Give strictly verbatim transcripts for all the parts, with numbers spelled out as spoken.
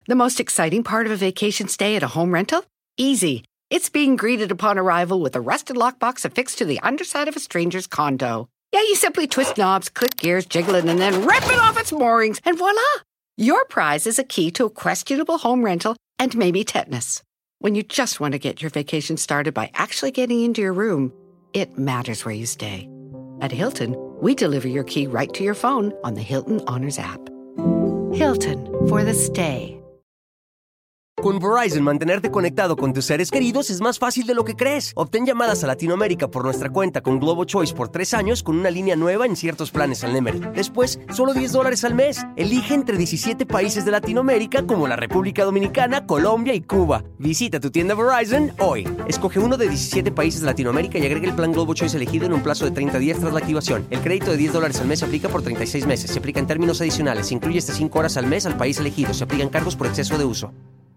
The most exciting part of a vacation stay at a home rental? Easy. It's being greeted upon arrival with a rusted lockbox affixed to the underside of a stranger's condo. Yeah, you simply twist knobs, click gears, jiggle it, and then rip it off its moorings, and voila! Your prize is a key to a questionable home rental and maybe tetanus. When you just want to get your vacation started by actually getting into your room, it matters where you stay. At Hilton, we deliver your key right to your phone on the Hilton Honors app. Hilton, for the stay. Con Verizon, mantenerte conectado con tus seres queridos es más fácil de lo que crees. Obtén llamadas a Latinoamérica por nuestra cuenta con Globo Choice por tres años con una línea nueva en ciertos planes al Nemery. Después, solo diez dólares al mes. Elige entre diecisiete países de Latinoamérica como la República Dominicana, Colombia y Cuba. Visita tu tienda Verizon hoy. Escoge uno de diecisiete países de Latinoamérica y agrega el plan Globo Choice elegido en un plazo de treinta días tras la activación. El crédito de diez dólares al mes se aplica por treinta y seis meses. Se aplica en términos adicionales. Se incluye hasta cinco horas al mes al país elegido. Se aplican cargos por exceso de uso.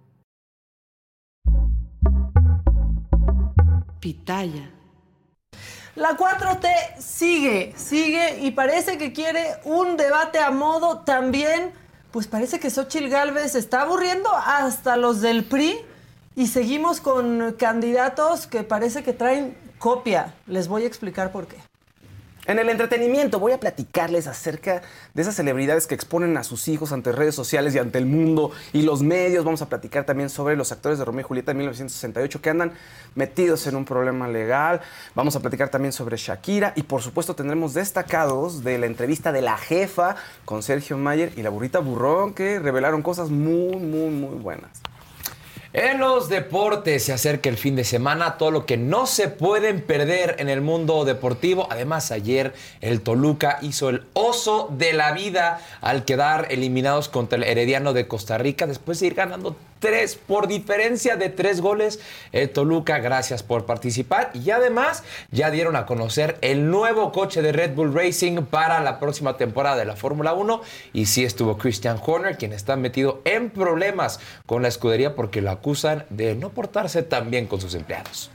Pitaya. La cuatro T sigue, sigue y parece que quiere un debate a modo también. Pues parece que Xóchitl Gálvez está aburriendo hasta los del P R I y seguimos con candidatos que parece que traen copia. Les voy a explicar por qué. En el entretenimiento voy a platicarles acerca de esas celebridades que exponen a sus hijos ante redes sociales y ante el mundo y los medios. Vamos a platicar también sobre los actores de Romeo y Julieta de mil novecientos sesenta y ocho que andan metidos en un problema legal. Vamos a platicar también sobre Shakira y por supuesto tendremos destacados de la entrevista de La Jefa con Sergio Mayer y la burrita Burrón que revelaron cosas muy, muy, muy buenas. En los deportes se acerca el fin de semana, todo lo que no se pueden perder en el mundo deportivo. Además, ayer el Toluca hizo el oso de la vida al quedar eliminados contra el Herediano de Costa Rica después de ir ganando tres por diferencia de tres goles. El Toluca, gracias por participar. Y además ya dieron a conocer el nuevo coche de Red Bull Racing para la próxima temporada de la Fórmula uno. Y sí estuvo Christian Horner, quien está metido en problemas con la escudería porque lo acusan de no portarse tan bien con sus empleados.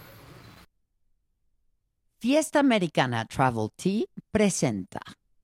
Fiesta Americana Travel Tea presenta.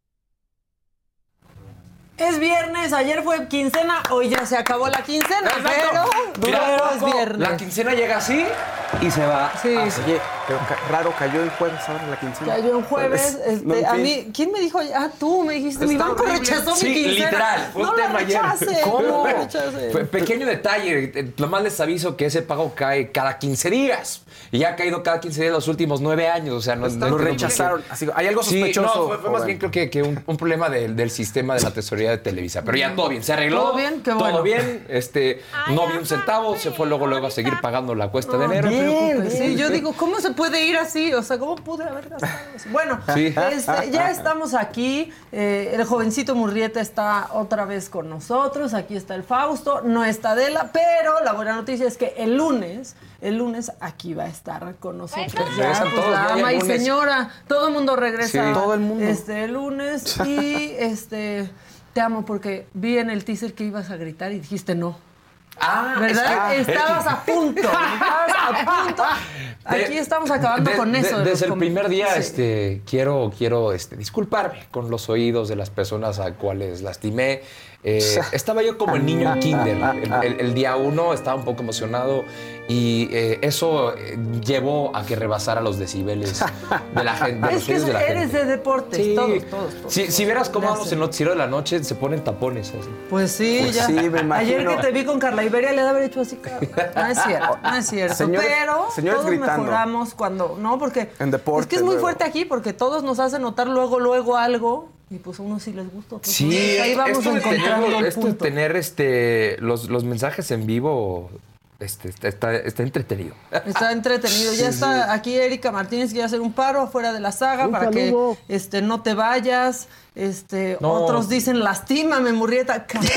Es viernes, ayer fue quincena, hoy ya se acabó la quincena, pero, Mira, pero es Coco, viernes. la quincena llega así y se va. Sí. así. Oye, pero ca- raro, cayó el jueves ahora la quincena. Cayó en jueves, este, No, en a fin. mí, ¿quién me dijo? Ah, tú me dijiste, mi Está banco horrible. rechazó Sí, mi quincena. literal, fue un no la tema ayer. rechace, ¿Cómo? no la rechace. Fue pequeño detalle, eh, nomás les aviso que ese pago cae cada quince días. Y ya ha caído cada quince días los últimos nueve años. O sea, no, Lo no entiendo por qué. rechazaron. Así, hay algo Sí, sospechoso. no, fue, fue más joven. bien creo que, que un, un problema del, del sistema de la tesorería de Televisa. Pero ya todo bien, se arregló. ¿Todo bien? Qué bueno. Todo bien, este, no vi un centavo, se fue luego luego a seguir pagando la cuesta de enero. Bien, bien. Sí, yo digo, ¿cómo se puede ir así? O sea, ¿cómo pude haber gastado así? Bueno, Sí. este, ya estamos aquí. Eh, el jovencito Murrieta está otra vez con nosotros. Aquí está el Fausto, no está Adela, pero la buena noticia es que el lunes, el lunes aquí va a estar con nosotros. Ya, Regresan pues, todos, la ¿no? Ya ama el y lunes. señora, todo el mundo regresa. Sí. Todo el mundo. Este, el lunes y este... Te amo porque vi en el teaser que ibas a gritar y dijiste no. Ah, ¿Verdad? es- Estabas a punto. Estabas a punto. Aquí estamos acabando de- con de- eso. de desde los el com- primer día, Sí. este, quiero, quiero este, disculparme con los oídos de las personas a cuales lastimé. Eh, estaba yo como el niño en kinder. El, el- el día uno estaba un poco emocionado y eh, eso eh, llevó a que rebasara los decibeles de la gente. De Es los que oídos de la eres gente. de deportes, Sí. todos, todos, todos. Si, si vieras cómo Le vamos hacen. en Noticiero de la Noche, se ponen tapones así. Pues sí, Pues ya. sí, me imagino. Ayer que te vi con Carla Iberia le he de haber hecho así, Carla. No es cierto, no es cierto. Señores- pero señores todos gritando. mejoramos cuando, ¿no? Porque En deporte, es que es muy luego. fuerte aquí porque todos nos hacen notar luego, luego algo y pues a unos sí les gusta. Pues, Sí, ahí vamos esto de encontrando tener, el esto de punto. tener este, los, los mensajes en vivo este, está, está, está entretenido. Está entretenido. Ya está aquí Erika Martínez, quiere hacer un paro afuera de la saga Un para saludo. que este, no te vayas. Este, No. Otros dicen, lastímame, Murrieta. Cállate.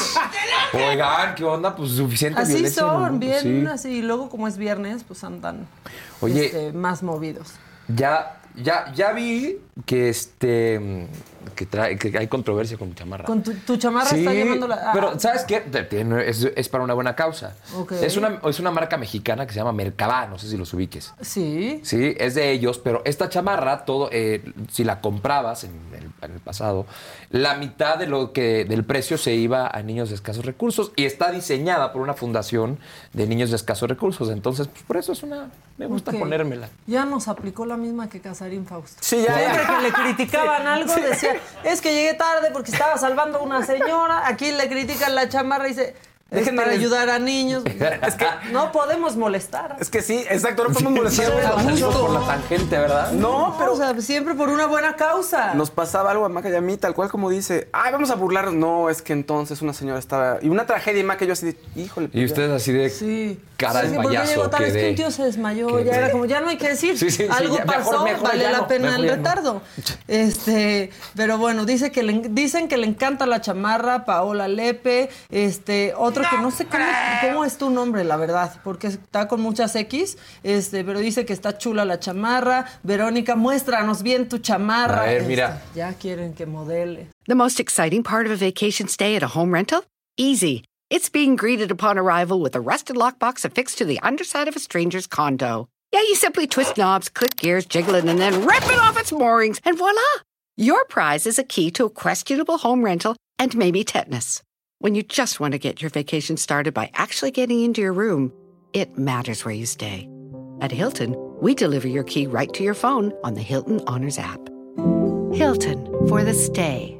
Oigan, ¿qué onda? Pues suficiente Así violencia, son, ¿no? bien Sí. así. Y luego, como es viernes, pues andan Oye. este, más movidos. Ya, ya, ya vi que este que, trae, que hay controversia con mi chamarra. Con tu, tu chamarra sí, está llamando la... Ah. Pero, ¿sabes qué? Es, es para una buena causa. Okay. Es, una, es una marca mexicana que se llama Mercabá, no sé si los ubiques. Sí. Sí, es de ellos, pero esta chamarra, todo, eh, si la comprabas en el, en el pasado, la mitad de lo que del precio se iba a niños de escasos recursos y está diseñada por una fundación de niños de escasos recursos. Entonces, pues por eso es una... Me gusta okay. ponérmela. Ya nos aplicó la misma que Casarín Fausto. Sí, ya. Siempre que le criticaban algo, decía, es que llegué tarde porque estaba salvando a una señora. Aquí le critican la chamarra y dice... Es para les... ayudar a niños. Es que no podemos molestar. Es que sí, exacto, no podemos molestar. Siempre por la tangente, ¿verdad? No, pero... O sea, siempre por una buena causa. Nos pasaba algo a Maca y a mí, tal cual como dice, ay, vamos a burlarnos. No, es que entonces una señora estaba... Y una tragedia, y Maca y yo así de, híjole. Y ustedes así de sí. cara sí, de payaso. Sí, llegó tarde, es que un tío se desmayó. Ya era como, ya no hay que decir. Sí, sí, algo sí, ya, pasó, mejor, mejor, vale la no, pena el retardo. No. Este, pero bueno, dice que le, dicen que le encanta la chamarra, Paola Lepe, este, otro no, que no sé cómo... ¿Cómo es tu nombre, la verdad? Porque está con muchas X, este, pero dice que está chula la chamarra. Verónica, muéstranos bien tu chamarra. A ver, mira. Este, ya quieren que modele. The most exciting part of a vacation stay at a home rental? Easy. It's being greeted upon arrival with a rusted lockbox affixed to the underside of a stranger's condo. Yeah, you simply twist knobs, click gears, jiggle it, and then rip it off its moorings, and voila! Your prize is a key to a questionable home rental and maybe tetanus. When you just want to get your vacation started by actually getting into your room, it matters where you stay. At Hilton, we deliver your key right to your phone on the Hilton Honors app. Hilton, for the stay.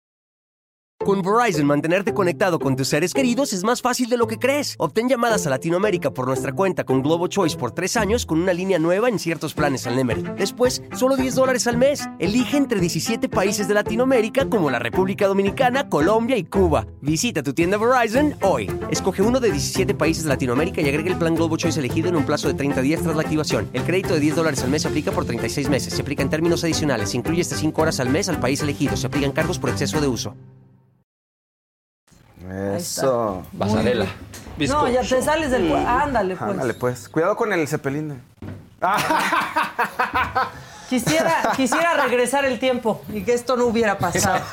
Con Verizon, mantenerte conectado con tus seres queridos es más fácil de lo que crees. Obtén llamadas a Latinoamérica por nuestra cuenta con Globo Choice por tres años con una línea nueva en ciertos planes al Nemery. Después, solo diez dólares al mes. Elige entre diecisiete países de Latinoamérica como la República Dominicana, Colombia y Cuba. Visita tu tienda Verizon hoy. Escoge uno de diecisiete países de Latinoamérica y agrega el plan Globo Choice elegido en un plazo de treinta días tras la activación. El crédito de diez dólares al mes se aplica por treinta y seis meses. Se aplica en términos adicionales. Se incluye hasta cinco horas al mes al país elegido. Se aplican cargos por exceso de uso. Eso. Pasarela. No, ya te sales del... Mm. Ándale, pues. Ándale, pues. Cuidado con el cepelín. Quisiera, quisiera regresar el tiempo y que esto no hubiera pasado.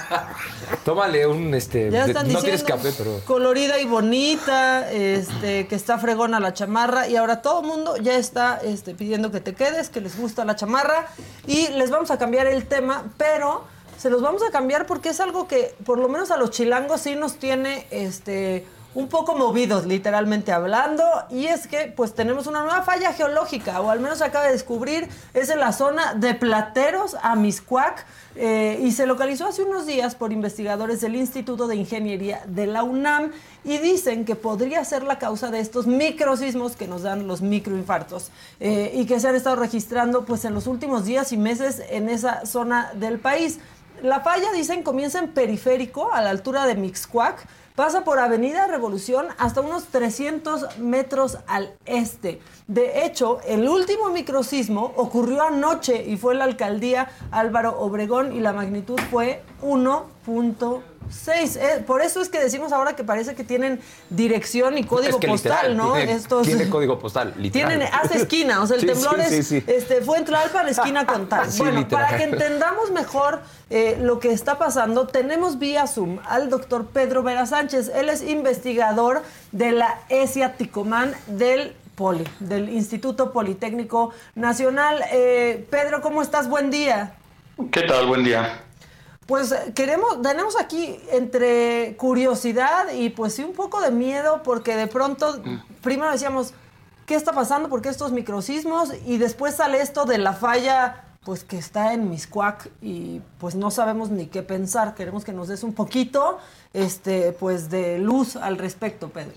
Tómale un, este... Ya están no diciendo, tienes café, pero... colorida y bonita, este, que está fregona la chamarra. Y ahora todo el mundo ya está este, pidiendo que te quedes, que les gusta la chamarra. Y les vamos a cambiar el tema, pero... se los vamos a cambiar porque es algo que, por lo menos a los chilangos, sí nos tiene este, un poco movidos, literalmente hablando. Y es que, pues, tenemos una nueva falla geológica, o al menos se acaba de descubrir, es en la zona de Plateros, Amiscuac, eh, y se localizó hace unos días por investigadores del Instituto de Ingeniería de la UNAM, y dicen que podría ser la causa de estos microsismos que nos dan los microinfartos, eh, y que se han estado registrando, pues, en los últimos días y meses en esa zona del país. La falla, dicen, comienza en Periférico, a la altura de Mixcoac, pasa por Avenida Revolución hasta unos trescientos metros al este. De hecho, el último microsismo ocurrió anoche y fue en la alcaldía Álvaro Obregón y la magnitud fue uno punto seis. Eh, por eso es que decimos ahora que parece que tienen dirección y código es que postal, literal, ¿no? Tiene, Estos, tiene código postal, literal. Tienen, hace esquina, o sea, el sí, temblor sí, es, sí, sí. Este, fue en Tlalpan, esquina con tal. Sí, bueno, literal. para que entendamos mejor eh, lo que está pasando, tenemos vía Zoom al doctor Pedro Vera Sánchez. Él es investigador de la ESIA Ticomán del Poli, del Instituto Politécnico Nacional. Eh, Pedro, ¿cómo estás? Buen día. ¿Qué tal? Buen día. Pues queremos, tenemos aquí entre curiosidad y pues sí un poco de miedo porque de pronto primero decíamos, ¿qué está pasando? ¿Por qué estos microsismos? Y después sale esto de la falla pues que está en Mixcoac y pues no sabemos ni qué pensar. Queremos que nos des un poquito este, pues de luz al respecto, Pedro.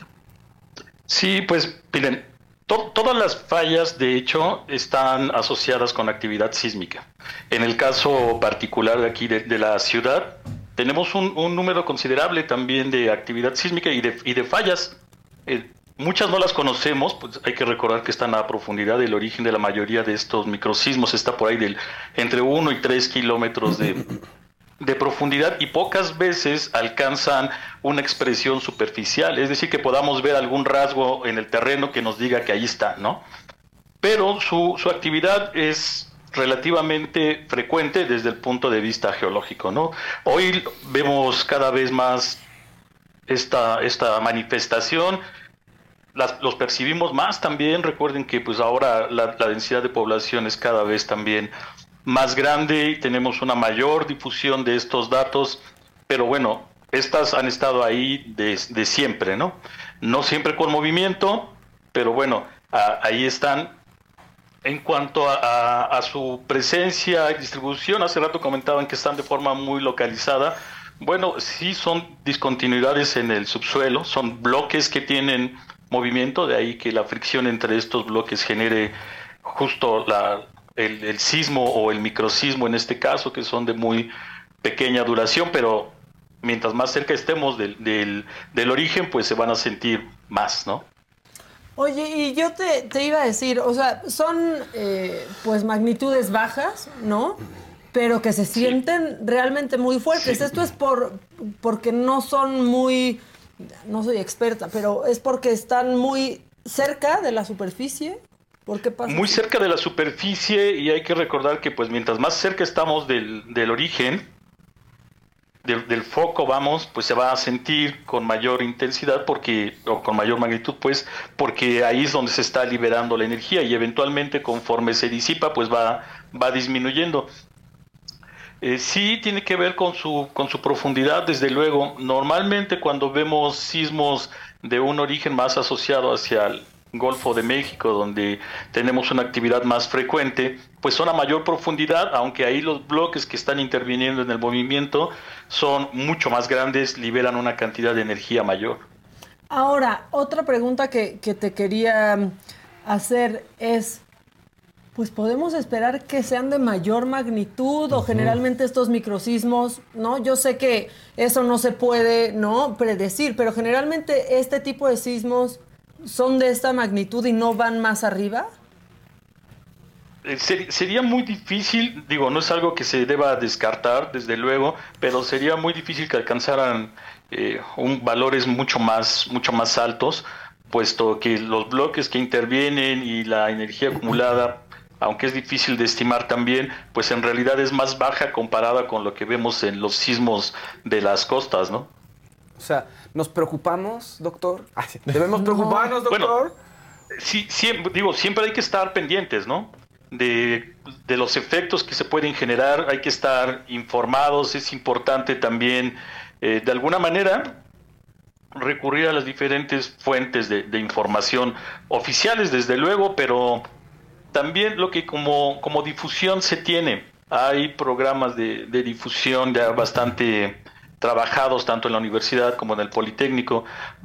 Sí, pues miren, to- todas las fallas de hecho están asociadas con actividad sísmica. En el caso particular de aquí de, de la ciudad, tenemos un, un número considerable también de actividad sísmica y de, y de fallas. Eh, muchas no las conocemos, pues hay que recordar que están a profundidad. El origen de la mayoría de estos microsismos está por ahí del entre uno y tres kilómetros de, de profundidad y pocas veces alcanzan una expresión superficial, es decir, que podamos ver algún rasgo en el terreno que nos diga que ahí está, ¿no? Pero su, su actividad es relativamente frecuente desde el punto de vista geológico, ¿no? Hoy vemos cada vez más esta, esta manifestación, las, los percibimos más también. Recuerden que pues ahora la, la densidad de población es cada vez también más grande y tenemos una mayor difusión de estos datos, pero bueno, estas han estado ahí de, de siempre, ¿no? No siempre con movimiento, pero bueno, a, ahí están. En cuanto a, a, a su presencia y distribución, hace rato comentaban que están de forma muy localizada. Bueno, sí son discontinuidades en el subsuelo, son bloques que tienen movimiento, de ahí que la fricción entre estos bloques genere justo la, el, el sismo o el microsismo en este caso, que son de muy pequeña duración, pero mientras más cerca estemos del, del, del origen, pues se van a sentir más, ¿no? Oye, y yo te, te iba a decir, o sea, son eh, pues magnitudes bajas, ¿no? Pero que se sienten sí. realmente muy fuertes. Sí. Esto es por porque no son muy, no soy experta, pero es porque están muy cerca de la superficie. ¿Por qué pasa? Muy así? cerca de la superficie, y hay que recordar que pues mientras más cerca estamos del, del origen, Del, del foco, vamos, pues se va a sentir con mayor intensidad porque o con mayor magnitud, pues, porque ahí es donde se está liberando la energía y eventualmente conforme se disipa, pues va, va disminuyendo. Eh, sí tiene que ver con su, con su profundidad, desde luego. Normalmente cuando vemos sismos de un origen más asociado hacia el Golfo de México, donde tenemos una actividad más frecuente, pues son a mayor profundidad, aunque ahí los bloques que están interviniendo en el movimiento son mucho más grandes, liberan una cantidad de energía mayor. Ahora, otra pregunta que, que te quería hacer es, pues podemos esperar que sean de mayor magnitud o uh-huh. generalmente estos microsismos, ¿no? Yo sé que eso no se puede, ¿no?, predecir, pero generalmente este tipo de sismos son de esta magnitud y no van más arriba. Ser, sería muy difícil, digo, no es algo que se deba descartar, desde luego, pero sería muy difícil que alcanzaran eh, un, valores mucho más, mucho más altos, puesto que los bloques que intervienen y la energía acumulada, aunque es difícil de estimar también, pues en realidad es más baja comparada con lo que vemos en los sismos de las costas, ¿no? O sea, ¿nos preocupamos, doctor? ¿Debemos preocuparnos, doctor? Bueno, sí, siempre, digo, siempre hay que estar pendientes, ¿no? De, de los efectos que se pueden generar, hay que estar informados. Es importante también, eh, de alguna manera, recurrir a las diferentes fuentes de, de información oficiales, desde luego, pero también lo que como, como difusión se tiene. Hay programas de, de difusión ya bastante trabajados tanto en la universidad como en el Politécnico,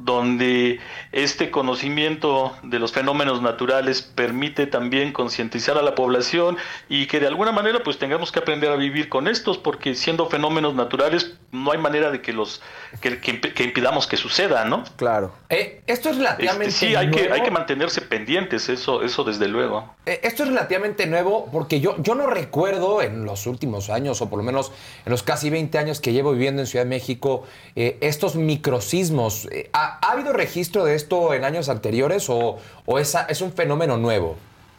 donde este conocimiento de los fenómenos naturales permite también concientizar a la población y que de alguna manera pues tengamos que aprender a vivir con estos, porque siendo fenómenos naturales no hay manera de que los que, que, que impidamos que sucedan, ¿no? Claro. Eh, esto es relativamente este, sí, hay nuevo. que hay que mantenerse pendientes, eso eso desde luego. Eh, esto es relativamente nuevo porque yo yo no recuerdo en los últimos años, o por lo menos en los casi veinte años que llevo viviendo en Ciudad de México, eh, estos microsismos. Eh, ¿ha, ¿Ha habido registro de esto en años anteriores o, o es, es un fenómeno nuevo?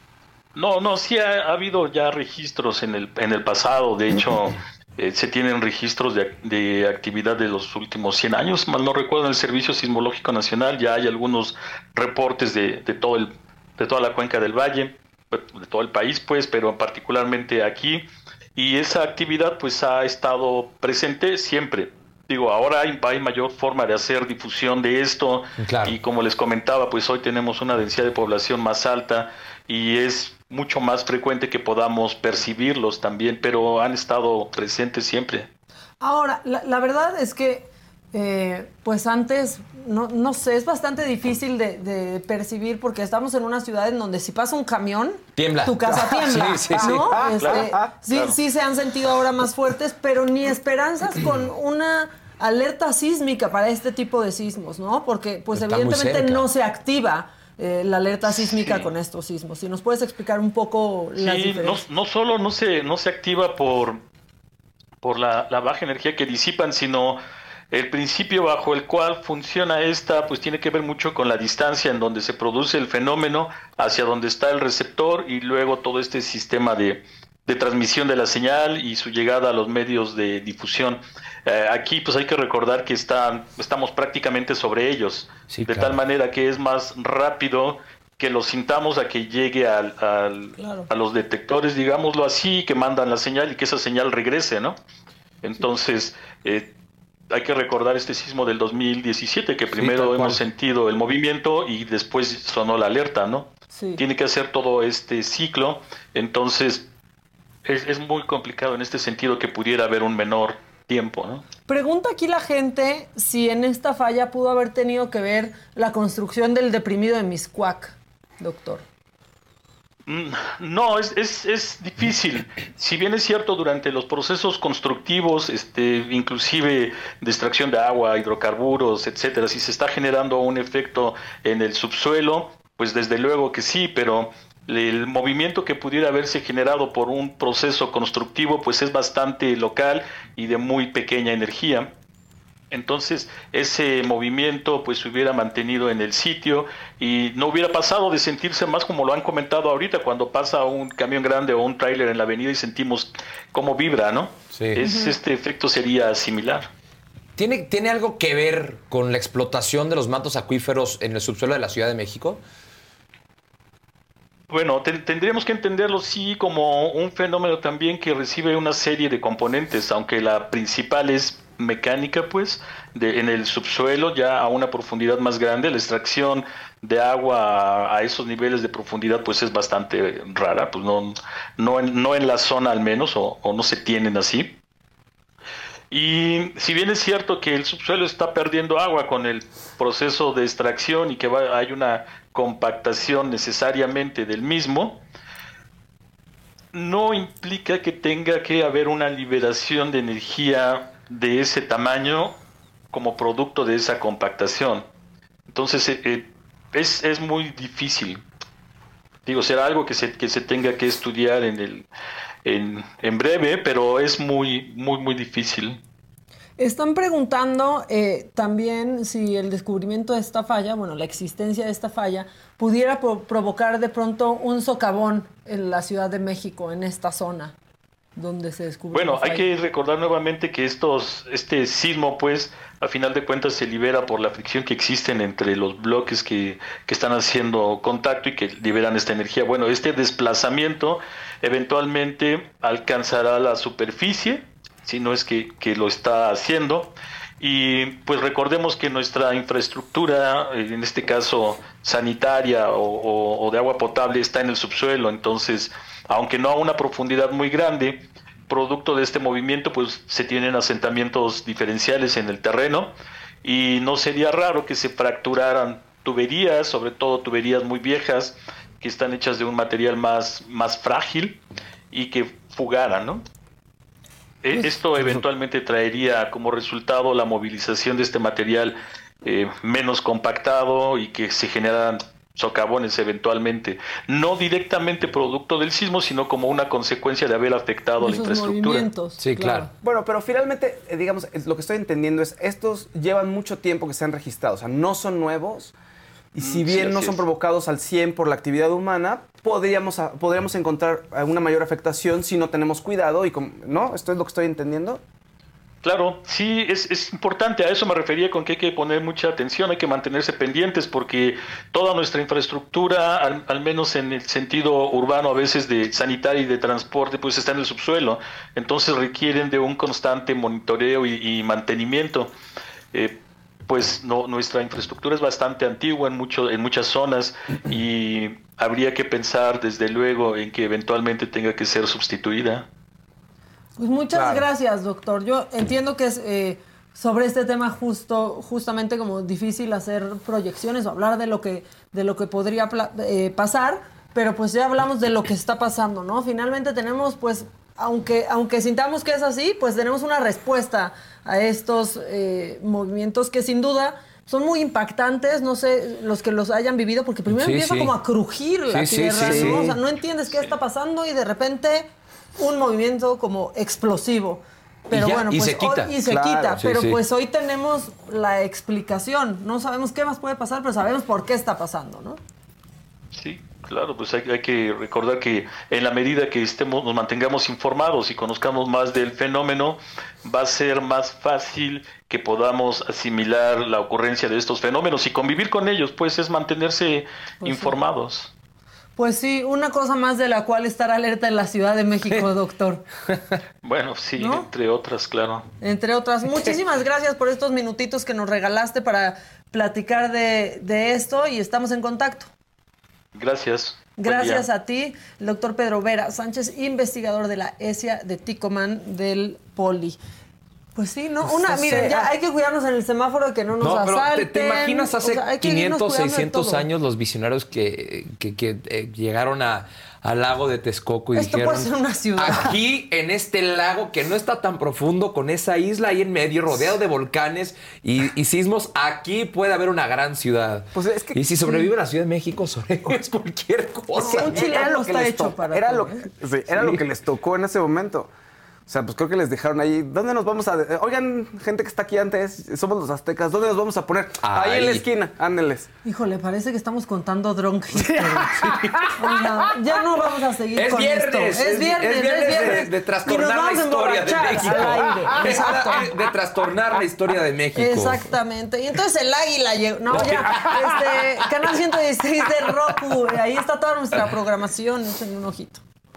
No, no, sí ha, ha habido ya registros en el, en el pasado. De hecho, eh, se tienen registros de, de actividad de los últimos cien años. Mal no recuerdo, en el Servicio Sismológico Nacional ya hay algunos reportes de, de, todo el, de toda la cuenca del Valle, de todo el país, pues, pero particularmente aquí. Y esa actividad pues ha estado presente siempre. Digo, ahora hay, hay mayor forma de hacer difusión de esto, claro. Y como les comentaba, pues hoy tenemos una densidad de población más alta y es mucho más frecuente que podamos percibirlos también, pero han estado presentes siempre. Ahora, la, la verdad es que Eh, pues antes, no, no sé, es bastante difícil de, de percibir porque estamos en una ciudad en donde si pasa un camión, tiembla. Tu casa tiembla, sí, sí, sí. ¿no? Ah, este, claro, sí, claro. sí se han sentido ahora más fuertes, pero ni esperanzas con una alerta sísmica para este tipo de sismos, ¿no? Porque pues Está evidentemente no se activa eh, la alerta sísmica sí. con estos sismos. Si nos puedes explicar un poco las sí, diferencias. No, no solo no se, no se activa por, por la, la baja energía que disipan, sino el principio bajo el cual funciona esta, pues tiene que ver mucho con la distancia en donde se produce el fenómeno hacia donde está el receptor y luego todo este sistema de, de transmisión de la señal y su llegada a los medios de difusión. Eh, aquí pues hay que recordar que están, estamos prácticamente sobre ellos, Sí, de claro. tal manera que es más rápido que lo sintamos a que llegue al, al, Claro. a los detectores, digámoslo así, que mandan la señal y que esa señal regrese, ¿no? Entonces, eh, hay que recordar este sismo del dos mil diecisiete, que primero tal cual. hemos sentido el movimiento y después sonó la alerta, ¿no? Sí. Tiene que hacer todo este ciclo, entonces es, es muy complicado en este sentido que pudiera haber un menor tiempo, ¿no? Pregunta aquí la gente si en esta falla pudo haber tenido que ver la construcción del deprimido de Mixcoac, doctor. Mm, No, es, es, es difícil. Si bien es cierto, durante los procesos constructivos, este, inclusive de extracción de agua, hidrocarburos, etcétera, si se está generando un efecto en el subsuelo, pues desde luego que sí, pero el movimiento que pudiera haberse generado por un proceso constructivo, pues es bastante local y de muy pequeña energía. Entonces, ese movimiento pues se hubiera mantenido en el sitio y no hubiera pasado de sentirse más como lo han comentado ahorita, cuando pasa un camión grande o un tráiler en la avenida y sentimos cómo vibra, ¿no? Sí. Es, este efecto sería similar. ¿Tiene, ¿Tiene algo que ver con la explotación de los mantos acuíferos en el subsuelo de la Ciudad de México? Bueno, ten- tendríamos que entenderlo sí como un fenómeno también que recibe una serie de componentes, aunque la principal es mecánica, pues, de, en el subsuelo ya a una profundidad más grande. La extracción de agua a, a esos niveles de profundidad pues es bastante rara, pues no, no, en, no en la zona al menos, o, o no se tienen así. Y si bien es cierto que el subsuelo está perdiendo agua con el proceso de extracción y que va, hay una compactación necesariamente del mismo, no implica que tenga que haber una liberación de energía de ese tamaño como producto de esa compactación. Entonces eh, eh, es, es muy difícil. Digo, será algo que se, que se tenga que estudiar en, el, en, en breve, pero es muy, muy, muy difícil. Están preguntando eh, también si el descubrimiento de esta falla, bueno, la existencia de esta falla, pudiera pro- provocar de pronto un socavón en la Ciudad de México, en esta zona donde se descubrió. Bueno, la hay falla. que recordar nuevamente que estos, este sismo, pues, a final de cuentas se libera por la fricción que existen entre los bloques que, que están haciendo contacto y que liberan esta energía. Bueno, este desplazamiento eventualmente alcanzará la superficie, si no es que, que lo está haciendo, y pues recordemos que nuestra infraestructura, en este caso sanitaria o, o, o de agua potable, está en el subsuelo, entonces, aunque no a una profundidad muy grande, producto de este movimiento, pues se tienen asentamientos diferenciales en el terreno y no sería raro que se fracturaran tuberías, sobre todo tuberías muy viejas, que están hechas de un material más, más frágil y que fugaran, ¿no? Eh, Esto eventualmente traería como resultado la movilización de este material eh, menos compactado y que se generaran socavones eventualmente, no directamente producto del sismo, sino como una consecuencia de haber afectado la Esos infraestructura. movimientos, Sí, claro. Bueno, pero finalmente, eh, digamos, es- lo que estoy entendiendo es, estos llevan mucho tiempo que se han registrado, o sea, no son nuevos, y si Mm, bien sí, no así son es. provocados al cien por la actividad humana, podríamos, a- podríamos encontrar una mayor afectación si no tenemos cuidado, y com- ¿no? ¿Esto es lo que estoy entendiendo? Claro, sí, es, es importante, a eso me refería con que hay que poner mucha atención, hay que mantenerse pendientes porque toda nuestra infraestructura, al, al menos en el sentido urbano a veces de sanitaria y de transporte, pues está en el subsuelo, entonces requieren de un constante monitoreo y, y mantenimiento. Eh, pues no, nuestra infraestructura es bastante antigua en, mucho, en muchas zonas y habría que pensar desde luego en que eventualmente tenga que ser sustituida. Pues muchas Claro. gracias, doctor. Yo entiendo que es eh, sobre este tema justo, justamente como difícil hacer proyecciones o hablar de lo que, de lo que podría pla- eh, pasar, pero pues ya hablamos de lo que está pasando, ¿no? Finalmente tenemos, pues, aunque, aunque sintamos que es así, pues tenemos una respuesta a estos eh, movimientos que sin duda son muy impactantes, no sé, los que los hayan vivido, porque primero Sí, empieza sí. como a crujir la Sí, sí, tierra, sí, ¿no? sí. O sea, no entiendes qué está pasando y de repente un movimiento como explosivo. Pero Y ya, bueno, y pues se quita. hoy, y se Claro. quita, Sí, pero sí. pues hoy tenemos la explicación. No sabemos qué más puede pasar, pero sabemos por qué está pasando, ¿no? Sí, Claro, pues hay, hay que recordar que en la medida que estemos, nos mantengamos informados y conozcamos más del fenómeno, va a ser más fácil que podamos asimilar la ocurrencia de estos fenómenos y convivir con ellos, pues es mantenerse pues informados. Sí. Pues sí, una cosa más de la cual estar alerta en la Ciudad de México, doctor. Bueno, sí, ¿no? Entre otras, claro. Entre otras. Muchísimas gracias por estos minutitos que nos regalaste para platicar de, de esto y estamos en contacto. Gracias. Gracias a ti, el doctor Pedro Vera Sánchez, investigador de la ESIA de Ticomán del Poli. Pues sí, ¿no? Pues Una, ese, miren, ya ah, hay que cuidarnos en el semáforo de que no nos No, pero asalten. ¿te, te imaginas hace o sea, quinientos, seiscientos años los visionarios que, que, que eh, llegaron a, al lago de Texcoco y Esto dijeron... puede ser una ciudad. Aquí, en este lago que no está tan profundo, con esa isla ahí en medio, rodeado de volcanes y, y sismos, aquí puede haber una gran ciudad. Pues es que, y si sobrevive sí. la Ciudad de México, sobrevive cualquier cosa. Es un chileno está hecho to- para era todo, lo, ¿eh? sí, era Sí. lo que les tocó en ese momento. O sea, pues creo que les dejaron ahí. ¿Dónde nos vamos a...? de- Oigan, gente que está aquí antes, somos los aztecas. ¿Dónde nos vamos a poner? Ahí en la Ay. esquina, ándeles. Híjole, parece que estamos contando drunk history. Oiga, ya no vamos a seguir Es con viernes, esto. Es es- viernes, es viernes es viernes. de- de Y trastornar nos la vamos a historia de emborrachar México. al aire. De- Exacto. De, de trastornar la historia de México. Exactamente. Y entonces el águila llegó. No, ya. Este, Canal ciento dieciséis de Roku. Ahí está toda nuestra programación. Échenle un ojito.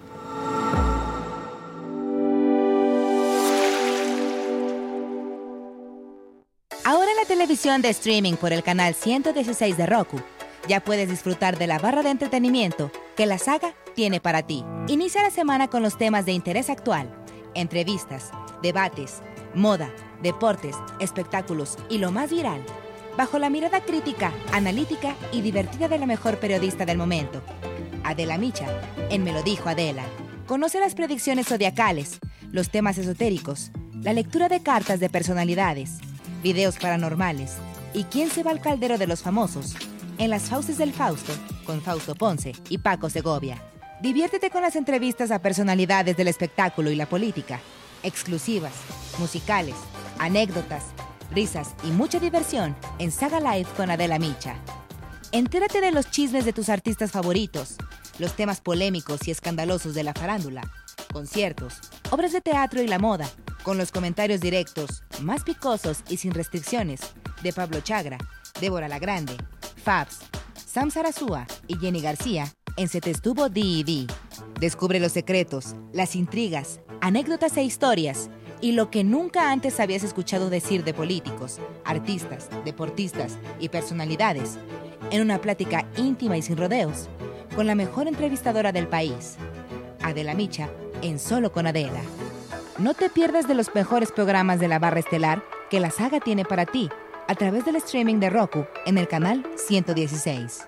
Ahora en la televisión de streaming por el canal ciento dieciséis de Roku, ya puedes disfrutar de la barra de entretenimiento que la saga tiene para ti. Inicia la semana con los temas de interés actual, entrevistas, debates, moda, deportes, espectáculos y lo más viral, bajo la mirada crítica, analítica y divertida de la mejor periodista del momento, Adela Micha, en Me lo dijo Adela. Conoce las predicciones zodiacales, los temas esotéricos, la lectura de cartas de personalidades, videos paranormales y quién se va al caldero de los famosos en Las Fauces del Fausto con Fausto Ponce y Paco Segovia. Diviértete con las entrevistas a personalidades del espectáculo y la política, exclusivas, musicales, anécdotas, risas y mucha diversión en Saga Live con Adela Micha. Entérate de los chismes de tus artistas favoritos, los temas polémicos y escandalosos de la farándula, conciertos, obras de teatro y la moda, con los comentarios directos, más picosos y sin restricciones, de Pablo Chagra, Débora La Grande, Fabs, Sam Sarasúa y Jenny García en Se Te Estuvo D y D. Descubre los secretos, las intrigas, anécdotas e historias y lo que nunca antes habías escuchado decir de políticos, artistas, deportistas y personalidades en una plática íntima y sin rodeos con la mejor entrevistadora del país, Adela Micha, en Solo con Adela. No te pierdas de los mejores programas de la barra estelar que la saga tiene para ti a través del streaming de Roku en el canal ciento dieciséis.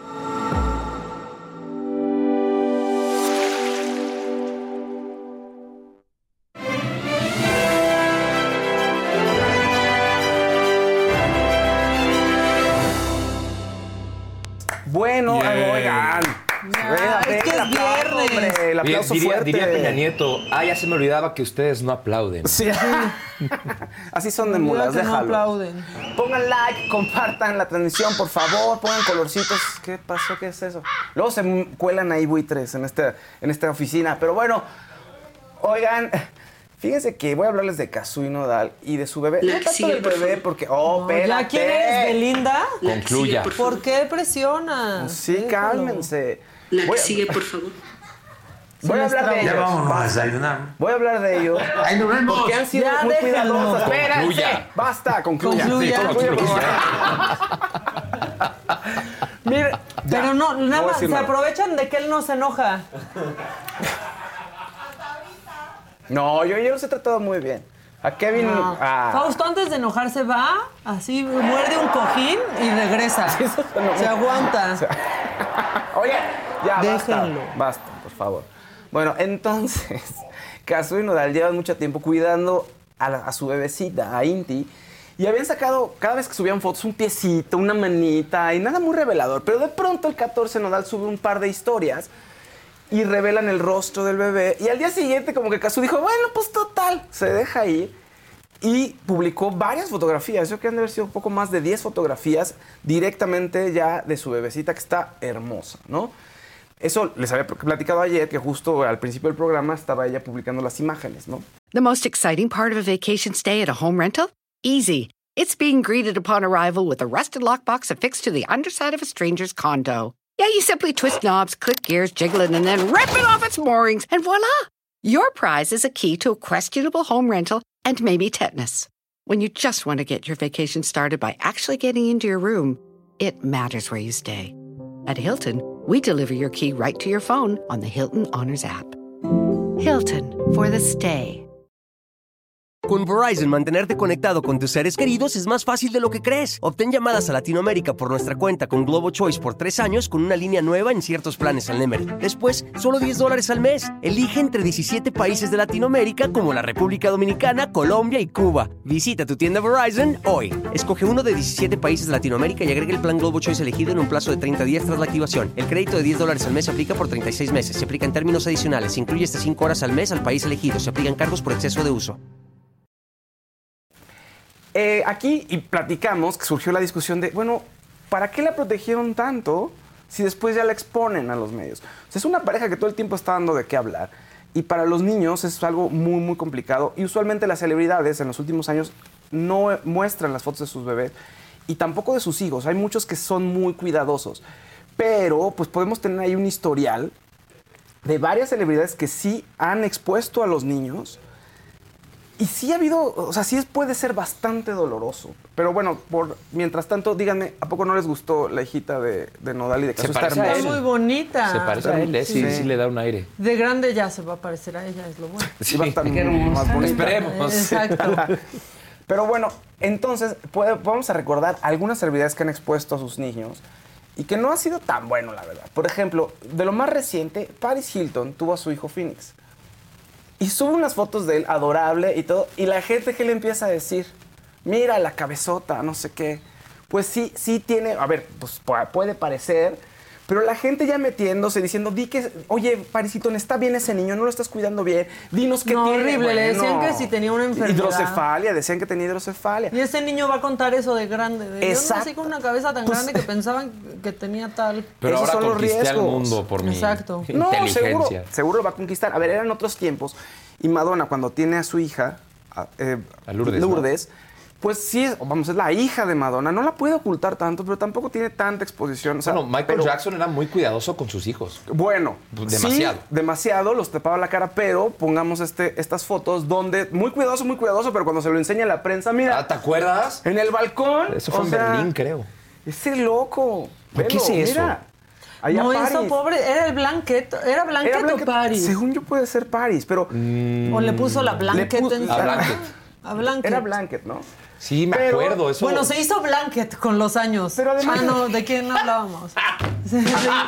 Bueno, Yeah. oigan. Ya, Venga, es que venga, es el aplauso, viernes. hombre, el aplauso diría, fuerte. diría Peña Nieto, ah, ya se me olvidaba que ustedes no aplauden. Sí. Así son de Mira mulas, que no déjalo. aplauden. Pongan like, compartan la transmisión, por favor, pongan colorcitos. ¿Qué pasó? ¿Qué es eso? Luego se m- cuelan ahí buitres en esta, en esta oficina. Pero bueno, oigan, fíjense que voy a hablarles de Cazzu Nodal y de su bebé. La No que tanto sigue, del por bebé, favor. porque... Oh, No, espérate. ¿ya quién eres, Belinda? La que Concluya. sigue, por favor. ¿Por qué presionas? Sí, Déjalo. cálmense. La Voy que a- sigue, por favor. Voy a hablar de Ya ellos. vámonos a Basta. desayunar. Voy a hablar de ellos. ¡Ahí nos vemos! Porque han sido Ya, muy déjenlo. cuidadosos. Espérense. Concluya. Basta, concluya. Concluya. Sí, concluya, por Concluya. favor. Mire, ya, Pero no, nada voy a más, decir se nada. aprovechan de que él no se enoja. No, yo, yo los he tratado muy bien. A Kevin... No. ah, Fausto antes de enojarse va, así muerde un cojín y regresa. eso suena Se muy- aguanta. Oye, ya, Déjenlo. basta. Basta, por favor. Bueno, entonces, Cazzu y Nodal llevan mucho tiempo cuidando a, la- a su bebecita, a Inti, y habían sacado, cada vez que subían fotos, un piecito, una manita, y nada muy revelador. Pero de pronto el catorce Nodal sube un par de historias y revelan el rostro del bebé. Y al día siguiente como que Cazzu dijo, bueno, pues total, se deja ir. Y publicó varias fotografías, yo creo que han de haber sido un poco más de diez fotografías directamente ya de su bebecita, que está hermosa, ¿no? Eso les había platicado ayer, que justo al principio del programa estaba ella publicando las imágenes, ¿no? The most exciting part of a vacation stay at a home rental? Easy. It's being greeted upon arrival with a rusted lockbox affixed to the underside of a stranger's condo. Yeah, you simply twist knobs, click gears, jiggle it, and then rip it off its moorings, and voila! Your prize is a key to a questionable home rental and maybe tetanus. When you just want to get your vacation started by actually getting into your room, it matters where you stay. At Hilton, we deliver your key right to your phone on the Hilton Honors app. Hilton for the stay. Con Verizon, mantenerte conectado con tus seres queridos es más fácil de lo que crees. Obtén llamadas a Latinoamérica por nuestra cuenta con Globo Choice por tres años con una línea nueva en ciertos planes al Nemery. Después, solo diez dólares al mes. Elige entre diecisiete países de Latinoamérica como la República Dominicana, Colombia y Cuba. Visita tu tienda Verizon hoy. Escoge uno de diecisiete países de Latinoamérica y agrega el plan Globo Choice elegido en un plazo de treinta días tras la activación. El crédito de diez dólares al mes se aplica por treinta y seis meses. Se aplica en términos adicionales. Se incluye hasta cinco horas al mes al país elegido. Se aplican cargos por exceso de uso. Eh, aquí y platicamos que surgió la discusión de, bueno, ¿para qué la protegieron tanto si después ya la exponen a los medios? O sea, es una pareja que todo el tiempo está dando de qué hablar y para los niños es algo muy, muy complicado y usualmente las celebridades en los últimos años no muestran las fotos de sus bebés y tampoco de sus hijos. Hay muchos que son muy cuidadosos, pero pues podemos tener ahí un historial de varias celebridades que sí han expuesto a los niños. Y sí ha habido, o sea, sí puede ser bastante doloroso. Pero bueno, por mientras tanto, díganme, ¿a poco no les gustó la hijita de, de Nodal y de Casu? Se parece a él. Está muy bonita. Se parece a él, ¿eh? Sí, sí, sí le da un aire. De grande ya se va a parecer a ella, es lo bueno. Sí, va a estar más bonita. Esperemos. Exacto. Pero bueno, entonces puede, vamos a recordar algunas celebridades que han expuesto a sus niños y que no ha sido tan bueno, la verdad. Por ejemplo, de lo más reciente, Paris Hilton tuvo a su hijo Phoenix. Y sube unas fotos de él, adorable y todo. Y la gente, ¿qué le empieza a decir? Mira la cabezota, no sé qué. Pues sí, sí tiene, a ver, pues puede parecer, pero la gente ya metiéndose, diciendo, di que, oye, Paris Hilton, está bien ese niño, no lo estás cuidando bien, dinos qué no, tiene. horrible, bueno, le decían que si tenía una enfermedad. Hidrocefalia, decían que tenía hidrocefalia. Y ese niño va a contar eso de grande. De, yo nací con una cabeza tan pues, grande que pensaban que tenía tal. Pero Esos ahora son conquisté los al riesgos. mundo por mi Exacto. No, inteligencia. seguro, seguro lo va a conquistar. A ver, eran otros tiempos. Y Madonna, cuando tiene a su hija, a, eh, a Lourdes, Lourdes ¿no? Pues sí, es, vamos, es la hija de Madonna. No la puede ocultar tanto, pero tampoco tiene tanta exposición. O sea, bueno, Michael pero, Jackson era muy cuidadoso con sus hijos. Bueno, demasiado. Sí, demasiado, los tapaba la cara, pero pongamos este, estas fotos donde, muy cuidadoso, muy cuidadoso, pero cuando se lo enseña a la prensa, mira. Ah, ¿te acuerdas? En el balcón. Eso fue o en sea, Berlín, creo. Ese loco. ¿Por qué hice eso? Mira. Allá no, Paris. eso pobre, era el Blanquet, ¿era Blanquet, Era Blanquet, o Paris? Según yo puede ser Paris, pero... Mm, o le puso la Blanquet. puso- en- a Blanquet. A Blanquet. Era Blanket, ¿no? Sí, me Pero- acuerdo. Eso. Bueno, se hizo Blanquet con los años. Pero además- Ah, no, ¿de quién hablábamos? Sí,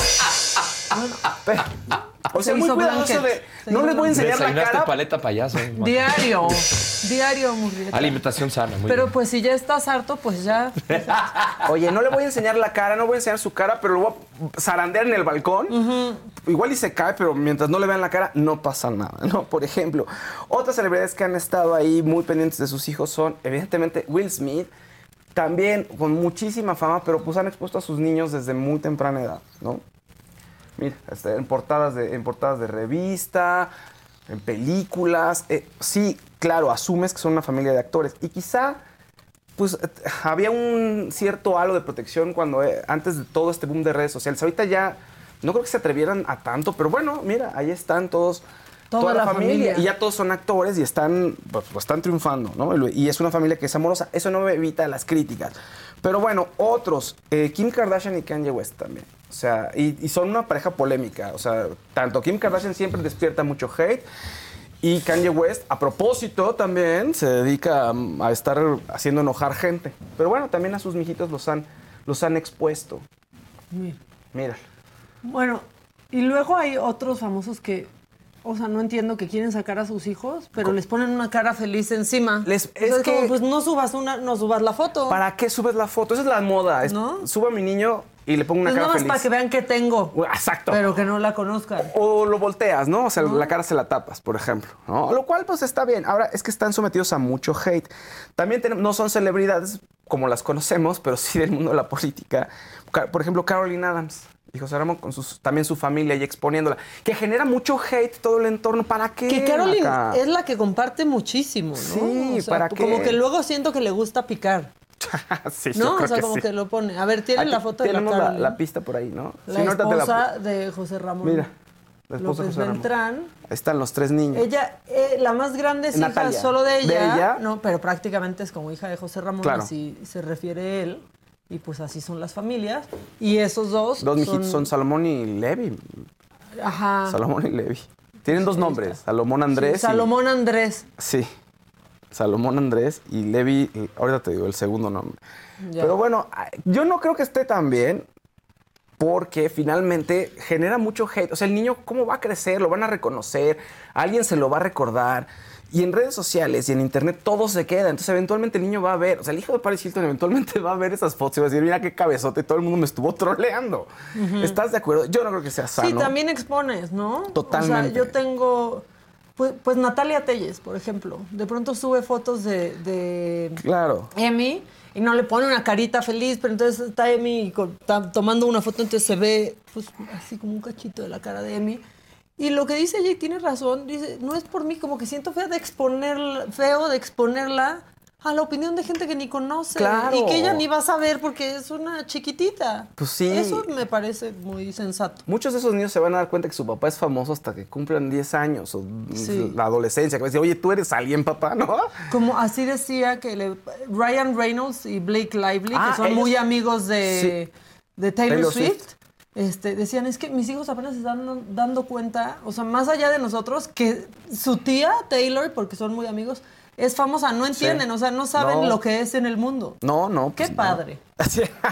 sí. Bueno, Pero- o sea, Se muy hizo cuidadoso Blanket. de... Se No hizo les voy a enseñar la Desayunaste cara. paleta payaso. diario, diario, Murrieta. Alimentación sana. Muy Pero bien. pues si ya estás harto, pues ya. Oye, no le voy a enseñar la cara, no voy a enseñar su cara, pero lo voy a zarandear en el balcón. Igual y se cae, pero mientras no le vean la cara, no pasa nada, ¿no? Por ejemplo, otras celebridades que han estado ahí muy pendientes de sus hijos son, evidentemente, Will Smith, también con muchísima fama, pero pues han expuesto a sus niños desde muy temprana edad, ¿no? Mira, este, en portadas de, en portadas de revista, en películas. Eh, sí, claro, asumes que son una familia de actores. Y quizá, pues, eh, había un cierto halo de protección cuando eh, antes de todo este boom de redes sociales. Ahorita ya no creo que se atrevieran a tanto, pero bueno, mira, ahí están todos, Toda toda, la, la familia. familia. Y ya todos son actores y están, pues, pues, están triunfando, ¿no? Y es una familia que es amorosa. Eso no evita las críticas. Pero bueno, otros, eh, Kim Kardashian y Kanye West también. O sea, y, y son una pareja polémica. O sea, tanto Kim Kardashian siempre despierta mucho hate y Kanye West, a propósito, también se dedica a, a estar haciendo enojar gente. Pero bueno, también a sus mijitos los han, los han expuesto. Mira. Mira. Bueno, y luego hay otros famosos que, o sea, no entiendo que quieren sacar a sus hijos, pero les ponen una cara feliz encima. Les- O sea, es es que- como, pues no subas una, no subas la foto. ¿Para qué subes la foto? Esa es la moda. Es, ¿No? Subo a mi niño y le pongo una pues cara nada más feliz. para que vean que tengo. Exacto. Pero que no la conozcan. O lo volteas, ¿no? O sea, ¿no? La cara se la tapas, por ejemplo, ¿no? Lo cual, pues, está bien. Ahora, es que están sometidos a mucho hate. También tenemos, no son celebridades como las conocemos, pero sí del mundo de la política. Por ejemplo, Caroline Adams y José Ramón con sus, también su familia y exponiéndola, que genera mucho hate todo el entorno. ¿Para qué? Que Caroline acá? es la que comparte muchísimo, ¿no? Sí, o sea, ¿para qué? Como que luego siento que le gusta picar. Sí, yo ¿No? creo O sea, que como sí. que lo pone. A ver, tienen Aquí la foto de la tenemos Caroline. la, la pista por ahí, ¿no? La Si no, ahorita te esposa de José Ramón. Mira, la esposa de López José Ramón. Beltrán. Ahí están los tres niños. Ella, eh, la más grande es hija Natalia. solo de ella, ¿De ella? no, pero prácticamente es como hija de José Ramón, Claro. así se refiere él, y pues así son las familias. Y esos dos Dos son... mijitos son Salomón y Levi. Ajá. Salomón y Levi. Tienen dos nombres, Salomón Andrés. Sí, Salomón Andrés. Y... Sí. Salomón Andrés y Levi, y ahorita te digo el segundo nombre. Ya. Pero bueno, yo no creo que esté tan bien porque finalmente genera mucho hate. O sea, el niño, ¿cómo va a crecer? Lo van a reconocer, alguien se lo va a recordar. Y en redes sociales y en internet todo se queda. Entonces, eventualmente el niño va a ver, o sea, el hijo de Paris Hilton eventualmente va a ver esas fotos y va a decir, mira qué cabezote, todo el mundo me estuvo troleando. Uh-huh. ¿Estás de acuerdo? Yo no creo que sea sano. Sí, también expones, ¿no? Totalmente. O sea, yo tengo... Pues, pues Natalia Telles, por ejemplo. De pronto sube fotos de, de claro. Emi y no le pone una carita feliz, pero entonces está Emi con, está tomando una foto, entonces se ve pues así como un cachito de la cara de Emi. Y lo que dice Jake tiene razón, dice, no es por mí, como que siento feo de exponerla, feo de exponerla a la opinión de gente que ni conoce. Claro. Y que ella ni va a saber porque es una chiquitita. Pues sí. Eso me parece muy sensato. Muchos de esos niños se van a dar cuenta que su papá es famoso hasta que cumplan diez años o sí. la adolescencia. Que va a decir, oye, tú eres alguien, papá, ¿no? Como así decía que le, Ryan Reynolds y Blake Lively, ah, que son ellos, muy amigos de, sí. de Taylor, Taylor Swift, Swift. Este, decían, es que mis hijos apenas se están dando cuenta, o sea, más allá de nosotros, que su tía Taylor, porque son muy amigos, es famosa, no entienden, sí. o sea, no saben no. lo que es en el mundo. No, no. Qué pues padre. No.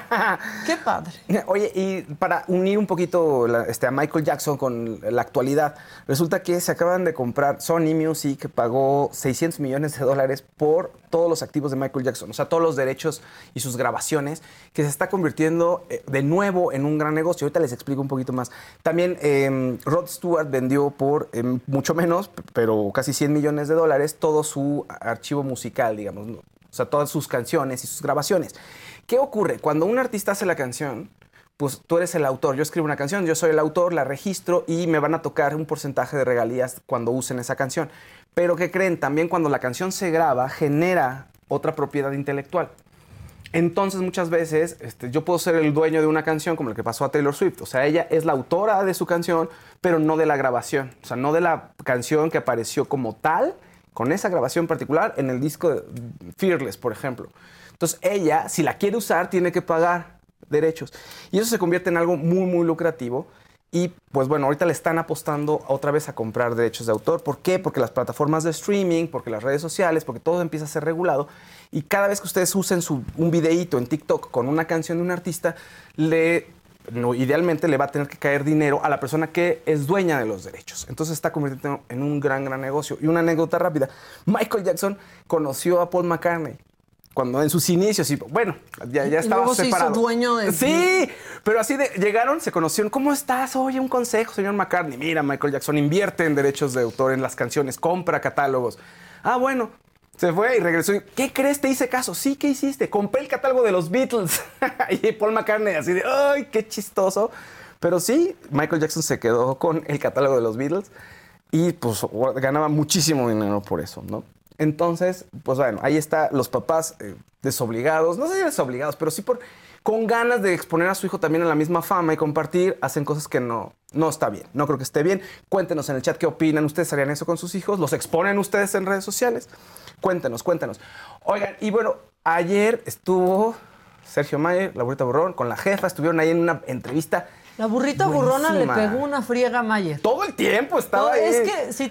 Qué padre. Oye, y para unir un poquito la, este, a Michael Jackson con la actualidad, resulta que se acaban de comprar Sony Music, que pagó seiscientos millones de dólares por todos los activos de Michael Jackson, o sea, todos los derechos y sus grabaciones, que se está convirtiendo eh, de nuevo en un gran negocio. Ahorita les explico un poquito más. También eh, Rod Stewart vendió por eh, mucho menos, pero casi cien millones de dólares, todo su archivo musical, digamos, ¿no? O sea, todas sus canciones y sus grabaciones. ¿Qué ocurre? Cuando un artista hace la canción, pues tú eres el autor. Yo escribo una canción, yo soy el autor, la registro y me van a tocar un porcentaje de regalías cuando usen esa canción. Pero ¿qué creen? También cuando la canción se graba, genera otra propiedad intelectual. Entonces, muchas veces, este, yo puedo ser el dueño de una canción, como lo que pasó a Taylor Swift. O sea, ella es la autora de su canción, pero no de la grabación. O sea, no de la canción que apareció como tal, con esa grabación particular, en el disco de Fearless, por ejemplo. Entonces, ella, si la quiere usar, tiene que pagar derechos. Y eso se convierte en algo muy, muy lucrativo. Y, pues bueno, ahorita le están apostando otra vez a comprar derechos de autor. ¿Por qué? Porque las plataformas de streaming, porque las redes sociales, porque todo empieza a ser regulado. Y cada vez que ustedes usen su, un videíto en TikTok con una canción de un artista, le, no, idealmente le va a tener que caer dinero a la persona que es dueña de los derechos. Entonces está convirtiendo en un gran, gran negocio. Y una anécdota rápida. Michael Jackson conoció a Paul McCartney cuando en sus inicios, y bueno, ya, ya estaba luego separado. Se hizo dueño de... Sí, pero así de, llegaron, se conocieron. ¿Cómo estás? Oye, un consejo, señor McCartney. Mira, Michael Jackson invierte en derechos de autor en las canciones, compra catálogos. Ah, bueno, se fue y regresó. ¿Qué crees? Te hice caso. Sí, ¿qué hiciste? Compré el catálogo de los Beatles. Y Paul McCartney así de, ¡ay, qué chistoso! Pero sí, Michael Jackson se quedó con el catálogo de los Beatles y pues ganaba muchísimo dinero por eso, ¿no? Entonces, pues bueno, ahí está los papás eh, desobligados, no sé si desobligados, pero sí por, con ganas de exponer a su hijo también a la misma fama y compartir, hacen cosas que no, no está bien. No creo que esté bien. Cuéntenos en el chat qué opinan. ¿Ustedes harían eso con sus hijos? ¿Los exponen ustedes en redes sociales? Cuéntenos, cuéntenos. Oigan, y bueno, ayer estuvo Sergio Mayer, la burrita burrón, con la jefa, estuvieron ahí en una entrevista. La burrita buenísima. burrona le pegó una friega a Mayer. Todo el tiempo estaba no, ahí. Es que si...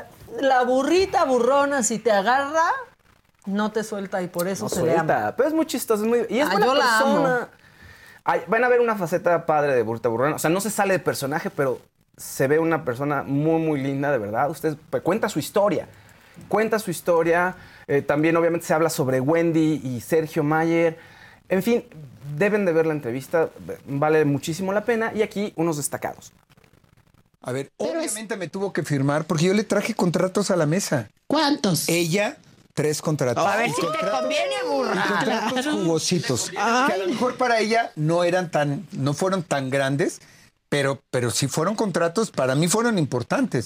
La burrita burrona, si te agarra, no te suelta y por eso no se suelta, le ama. Pero es muy chistoso, es muy... Y es ah, buena yo persona. La amo. Ay, van a ver una faceta padre de burrita burrona. O sea, no se sale de personaje, pero se ve una persona muy, muy linda, de verdad. Usted pues, cuenta su historia. Cuenta su historia. Eh, también, obviamente, se habla sobre Wendy y Sergio Mayer. En fin, deben de ver la entrevista, vale muchísimo la pena. Y aquí unos destacados. A ver, Pero obviamente es... me tuvo que firmar porque yo le traje contratos a la mesa. ¿Cuántos? Ella, tres contratos. A ver si te conviene, burra. Contratos claro. jugositos. Ay. Que a lo mejor para ella no eran tan, no fueron tan grandes, pero, pero sí fueron contratos, para mí fueron importantes.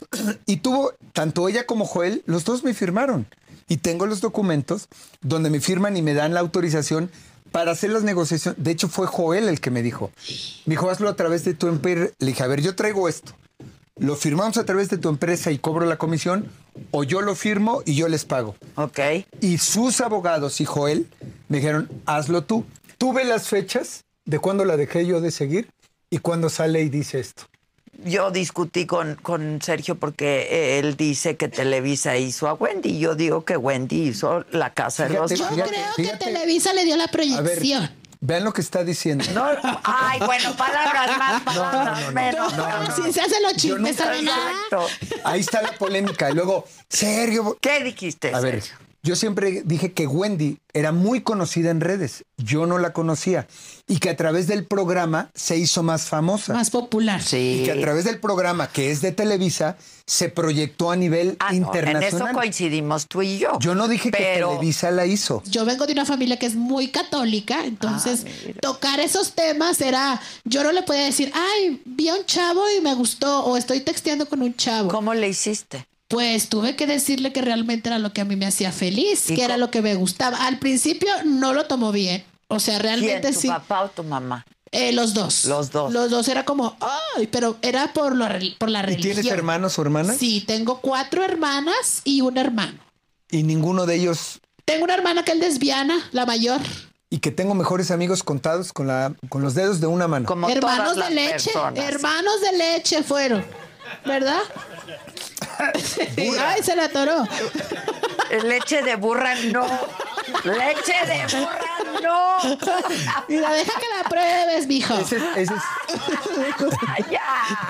Y tuvo, tanto ella como Joel, los dos me firmaron. Y tengo los documentos donde me firman y me dan la autorización para hacer las negociaciones. De hecho, fue Joel el que me dijo. Me dijo, hazlo a través de tu empresa. Le dije, a ver, yo traigo esto. ¿Lo firmamos a través de tu empresa y cobro la comisión? ¿O yo lo firmo y yo les pago? Ok. Y sus abogados y Joel me dijeron, hazlo tú. Tuve las fechas de cuándo la dejé yo de seguir y cuándo sale y dice esto. Yo discutí con, con Sergio porque él dice que Televisa hizo a Wendy. Yo digo que Wendy hizo La Casa fíjate, de los... Yo fíjate, creo fíjate. que Televisa le dio la proyección. A ver, vean lo que está diciendo. No, ay, bueno, palabras más, palabras no, no, no, menos. no, no, no, Si se hacen los chismes, Exacto. Ahí está la polémica. Y luego, Sergio... ¿Qué dijiste, A ver, Sergio? yo siempre dije que Wendy era muy conocida en redes. Yo no la conocía. Y que a través del programa se hizo más famosa. Más popular. Sí. Y que a través del programa, que es de Televisa, se proyectó a nivel Ah, no, internacional. en eso coincidimos tú y yo. Yo no dije pero... que Televisa la hizo. Yo vengo de una familia que es muy católica, entonces Ah, tocar esos temas era, yo no le podía decir, ay, vi a un chavo y me gustó, o estoy texteando con un chavo. ¿Cómo le hiciste? Pues tuve que decirle que realmente era lo que a mí me hacía feliz, que cómo? era lo que me gustaba. Al principio no lo tomó bien, o sea, realmente ¿Quién, tu sí. papá o tu mamá? Eh, los dos. Los dos. Los dos era como, ay, pero era por, lo, por la ¿Y religión. tienes hermanos o hermanas? Sí, tengo cuatro hermanas y un hermano. Y ninguno de ellos... Tengo una hermana que es lesbiana, la mayor. Y que tengo mejores amigos contados con, la, con los dedos de una mano. Como Hermanos todas de las leche, personas. hermanos de leche fueron, ¿verdad? Ay, se la atoró. Leche de burra, no. Leche de burra, no. Mira, deja que la pruebes, mijo. Ese es, ese Ay, ya.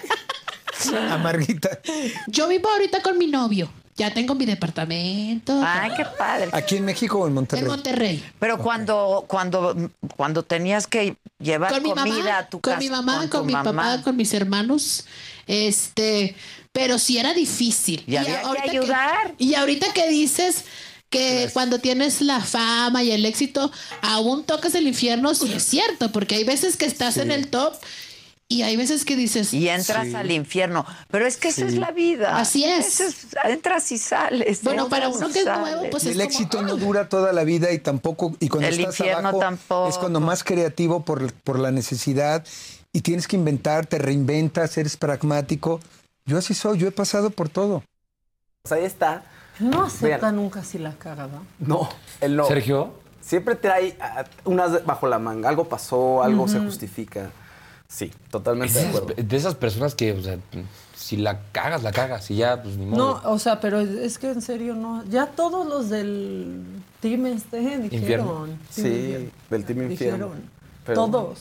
es amarguita. Yo vivo ahorita con mi novio. Ya tengo mi departamento. Ay, qué padre. ¿Aquí en México o en Monterrey? En Monterrey. Pero cuando, cuando, cuando tenías que llevar Con mi comida mamá, a tu con casa. mi mamá, con, tu mi mamá. papá, con mis hermanos. Este, pero sí era difícil. Y había que ahorita ayudar. y ahorita que dices que cuando tienes la fama y el éxito, aún tocas el infierno, sí es cierto, porque hay veces que estás Sí. en el top y hay veces que dices... Y entras Sí. al infierno. Pero es que esa es la vida. Así es. Eso es- entras y sales. Bueno, para entras uno y que es sales. nuevo, pues es El como, éxito no "Ay". dura toda la vida y tampoco... Y cuando El estás infierno abajo tampoco. es cuando más creativo por, por la necesidad y tienes que inventar, te reinventas, eres pragmático. Yo así soy, yo he pasado por todo. Pues ahí está. No acepta Vean. nunca si la caga, ¿no? No, él no. Sergio. Siempre trae ah, unas bajo la manga. Algo pasó, algo se justifica. Sí, totalmente de Es acuerdo. de esas personas que, o sea, si la cagas, la cagas. Y ya, pues ni modo. No, o sea, pero es que en serio no. Ya todos los del team este dijeron. Infierno. Sí, del Team Infierno. Dijeron. Pero- Todos.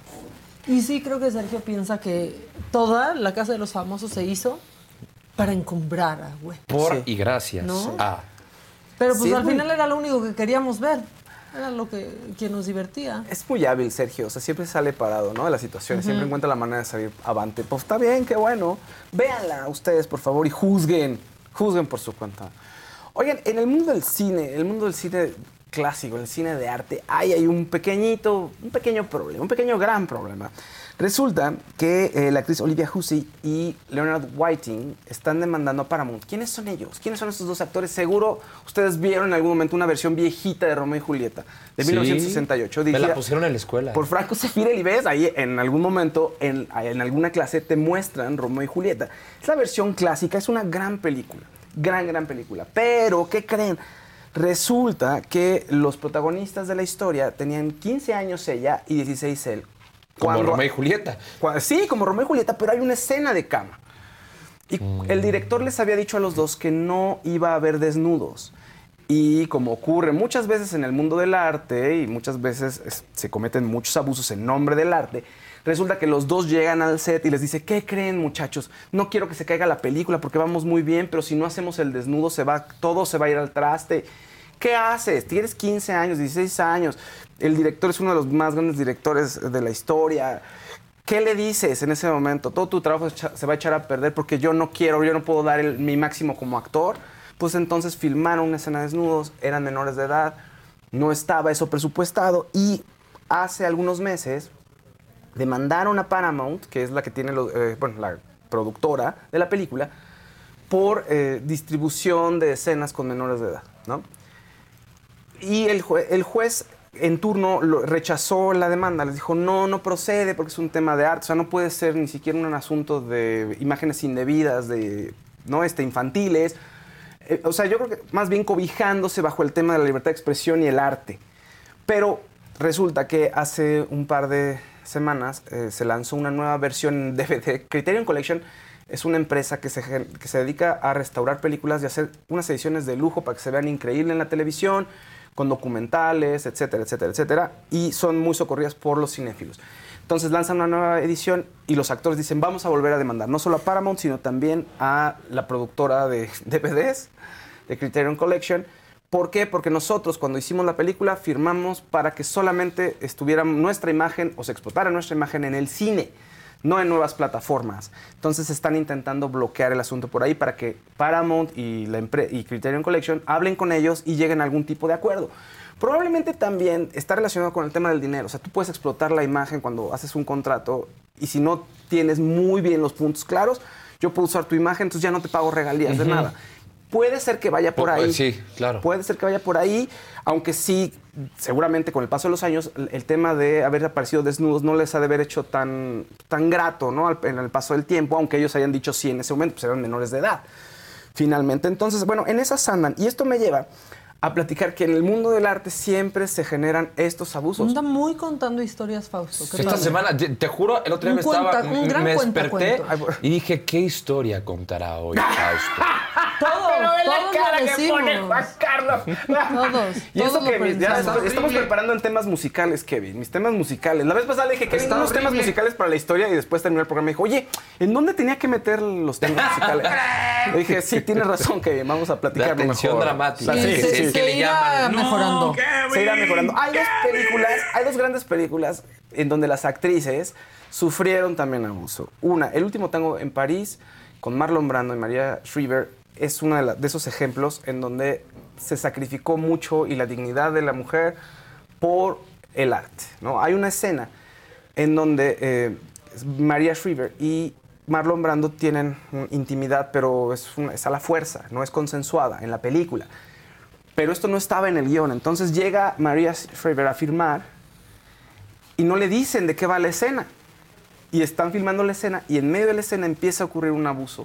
Y sí creo que Sergio piensa que toda la Casa de los Famosos se hizo para encumbrar a güey. Por Sí. y gracias ¿No? a. Pero pues Sí, al muy- final era lo único que queríamos ver. Era lo que, que nos divertía. Es muy hábil, Sergio. O sea, siempre sale parado, ¿no? De las situaciones. Siempre encuentra la manera de salir avante. Pues está bien, qué bueno. Véanla ustedes, por favor, y juzguen. Juzguen por su cuenta. Oigan, en el mundo del cine, el mundo del cine clásico, el cine de arte, hay, hay un pequeñito, un pequeño problema, un pequeño gran problema. Resulta que eh, la actriz Olivia Hussey y Leonard Whiting están demandando a Paramount. ¿Quiénes son ellos? ¿Quiénes son estos dos actores? Seguro ustedes vieron en algún momento una versión viejita de Romeo y Julieta, de Sí. mil novecientos sesenta y ocho. Me dirigida la pusieron en la escuela. por Franco Zeffirelli. Y ves, ahí en algún momento, en, en alguna clase, te muestran Romeo y Julieta. Es la versión clásica, es una gran película. Gran, gran película. Pero, ¿qué creen? Resulta que los protagonistas de la historia tenían quince años ella y dieciséis él. Como Cuando- Romeo y Julieta. Cua- Sí, como Romeo y Julieta, pero hay una escena de cama. Y el director les había dicho a los dos que no iba a haber desnudos. Y como ocurre muchas veces en el mundo del arte y muchas veces es- se cometen muchos abusos en nombre del arte, resulta que los dos llegan al set y les dice, ¿qué creen, muchachos? No quiero que se caiga la película porque vamos muy bien, pero si no hacemos el desnudo se va, todo se va a ir al traste. ¿qué haces? Tienes quince años, dieciséis años, el director es uno de los más grandes directores de la historia. ¿Qué le dices en ese momento? Todo tu trabajo se va a echar a perder porque yo no quiero, yo no puedo dar el, mi máximo como actor. Pues entonces filmaron una escena de desnudos, eran menores de edad, no estaba eso presupuestado y hace algunos meses demandaron a Paramount, que es la que tiene, los, eh, bueno, la productora de la película, por eh, distribución de escenas con menores de edad, ¿no? Y el, jue- el juez en turno lo, rechazó la demanda, les dijo, no, no procede porque es un tema de arte, o sea, no puede ser ni siquiera un asunto de imágenes indebidas, de, ¿no? este, infantiles. Eh, o sea, yo creo que más bien cobijándose bajo el tema de la libertad de expresión y el arte. Pero resulta que hace un par de semanas eh, se lanzó una nueva versión en D V D. Criterion Collection es una empresa que se, que se dedica a restaurar películas y hacer unas ediciones de lujo para que se vean increíbles en la televisión, con documentales, etcétera, etcétera, etcétera, y son muy socorridas por los cinéfilos. Entonces lanzan una nueva edición y los actores dicen, vamos a volver a demandar, no solo a Paramount, sino también a la productora de D V Ds, de Criterion Collection. ¿Por qué? Porque nosotros, cuando hicimos la película, firmamos para que solamente estuviera nuestra imagen o se explotara nuestra imagen en el cine, no en nuevas plataformas. Entonces están intentando bloquear el asunto por ahí para que Paramount y, la empre- y Criterion Collection hablen con ellos y lleguen a algún tipo de acuerdo. Probablemente también está relacionado con el tema del dinero. O sea, tú puedes explotar la imagen cuando haces un contrato y si no tienes muy bien los puntos claros, yo puedo usar tu imagen, entonces ya no te pago regalías uh-huh. de nada. Puede ser que vaya por ahí. Sí, claro. Puede ser que vaya por ahí, aunque sí, seguramente con el paso de los años, el tema de haber aparecido desnudos no les ha de haber hecho tan, tan grato, ¿no? En el paso del tiempo, aunque ellos hayan dicho sí en ese momento, pues eran menores de edad, finalmente. Entonces, bueno, en esas andan. Y esto me lleva a platicar que en el mundo del arte siempre se generan estos abusos. Anda muy contando historias, Fausto. Esta padre. semana, te, te juro, el otro día me cuenta, estaba, un gran me cuenta, desperté cuento. y dije, ¿qué historia contará hoy Fausto? Todos, Pero ve la todos cara lo que decimos. pone Juan Carlos. Todos, Y eso todos que lo mis- ya pensamos. estamos, estamos preparando en temas musicales, Kevin. Mis temas musicales. La vez pasada le dije, Kevin, Está unos horrible. temas musicales para la historia y después terminó el programa y dijo, oye, ¿en dónde tenía que meter los temas musicales? Le dije, sí, tienes razón, Kevin, vamos a platicar La tensión mejor. dramática. Sí, Sí, sí, se, sí. se que le irá llaman. mejorando. Se irá mejorando. Hay dos películas, hay dos grandes películas en donde las actrices sufrieron también abuso. Una, El último tango en París, con Marlon Brando y Maria Shriver, es uno de, la- de esos ejemplos en donde se sacrificó mucho y la dignidad de la mujer por el arte, ¿no? Hay una escena en donde eh, Maria Shriver y Marlon Brando tienen mm, intimidad, pero es, una- es a la fuerza, no es consensuada en la película. Pero esto no estaba en el guión. Entonces llega Maria Shriver a filmar y no le dicen de qué va la escena. Y están filmando la escena y en medio de la escena empieza a ocurrir un abuso.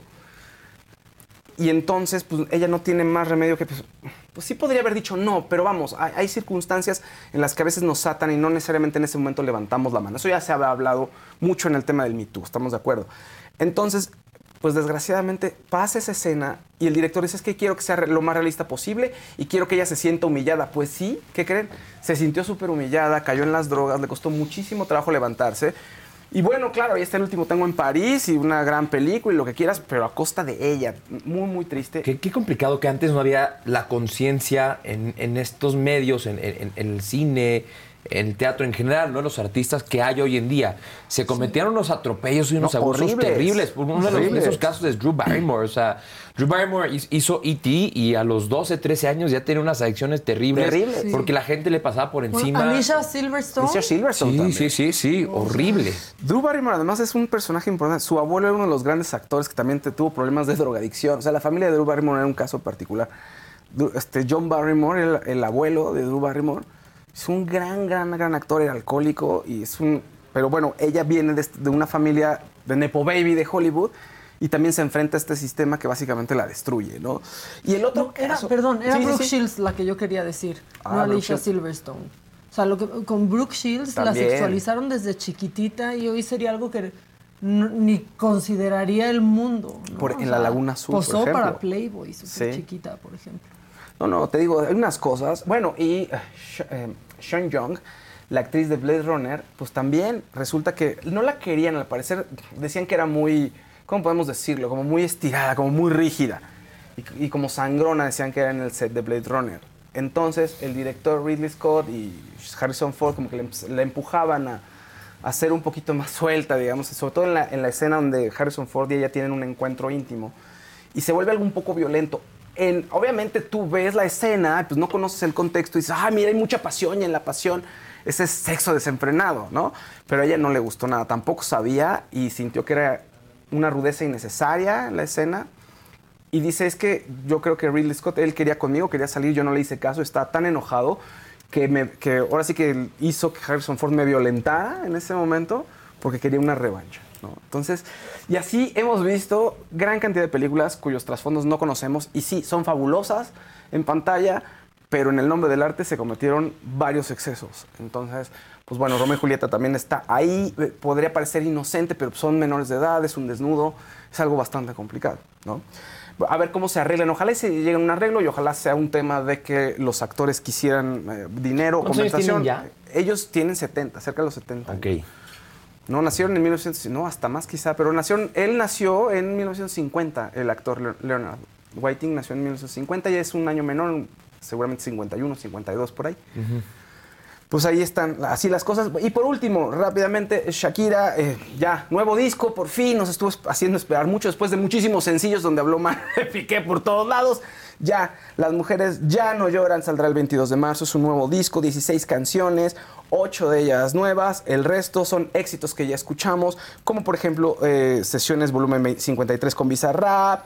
Y entonces, pues, ella no tiene más remedio que, pues, pues sí podría haber dicho no, pero vamos, hay, hay circunstancias en las que a veces nos atan y no necesariamente en ese momento levantamos la mano. Eso ya se ha hablado mucho en el tema del Me Too, estamos de acuerdo. Entonces, pues desgraciadamente pasa esa escena y el director dice, es que quiero que sea lo más realista posible y quiero que ella se sienta humillada. Pues sí, ¿qué creen? Se sintió súper humillada, cayó en las drogas, le costó muchísimo trabajo levantarse. Y bueno, claro, ahí está El último tango en París y una gran película y lo que quieras, pero a costa de ella. Muy, muy triste. Qué, qué complicado que antes no había la conciencia en, en estos medios, en, en- en el cine, en el teatro en general, ¿no? Los artistas que hay hoy en día. Se cometieron unos atropellos y unos No, abusos horribles. terribles. Uno de los- Horribles. esos casos es Drew Barrymore. O sea, Drew Barrymore hiz- hizo E T y a los doce, trece años ya tenía unas adicciones terribles. Terribles. Sí. Porque la gente le pasaba por Bueno, encima. Alicia Silverstone. Alicia Silverstone Sí, también. sí, sí, sí. Horrible. Drew Barrymore además es un personaje importante. Su abuelo era uno de los grandes actores que también te- tuvo problemas de drogadicción. O sea, la familia de Drew Barrymore era un caso particular. Du- Este, John Barrymore, el, el abuelo de Drew Barrymore, es un gran, gran, gran actor, era alcohólico y es un... Pero bueno, ella viene de, de una familia de Nepo Baby de Hollywood y también se enfrenta a este sistema que básicamente la destruye, ¿no? Y el otro No, era, caso- perdón, era Sí, sí, Brooke sí. Shields la que yo quería decir, Ah, no Brooke Alicia Shields. Silverstone. O sea, lo que, con Brooke Shields También. la sexualizaron desde chiquitita y hoy sería algo que n- ni consideraría el mundo. ¿no? Por- O en La Laguna Azul, por Posó ejemplo. para Playboy, súper Sí. chiquita, por ejemplo. No, no, te digo, hay unas cosas. Bueno, y eh, Sh- eh, Sean Young, la actriz de Blade Runner, pues también resulta que no la querían, al parecer decían que era muy, ¿cómo podemos decirlo? Como muy estirada, como muy rígida. Y, y como sangrona decían que era en el set de Blade Runner. Entonces, el director Ridley Scott y Harrison Ford como que le, le empujaban a, a ser un poquito más suelta, digamos, sobre todo en la, en la escena donde Harrison Ford y ella tienen un encuentro íntimo. Y se vuelve algo un poco violento. En, obviamente tú ves la escena, pues no conoces el contexto y dices, ah, mira, hay mucha pasión, y en la pasión ese es sexo desenfrenado, ¿no? Pero a ella no le gustó nada, tampoco sabía y sintió que era una rudeza innecesaria en la escena. Y dice, es que yo creo que Ridley Scott, él quería conmigo, quería salir, yo no le hice caso, estaba tan enojado que, me, que ahora sí que hizo que Harrison Ford me violentara en ese momento porque quería una revancha, ¿no? Entonces, y así hemos visto gran cantidad de películas cuyos trasfondos no conocemos y sí, son fabulosas en pantalla, pero en el nombre del arte se cometieron varios excesos. Entonces, pues bueno, Romeo y Julieta también está ahí, podría parecer inocente, pero son menores de edad, es un desnudo, es algo bastante complicado, ¿no? A ver cómo se arreglan. Ojalá se llegue a un arreglo y ojalá sea un tema de que los actores quisieran eh, dinero, compensación. ¿Cuántos años tienen ya? Ellos tienen setenta, cerca de los setenta. Ok. No, nacieron en mil novecientos, no, hasta más quizá, pero nacieron, él nació en mil novecientos cincuenta, el actor Leonard Whiting nació en mil novecientos cincuenta, ya es un año menor, seguramente cincuenta y uno, cincuenta y dos por ahí. Uh-huh. Pues ahí están así las cosas. Y por último, rápidamente, Shakira, eh, ya, nuevo disco, por fin, nos estuvo haciendo esperar mucho después de muchísimos sencillos donde habló mal de Piqué por todos lados. Ya, Las Mujeres Ya No Lloran saldrá el veintidós de marzo, es un nuevo disco, dieciséis canciones, ocho de ellas nuevas, el resto son éxitos que ya escuchamos, como por ejemplo, eh, Sesiones volumen cincuenta y tres con Bizarrap,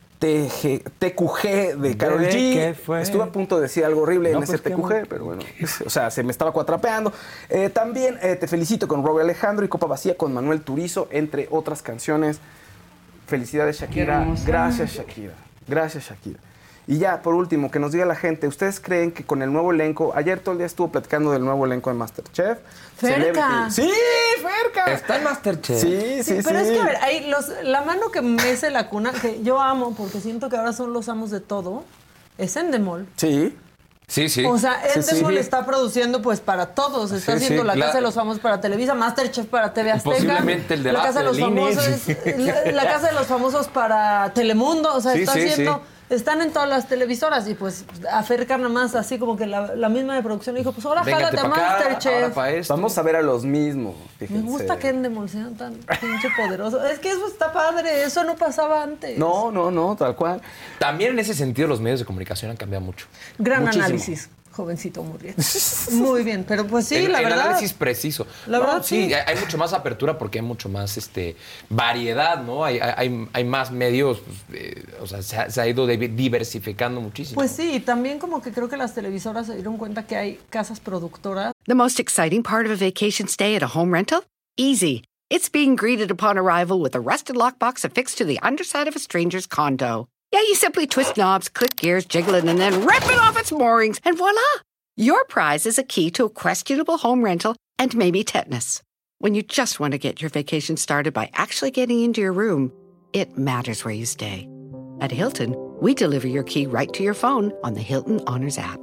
T Q G de Karol G. Estuve a punto de decir algo horrible no, en ese pues T Q G, pero bueno, o sea, se me estaba cuatrapeando. Eh, también eh, Te Felicito con Robbie Alejandro y Copa Vacía con Manuel Turizo, entre otras canciones. Felicidades, Shakira. Gracias, Shakira. Gracias, Shakira. Y ya, por último, que nos diga la gente, ¿ustedes creen que con el nuevo elenco, ayer todo el día estuvo platicando del nuevo elenco de MasterChef? ¡Ferca! ¡Sí, Ferca! Está en MasterChef. Sí, sí, sí. sí. Pero es que, a ver, ahí los, la mano que mece la cuna, que yo amo, porque siento que ahora son los amos de todo, es Endemol. Sí. Sí, sí. O sea, Endemol sí, sí. está produciendo pues para todos. Está sí, haciendo sí, La la... Casa de los Famosos para Televisa, MasterChef para T V Azteca. Posiblemente el de La Casa de los del Famosos, I N E. la, la Casa de los Famosos para Telemundo. O sea, sí, está sí, haciendo... Sí. Están en todas las televisoras y pues a Ferca nada más así como que la, la misma de producción dijo, pues ahora Véngate jálate a acá, MasterChef. Vamos a ver a los mismos. Fíjense. Me gusta que Endemol sea tan pinche poderoso. Es que eso está padre, eso no pasaba antes. No, no, no, tal cual. También en ese sentido los medios de comunicación han cambiado mucho. Gran Muchísimo. Análisis. Jovencito Murriel. Muy bien, pero pues sí, el, la el verdad. análisis preciso. La no, verdad, sí. sí. Hay mucho más apertura porque hay mucho más este, variedad, ¿no? Hay, hay, hay más medios, pues, eh, o sea, se ha, se ha ido diversificando muchísimo. Pues sí, y también como que creo que las televisoras se dieron cuenta que hay casas productoras. The most exciting part of a vacation stay at a home rental? Easy. It's being greeted upon arrival with a rusted lockbox affixed to the underside of a stranger's condo. Yeah, you simply twist knobs, click gears, jiggle it, and then rip it off its moorings, and voila! Your prize is a key to a questionable home rental and maybe tetanus. When you just want to get your vacation started by actually getting into your room, it matters where you stay. At Hilton, we deliver your key right to your phone on the Hilton Honors app.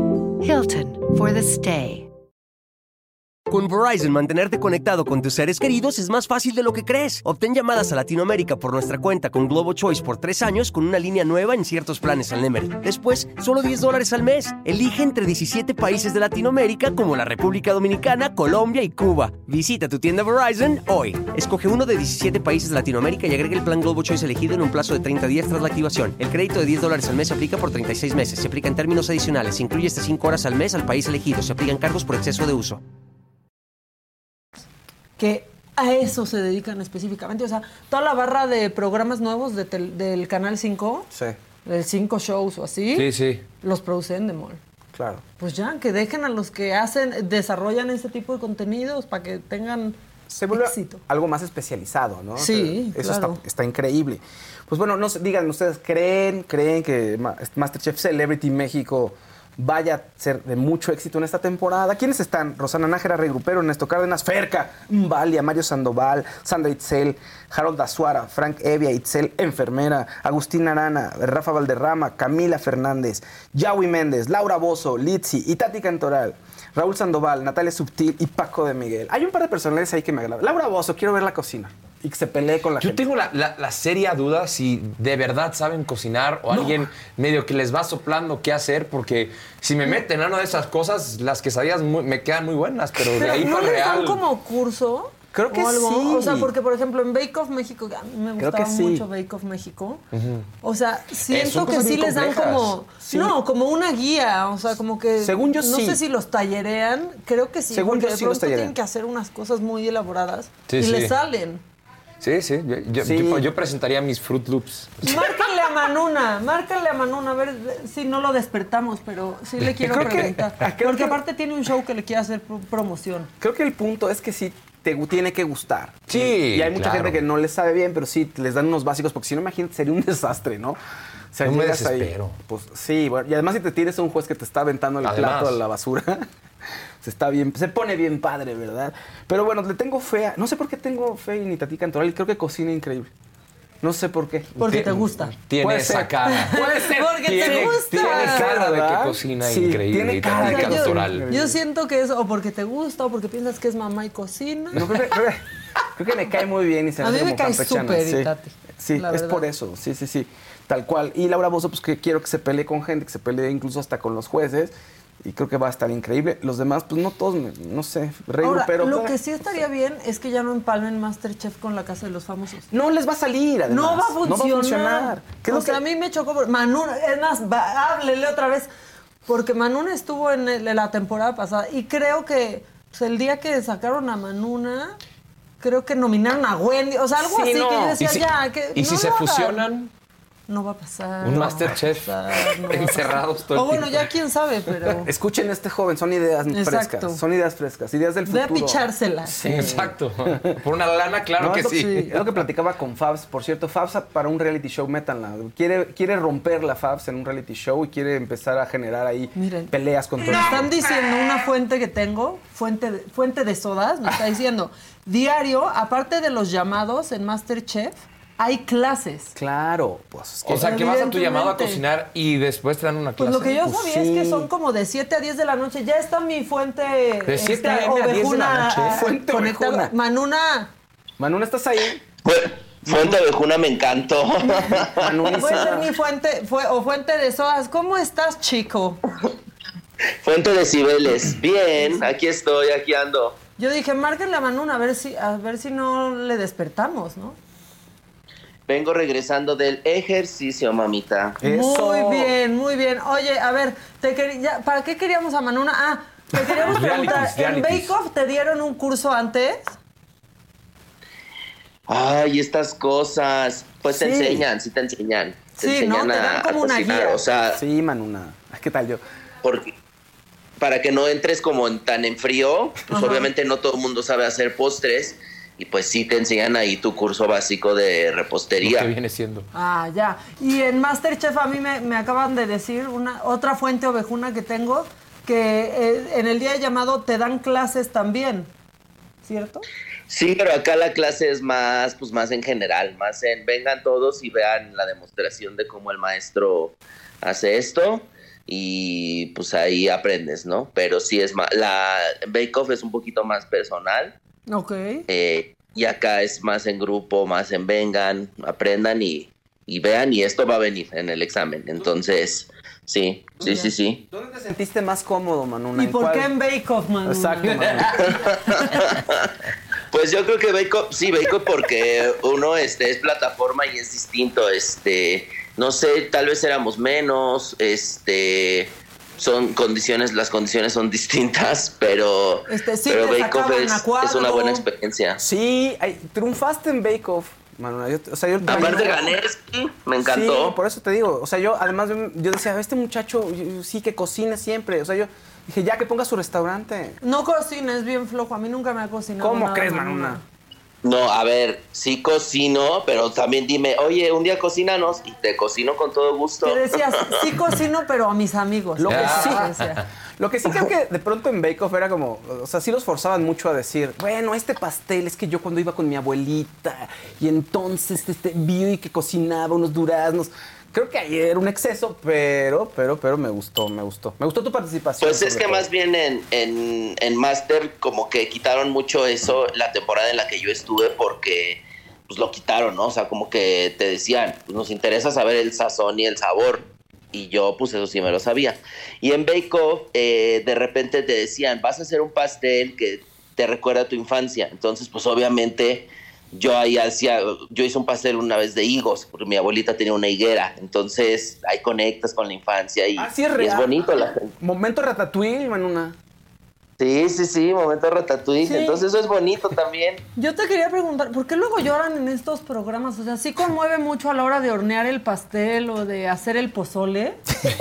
Hilton, for the stay. Con Verizon, mantenerte conectado con tus seres queridos es más fácil de lo que crees. Obtén llamadas a Latinoamérica por nuestra cuenta con Globo Choice por tres años con una línea nueva en ciertos planes al Nemery. Después, solo diez dólares al mes. Elige entre diecisiete países de Latinoamérica como la República Dominicana, Colombia y Cuba. Visita tu tienda Verizon hoy. Escoge uno de diecisiete países de Latinoamérica y agrega el plan Globo Choice elegido en un plazo de treinta días tras la activación. El crédito de diez dólares al mes se aplica por treinta y seis meses. Se aplica en términos adicionales. Se incluye hasta cinco horas al mes al país elegido. Se aplican cargos por exceso de uso. Que a eso se dedican específicamente. O sea, toda la barra de programas nuevos de tel, del Canal cinco, sí. de cinco shows o así, sí, sí. los produce Endemol. Claro. Pues ya, que dejen a los que hacen, desarrollan este tipo de contenidos para que tengan se vuelve éxito. Algo más especializado, ¿no? Sí, Eso claro. está, está increíble. Pues bueno, no sé, díganme ustedes, ¿creen, creen que MasterChef Celebrity México vaya a ser de mucho éxito en esta temporada? ¿Quiénes están? Rosana Nájera, Rey Grupero, Ernesto Cárdenas, Ferca, Mbalia, Mario Sandoval, Sandra Itzel, Harold Azuara, Frank Evia, Itzel, enfermera, Agustín Arana, Rafa Valderrama, Camila Fernández, Yawi Méndez, Laura Bozo, Litsi, Itati Cantoral, Raúl Sandoval, Natalia Subtil y Paco de Miguel. Hay un par de personajes ahí que me agradan. Laura Bozo, quiero ver la cocina. y que se pelee con la Yo gente. tengo la, la, la seria duda si de verdad saben cocinar o No. alguien medio que les va soplando qué hacer, porque si me meten en una de esas cosas, las quesadillas muy- me quedan muy buenas, pero de Pero ahí ¿no para les dan real... como curso? Creo que o algo? sí. O sea, porque, por ejemplo, en Bake Off México, que a mí me Creo gustaba que sí. mucho Bake Off México. O sea, son siento que cosas sí bien les dan complejas. como... Sí. No, como una guía. O sea, como que... Según yo, no sí. sé si los tallerean. Creo que sí. Según porque yo, de sí los pronto tallerean. tienen que hacer unas cosas muy elaboradas. Sí, y sí. les salen. Sí, sí. Yo, yo, Sí. yo- yo presentaría mis Fruit Loops. Márcale a Manuna, márcale a Manuna, a ver si no lo despertamos, pero sí le quiero Creo que- preguntar. creo Porque que- aparte tiene un show que le quiere hacer pro- promoción. Creo que el punto es que sí te gu- tiene que gustar. Sí, Y hay mucha claro. gente que no les sabe bien, pero sí les dan unos básicos, porque si no, imagínate, sería un desastre, ¿no? O sea, Yo me llegas ahí, desespero. pues sí, bueno, y además si te tienes a un juez que te está aventando el Además. plato a la basura, se está bien, se pone bien padre, ¿verdad? Pero bueno, le tengo fe, a- no sé por qué tengo fe en Itatí Cantoral y creo que cocina increíble. No sé por qué. Porque Ti- te gusta. Tiene Puede esa ser. cara. Puede ser. Porque te Tiene, gusta. tiene cara de ¿Verdad? que cocina Sí, increíble. tiene y cara de Tati que Cantoral. cocina. Yo siento que es o porque te gusta o porque piensas que es mamá y cocina. No, creo, que, creo, que, creo que me cae muy bien y se me A mí hace me como cae campechana, súper, sí. Itati, Sí, la es verdad. por eso, sí, sí, sí, tal cual. Y Laura Bozzo, pues que quiero que se pelee con gente, que se pelee incluso hasta con los jueces, y creo que va a estar increíble. Los demás, pues no todos, me- no sé, Rey Ahora, pero lo que sí estaría bien es que ya no empalmen Masterchef con La Casa de los Famosos. no les va a salir, además. No va a funcionar. No va a funcionar. ¿Qué es O lo sea, que- a mí me chocó. por- Manuna, es más, va- háblele otra vez. Porque Manuna estuvo en el- la temporada pasada y creo que pues, el día que sacaron a Manuna, creo que nominaron a Wendy. O sea, algo Sí, así no. que yo ¿Y decía si, ya. Que y no si se lo hagan. fusionan? No va a pasar. Un no Masterchef va a pasar, no va a encerrados pasar. todo el O bueno, tiempo. ya quién sabe, pero. Escuchen a este joven, son ideas Exacto. frescas, son ideas frescas, ideas del Ve futuro. a pichárselas. Sí, exacto. Por una lana, claro No, que es lo, sí. Es lo que platicaba con Fabs. Por cierto, Fabs para un reality show, métanla. Quiere, quiere romper la Fabs en un reality show y quiere empezar a generar ahí Miren. peleas con todo Me el están mundo. diciendo una fuente que tengo, fuente de, fuente de sodas, me está diciendo, diario, aparte de los llamados en Masterchef, hay clases. Claro, pues es que O sea, que vas a tu llamado a Evidentemente. cocinar y después te dan una Pues clase. lo que yo Pues sabía sí. es que son como de siete a diez de la noche. Ya está mi fuente De siete a eme a diez de la noche. ah, Fuente conectada. ovejuna. Manuna, Manuna, ¿estás ahí? Fue- Fuente Ovejuna me encantó. Manunisa. puede ser mi fuente fue, o fuente de sodas. ¿Cómo estás, chico? Fuente de Cibeles. Bien, aquí estoy, aquí ando. Yo dije, márquenle a Manuna a ver si, a ver si no le despertamos, ¿no? Vengo regresando del ejercicio, mamita. Eso. Muy bien, muy bien. Oye, a ver, te quer- ya- ¿para qué queríamos a Manuna? Ah, te queríamos Realities, preguntar, ¿en realities. Bake Off te dieron un curso antes? Ay, estas cosas. Pues te Sí. enseñan, sí te enseñan. Te Sí, ¿no? enseñan Te dan a, como a una cocinar, guía. O sea, Sí, Manuna. ¿Qué tal yo? porque para que no entres como en- tan en frío, pues Ajá. obviamente no todo el mundo sabe hacer postres. Y pues sí te enseñan ahí tu curso básico de Lo repostería. que viene siendo. Ah, ya. Y en Masterchef a mí me, me acaban de decir una otra fuente ovejuna que tengo, que eh, en el día de llamado te dan clases también, ¿cierto? Sí, pero acá la clase es más, pues más en general, más en vengan todos y vean la demostración de cómo el maestro hace esto y pues ahí aprendes, ¿no? Pero sí es más, la Bake Off es un poquito más personal Ok. eh, y acá es más en grupo, más en vengan, aprendan y, y vean y esto va a venir en el examen. Entonces, sí, sí, sí, sí. ¿Dónde te sentiste más cómodo, Manuna? ¿Y por cuál? qué en Bake Off, Manuna? Exacto, Manuna. Pues yo creo que Bake Off, sí, Bake Off porque uno este, es plataforma y es distinto, este, no sé, tal vez éramos menos, este, son condiciones, las condiciones son distintas, pero, Este, sí, pero te Bake Off sacaban es, a cuadro. es una buena experiencia. Sí, ay, triunfaste en Bake Off, Manuna. Yo, o sea, yo Aparte gané, sí, me encantó. Sí, por eso te digo. O sea, yo además yo- yo decía, este muchacho yo- sí que cocina siempre. O sea, yo dije, ya que ponga su restaurante. No cocina, es bien flojo. A mí nunca me ha cocinado ¿Cómo nada, crees, Manuna? No, a ver, sí cocino, pero también dime, oye, un día cocínanos y te cocino con todo gusto. Que decías, sí cocino, pero a mis amigos. Lo que Ah, sí, decía. lo que sí creo que de pronto en Bake Off era como, o sea, sí los forzaban mucho a decir, bueno, este pastel es que yo cuando iba con mi abuelita y entonces este, vi que cocinaba unos duraznos. Creo que ahí era un exceso, pero, pero, pero me gustó, me gustó. Me gustó tu participación. Pues es sobre que todo. más bien en, en, en Master como que quitaron mucho eso la temporada en la que yo estuve porque pues lo quitaron, ¿no? O sea, como que te decían, pues nos interesa saber el sazón y el sabor. Y yo, pues eso sí me lo sabía. Y en Bake Off, eh, de repente te decían, vas a hacer un pastel que te recuerda a tu infancia. Entonces, pues obviamente, yo ahí hacía, yo hice un pastel una vez de higos, porque mi abuelita tenía una higuera. Entonces, ahí conectas con la infancia y, ah, sí es, y es bonito. La... Momento Ratatouille, Manuna. Sí, sí, sí, momento Ratatouille. Sí. Entonces eso es bonito también. Yo te quería preguntar, ¿por qué luego lloran en estos programas? O sea, ¿sí conmueve mucho a la hora de hornear el pastel o de hacer el pozole?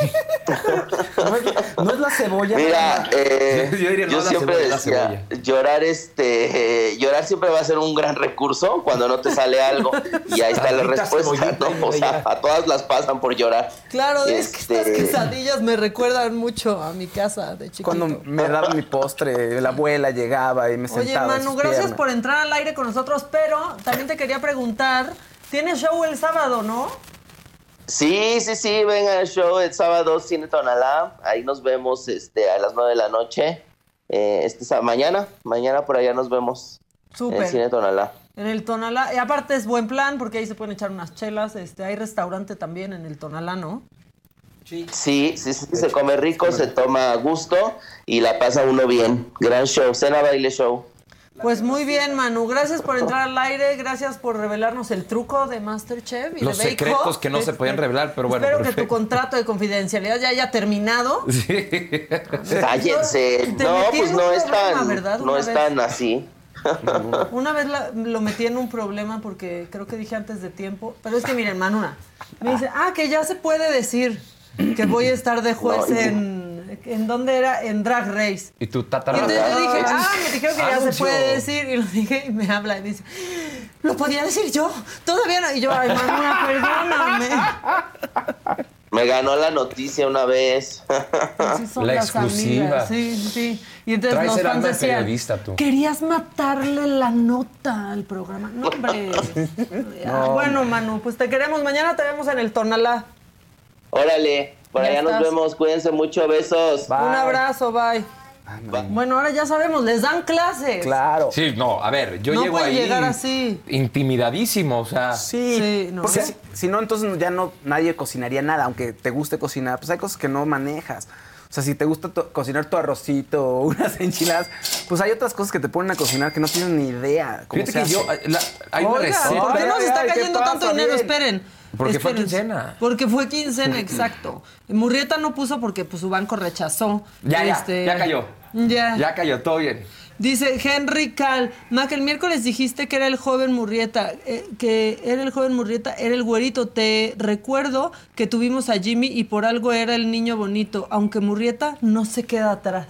¿No, es, ¿No es la cebolla? Mira, eh, yo, diría, no, yo siempre cebolla, decía, llorar, este, eh, llorar siempre va a ser un gran recurso cuando no te sale algo. Y ahí está la respuesta, ¿no? O sea, a todas las pasan por llorar. Claro, este... es que estas quesadillas me recuerdan mucho a mi casa de chiquito. Cuando me daban mi postre, la abuela llegaba y me sentaba. Oye, Manu, gracias piernas. por entrar al aire con nosotros, pero también te quería preguntar, ¿tienes show el sábado, no? Sí, sí, sí, venga al show el sábado, Cine Tonalá, ahí nos vemos este, a las nueve de la noche, eh, este, mañana, mañana por allá nos vemos. Súper. En el Cine Tonalá. En el Tonalá, y aparte es buen plan porque ahí se pueden echar unas chelas, este, hay restaurante también en el Tonalá, ¿no? Sí, sí, sí, sí, se come rico, se toma a gusto y la pasa uno bien. Gran show, cena, baile, show. Pues muy bien, Manu. Gracias por entrar al aire, gracias por revelarnos el truco de MasterChef y los de Bake secretos Off. que no se podían revelar, pero bueno. Espero perfecto. que tu contrato de confidencialidad ya haya terminado. Sí. Cállense. No, pues no es tan, ¿verdad? no es tan así. Una vez la, lo metí en un problema porque creo que dije antes de tiempo, pero es que miren, Manuna, me dice, ah, que ya se puede decir que voy a estar de juez no, en, ¿en dónde era? En Drag Race. Y tu tatara. Y entonces yo dije, ah, me dijeron que ya se puede decir, y lo dije y me habla y me dice, lo podía decir yo, todavía no, y yo, ay, Manuna, perdóname. Me ganó la noticia una vez. Así son la las exclusiva. Amigas. Sí, sí. Y entonces Traes los fans decían, tú. querías matarle la nota al programa. No, hombre. No. Bueno, Manu, pues te queremos. Mañana te vemos en el Tonalá. Órale, por ya allá estás. Nos vemos. Cuídense mucho. Besos. Bye. Un abrazo, bye. Bye. Bueno, ahora ya sabemos, les dan clases. Claro. Sí, no, a ver, yo no llego ahí llegar así. intimidadísimo, o sea. Sí, sí no. Porque si, si no, entonces ya no nadie cocinaría nada, aunque te guste cocinar. Pues hay cosas que no manejas. O sea, si te gusta to- cocinar tu arrocito o unas enchiladas, pues hay otras cosas que te ponen a cocinar que no tienes ni idea. Cómo Fíjate se que hace. yo, la, hay una Oiga, receta. ¿por qué nos está ay, cayendo pasa, tanto dinero? bien? Esperen. Porque Esperen. fue quincena. Porque fue quincena, exacto. Murrieta no puso porque pues, su banco rechazó. Ya, ya, este... ya cayó. Ya. Ya cayó, todo bien. Dice Henry Cal, Mac, el miércoles dijiste que era el joven Murrieta, eh, que era el joven Murrieta, era el güerito. Te recuerdo que tuvimos a Jimmy y por algo era el niño bonito, aunque Murrieta no se queda atrás.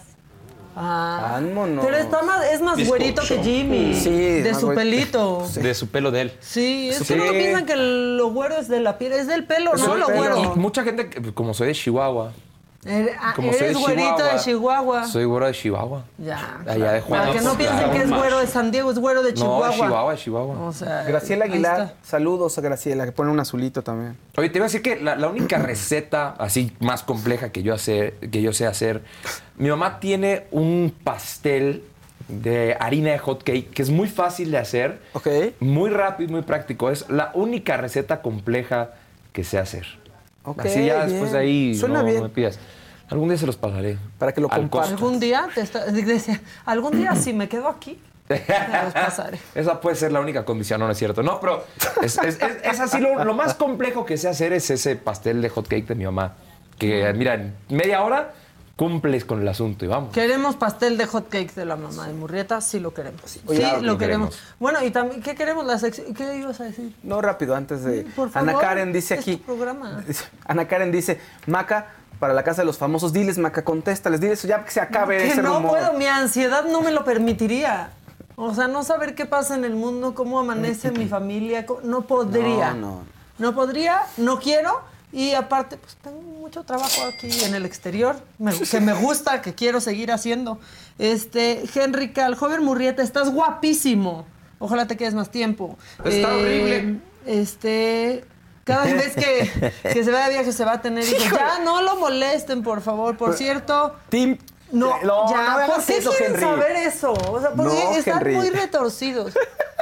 Ah, Vámonos. Pero está más, es más Disco güerito show. que Jimmy. Sí, de su güey. pelito. Sí. De su pelo de él. Sí, es Sí. que no piensan que lo güero es de la piel, es del pelo, Es ¿no? del Lo pelo. güero. Y mucha gente, como soy de Chihuahua. Er- ah, Como soy eres de güerito Chihuahua, de Chihuahua. Soy güero de Chihuahua. Ya. Allá de Juan. Para que no piensen que es güero de San Diego, es güero de Chihuahua. No, de Chihuahua, de Chihuahua. O sea, Graciela ahí Aguilar, está. saludos a Graciela, que pone un azulito también. Oye, te iba a decir que la, la única receta así más compleja que yo, hacer, que yo sé hacer, mi mamá tiene un pastel de harina de hot cake que es muy fácil de hacer, Ok. muy rápido y muy práctico. Es la única receta compleja que sé hacer. Ok, Así ya bien. después de ahí Suena no, bien. no me pidas. Algún día se los pasaré. Para que lo Al compartas. costo. ¿Algún día? Te está- decía, algún día si me quedo aquí, te los pasaré. Esa puede ser la única condición, no, no es cierto. No, pero es, es, es, es así. Lo, lo más complejo que sé hacer es ese pastel de hot cake de mi mamá. Que, mira, en media hora cumples con el asunto y vamos. Queremos pastel de hot cakes de la mamá de Murrieta, sí lo queremos. Sí, Oye, lo, claro que lo queremos. queremos. Bueno, y también, ¿qué queremos? La sección, ¿qué ibas a decir? No, rápido, antes de... Por favor, Ana Karen dice es aquí... tu programa. Ana Karen dice, Maca, para la casa de los famosos, diles, Maca, contéstales, diles ya que se acabe Que ese no rumor. puedo, mi ansiedad no me lo permitiría. O sea, no saber qué pasa en el mundo, cómo amanece mi familia, co- no podría. No, no. No podría, no quiero. Y aparte, pues tengo mucho trabajo aquí en el exterior, me- que me gusta, que quiero seguir haciendo. Este, Henry Cal, joven Murrieta, estás guapísimo. Ojalá te quedes más tiempo. Está horrible. Este, cada vez que, que se vaya de viaje se va a tener hijos. Ya no lo molesten, por favor. Por cierto. Tim, No, no, ya, no me ¿por hagas qué eso, quieren Henry. saber eso? O sea, porque No, están Henry. muy retorcidos.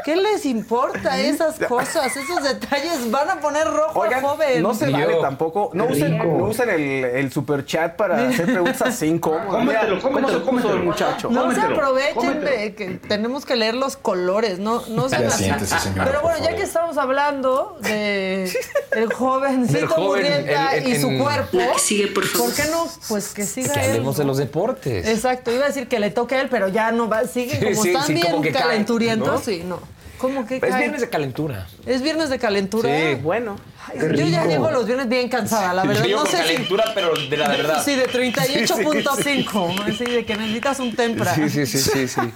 ¿Qué les importa esas cosas? Esos detalles van a poner rojo Oigan, al joven. no se vale tampoco. No usen, no usen el, el super chat para hacer preguntas así incómodas. Cómetelo, ¿Cómo se puso el muchacho? No Cómetelo, se aprovechen cómetelo. de que tenemos que leer los colores, no, no sean Ya así. siéntese, señora, Pero bueno, por ya favor. que estamos hablando de el jovencito Del joven, Murrieta en- en- y su en- cuerpo, La que sigue, por favor. qué no? Pues que siga Que él. hablemos de ¿no? los deportes. Exacto, iba a decir que le toque a él, pero ya no va, siguen Sí, como sí, están sí, bien como que cae, calenturientos, ¿no? sí, no. ¿Cómo que Es cae? viernes de calentura. ¿Es viernes de calentura? Sí. Bueno. Ay, yo ya llego los viernes bien cansada, la verdad. Yo No con sé si... calentura, pero de la verdad. Sí, de treinta y ocho punto cinco, así de que necesitas un tempra. Sí, sí, sí, sí, sí.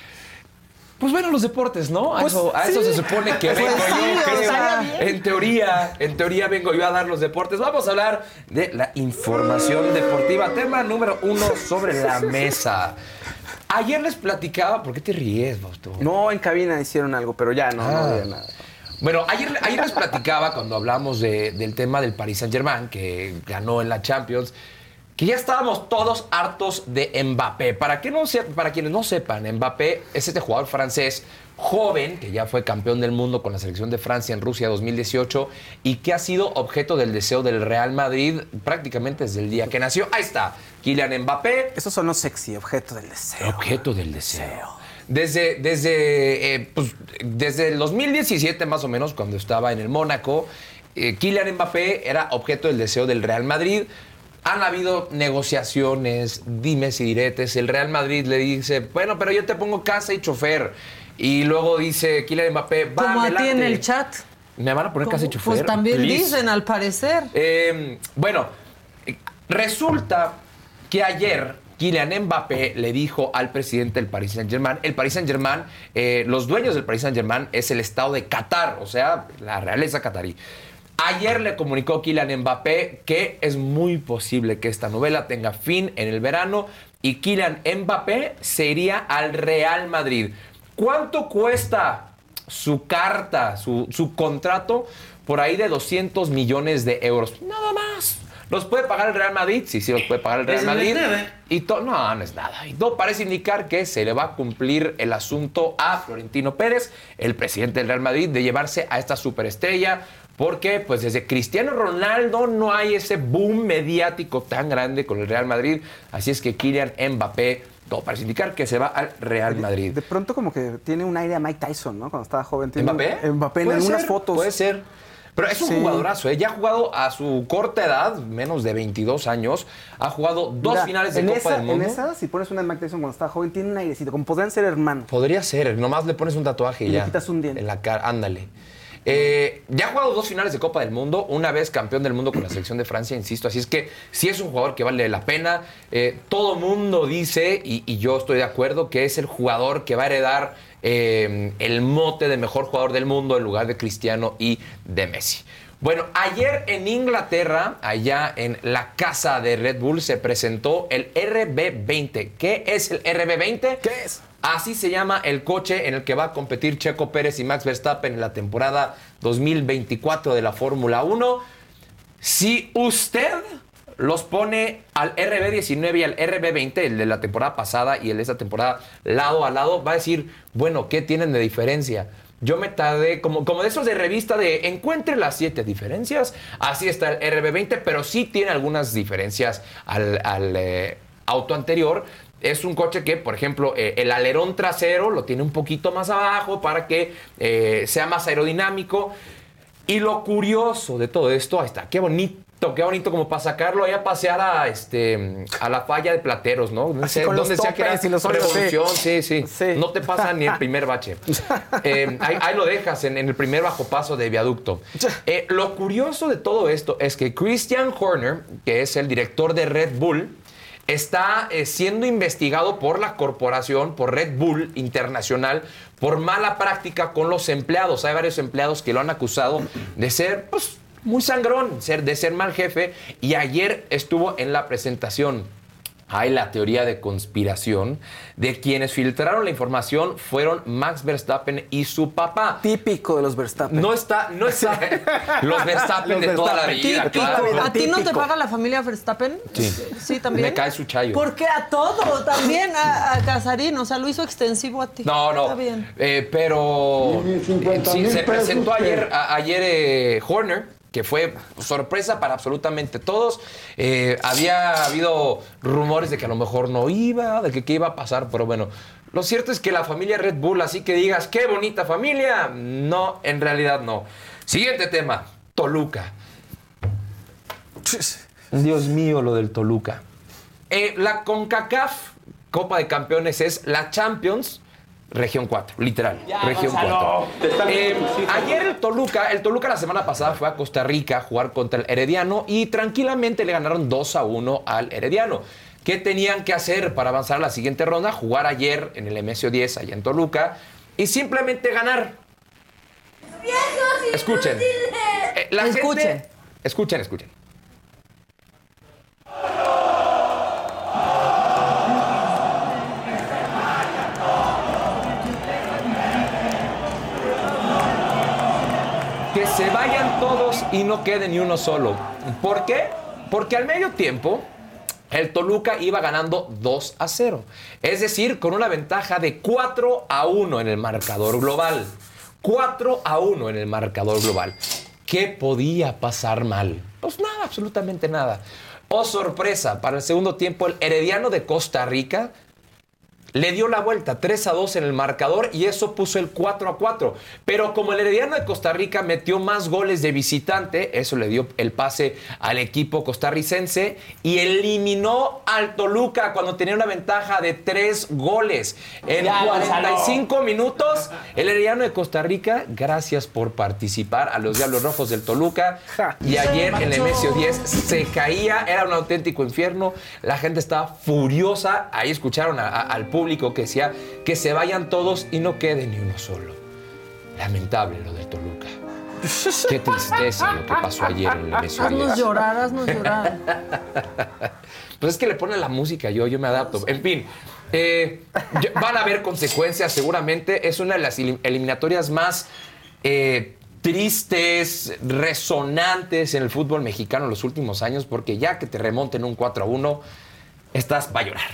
Pues bueno, los deportes, ¿no? A, Pues eso, a sí. eso se supone que Pues vengo sí, yo, o creo. sea, En teoría, en teoría vengo yo a dar los deportes. Vamos a hablar de la información deportiva. Tema número uno sobre la mesa. Ayer les platicaba, ¿por qué te ríes, Fausto? No, en cabina hicieron algo, pero ya no, no Ah. había nada. Bueno, ayer, ayer les platicaba cuando hablamos de- del tema del Paris Saint-Germain, que ganó en la Champions, que ya estábamos todos hartos de Mbappé. Para, que no se- para quienes no sepan, Mbappé es este jugador francés joven, que ya fue campeón del mundo con la selección de Francia en Rusia dos mil dieciocho y que ha sido objeto del deseo del Real Madrid prácticamente desde el día que nació. Ahí está, Kylian Mbappé. Esos son los sexy, objeto del deseo. Objeto del deseo. Desde, desde, eh, pues, desde el dos mil diecisiete más o menos, cuando estaba en el Mónaco, eh, Kylian Mbappé era objeto del deseo del Real Madrid. Han habido negociaciones, dimes y diretes. El Real Madrid le dice, bueno, pero yo te pongo casa y chofer. Y luego dice Kylian Mbappé, va, Como a ti adelante. en el chat. ¿Me van a poner casa y chofer? Pues también Please. dicen, al parecer. Eh, bueno, resulta que ayer Kylian Mbappé le dijo al presidente del Paris Saint-Germain, el Paris Saint-Germain, eh, los dueños del Paris Saint-Germain es el estado de Qatar, o sea, la realeza catarí. Ayer le comunicó Kylian Mbappé que es muy posible que esta novela tenga fin en el verano y Kylian Mbappé se iría al Real Madrid. ¿Cuánto cuesta su carta, su, su contrato? Por ahí de doscientos millones de euros. Nada más. ¿Los puede pagar el Real Madrid? Sí, sí, los puede pagar el Real Eso no Madrid. es nada. Y to- no, no es nada. Y todo parece indicar que se le va a cumplir el asunto a Florentino Pérez, el presidente del Real Madrid, de llevarse a esta superestrella, porque pues desde Cristiano Ronaldo no hay ese boom mediático tan grande con el Real Madrid. Así es que Kylian Mbappé, todo parece indicar que se va al Real Madrid. De pronto como que tiene un aire a Mike Tyson, ¿no? Cuando estaba joven. Tiene ¿Mbappé? un- Mbappé en Puede algunas ser, fotos. Puede ser. Pero es un Sí. jugadorazo, ¿eh? Ya ha jugado a su corta edad, menos de veintidós años, ha jugado dos Mira, finales de en Copa esa, del Mundo. En esa, si pones una de Mike Tyson cuando estaba joven, tiene un airecito, como podrían ser hermanos. Podría ser, nomás le pones un tatuaje y Y le ya. quitas un diente. En la cara, ándale. Eh, ya ha jugado dos finales de Copa del Mundo, una vez campeón del mundo con la selección de Francia, insisto. Así es que sí es un jugador que vale la pena. Eh, todo mundo dice, y, y yo estoy de acuerdo, que es el jugador que va a heredar eh, el mote de mejor jugador del mundo en lugar de Cristiano y de Messi. Bueno, ayer en Inglaterra, allá en la casa de Red Bull, se presentó el R B veinte. ¿Qué es el R B veinte? ¿Qué es? Así se llama el coche en el que va a competir Checo Pérez y Max Verstappen en la temporada dos mil veinticuatro de la Fórmula uno. Si usted los pone al R B diecinueve y al R B veinte, el de la temporada pasada y el de esta temporada, lado a lado, va a decir, bueno, ¿qué tienen de diferencia? Yo me tardé, como, como de esos de revista de encuentre las siete diferencias, así está el R B veinte, pero sí tiene algunas diferencias al, al eh, auto anterior. Es un coche que, por ejemplo, eh, el alerón trasero lo tiene un poquito más abajo para que eh, sea más aerodinámico. Y lo curioso de todo esto, ahí está, qué bonito, qué bonito como para sacarlo ahí a pasear a, este, a la falla de Plateros, ¿no? No Así sé, con los donde sea que era topes y los hoyos, revolución, sí. sí, sí, Sí. No te pasa ni el primer bache. Eh, ahí, ahí lo dejas en, en el primer bajo paso de viaducto. Eh, lo curioso de todo esto es que Christian Horner, que es el director de Red Bull, está eh, siendo investigado por la corporación, por Red Bull Internacional, por mala práctica con los empleados. Hay varios empleados que lo han acusado de ser, pues, muy sangrón, ser, de ser mal jefe. Y ayer estuvo en la presentación hay la teoría de conspiración de quienes filtraron la información fueron Max Verstappen y su papá. Típico de los Verstappen. No está, no está. Los Verstappen Los de toda la Verstappen. vida, Típico. claro. ¿A ti no te Típico. paga la familia Verstappen? Sí. Sí, también. Me cae su chayo. ¿Por qué a todo? También a, a Casarín, o sea, lo hizo extensivo a ti. No, no. Está bien. Eh, pero eh, sí, se presentó ayer, a- ayer eh, Horner, que fue sorpresa para absolutamente todos. Eh, había habido rumores de que a lo mejor no iba, de que qué iba a pasar, pero bueno, lo cierto es que la familia Red Bull, así que digas, qué bonita familia, no, en realidad no. Siguiente tema, Toluca. Dios mío, lo del Toluca. Eh, la CONCACAF, Copa de Campeones, es la Champions Región cuatro, literal. Ya, Región Gonzalo. cuatro. Eh, ayer el Toluca, el Toluca la semana pasada fue a Costa Rica a jugar contra el Herediano y tranquilamente le ganaron dos a uno al Herediano. ¿Qué tenían que hacer para avanzar a la siguiente ronda? Jugar ayer en el M S O diez allá en Toluca y simplemente ganar. Escuchen. Eh, la Escuchen. gente- escuchen, escuchen. Que se vayan todos y no quede ni uno solo. ¿Por qué? Porque al medio tiempo el Toluca iba ganando dos a cero. Es decir, con una ventaja de cuatro a uno en el marcador global. cuatro a uno en el marcador global. ¿Qué podía pasar mal? Pues nada, absolutamente nada. Oh, sorpresa, para el segundo tiempo el Herediano de Costa Rica le dio la vuelta, tres a dos en el marcador y eso puso el cuatro a cuatro. Pero como el Herediano de Costa Rica metió más goles de visitante, eso le dio el pase al equipo costarricense y eliminó al Toluca cuando tenía una ventaja de tres goles. En Ya, cuarenta y cinco minutos, el Herediano de Costa Rica, gracias por participar a los Diablos Rojos del Toluca. Y ayer en el M S O diez se caía, era un auténtico infierno. La gente estaba furiosa. Ahí escucharon a- a- al público que decía que se vayan todos y no quede ni uno solo. Lamentable lo del Toluca. Qué tristeza lo que pasó ayer en el M S O Haznos diez. llorar, haznos llorar. Pues es que le ponen la música, yo, yo me adapto. En fin, eh, yo- van a haber consecuencias seguramente. Es una de las elim- eliminatorias más eh, tristes, resonantes en el fútbol mexicano en los últimos años, porque ya que te remonten un cuatro a uno, estás para llorar.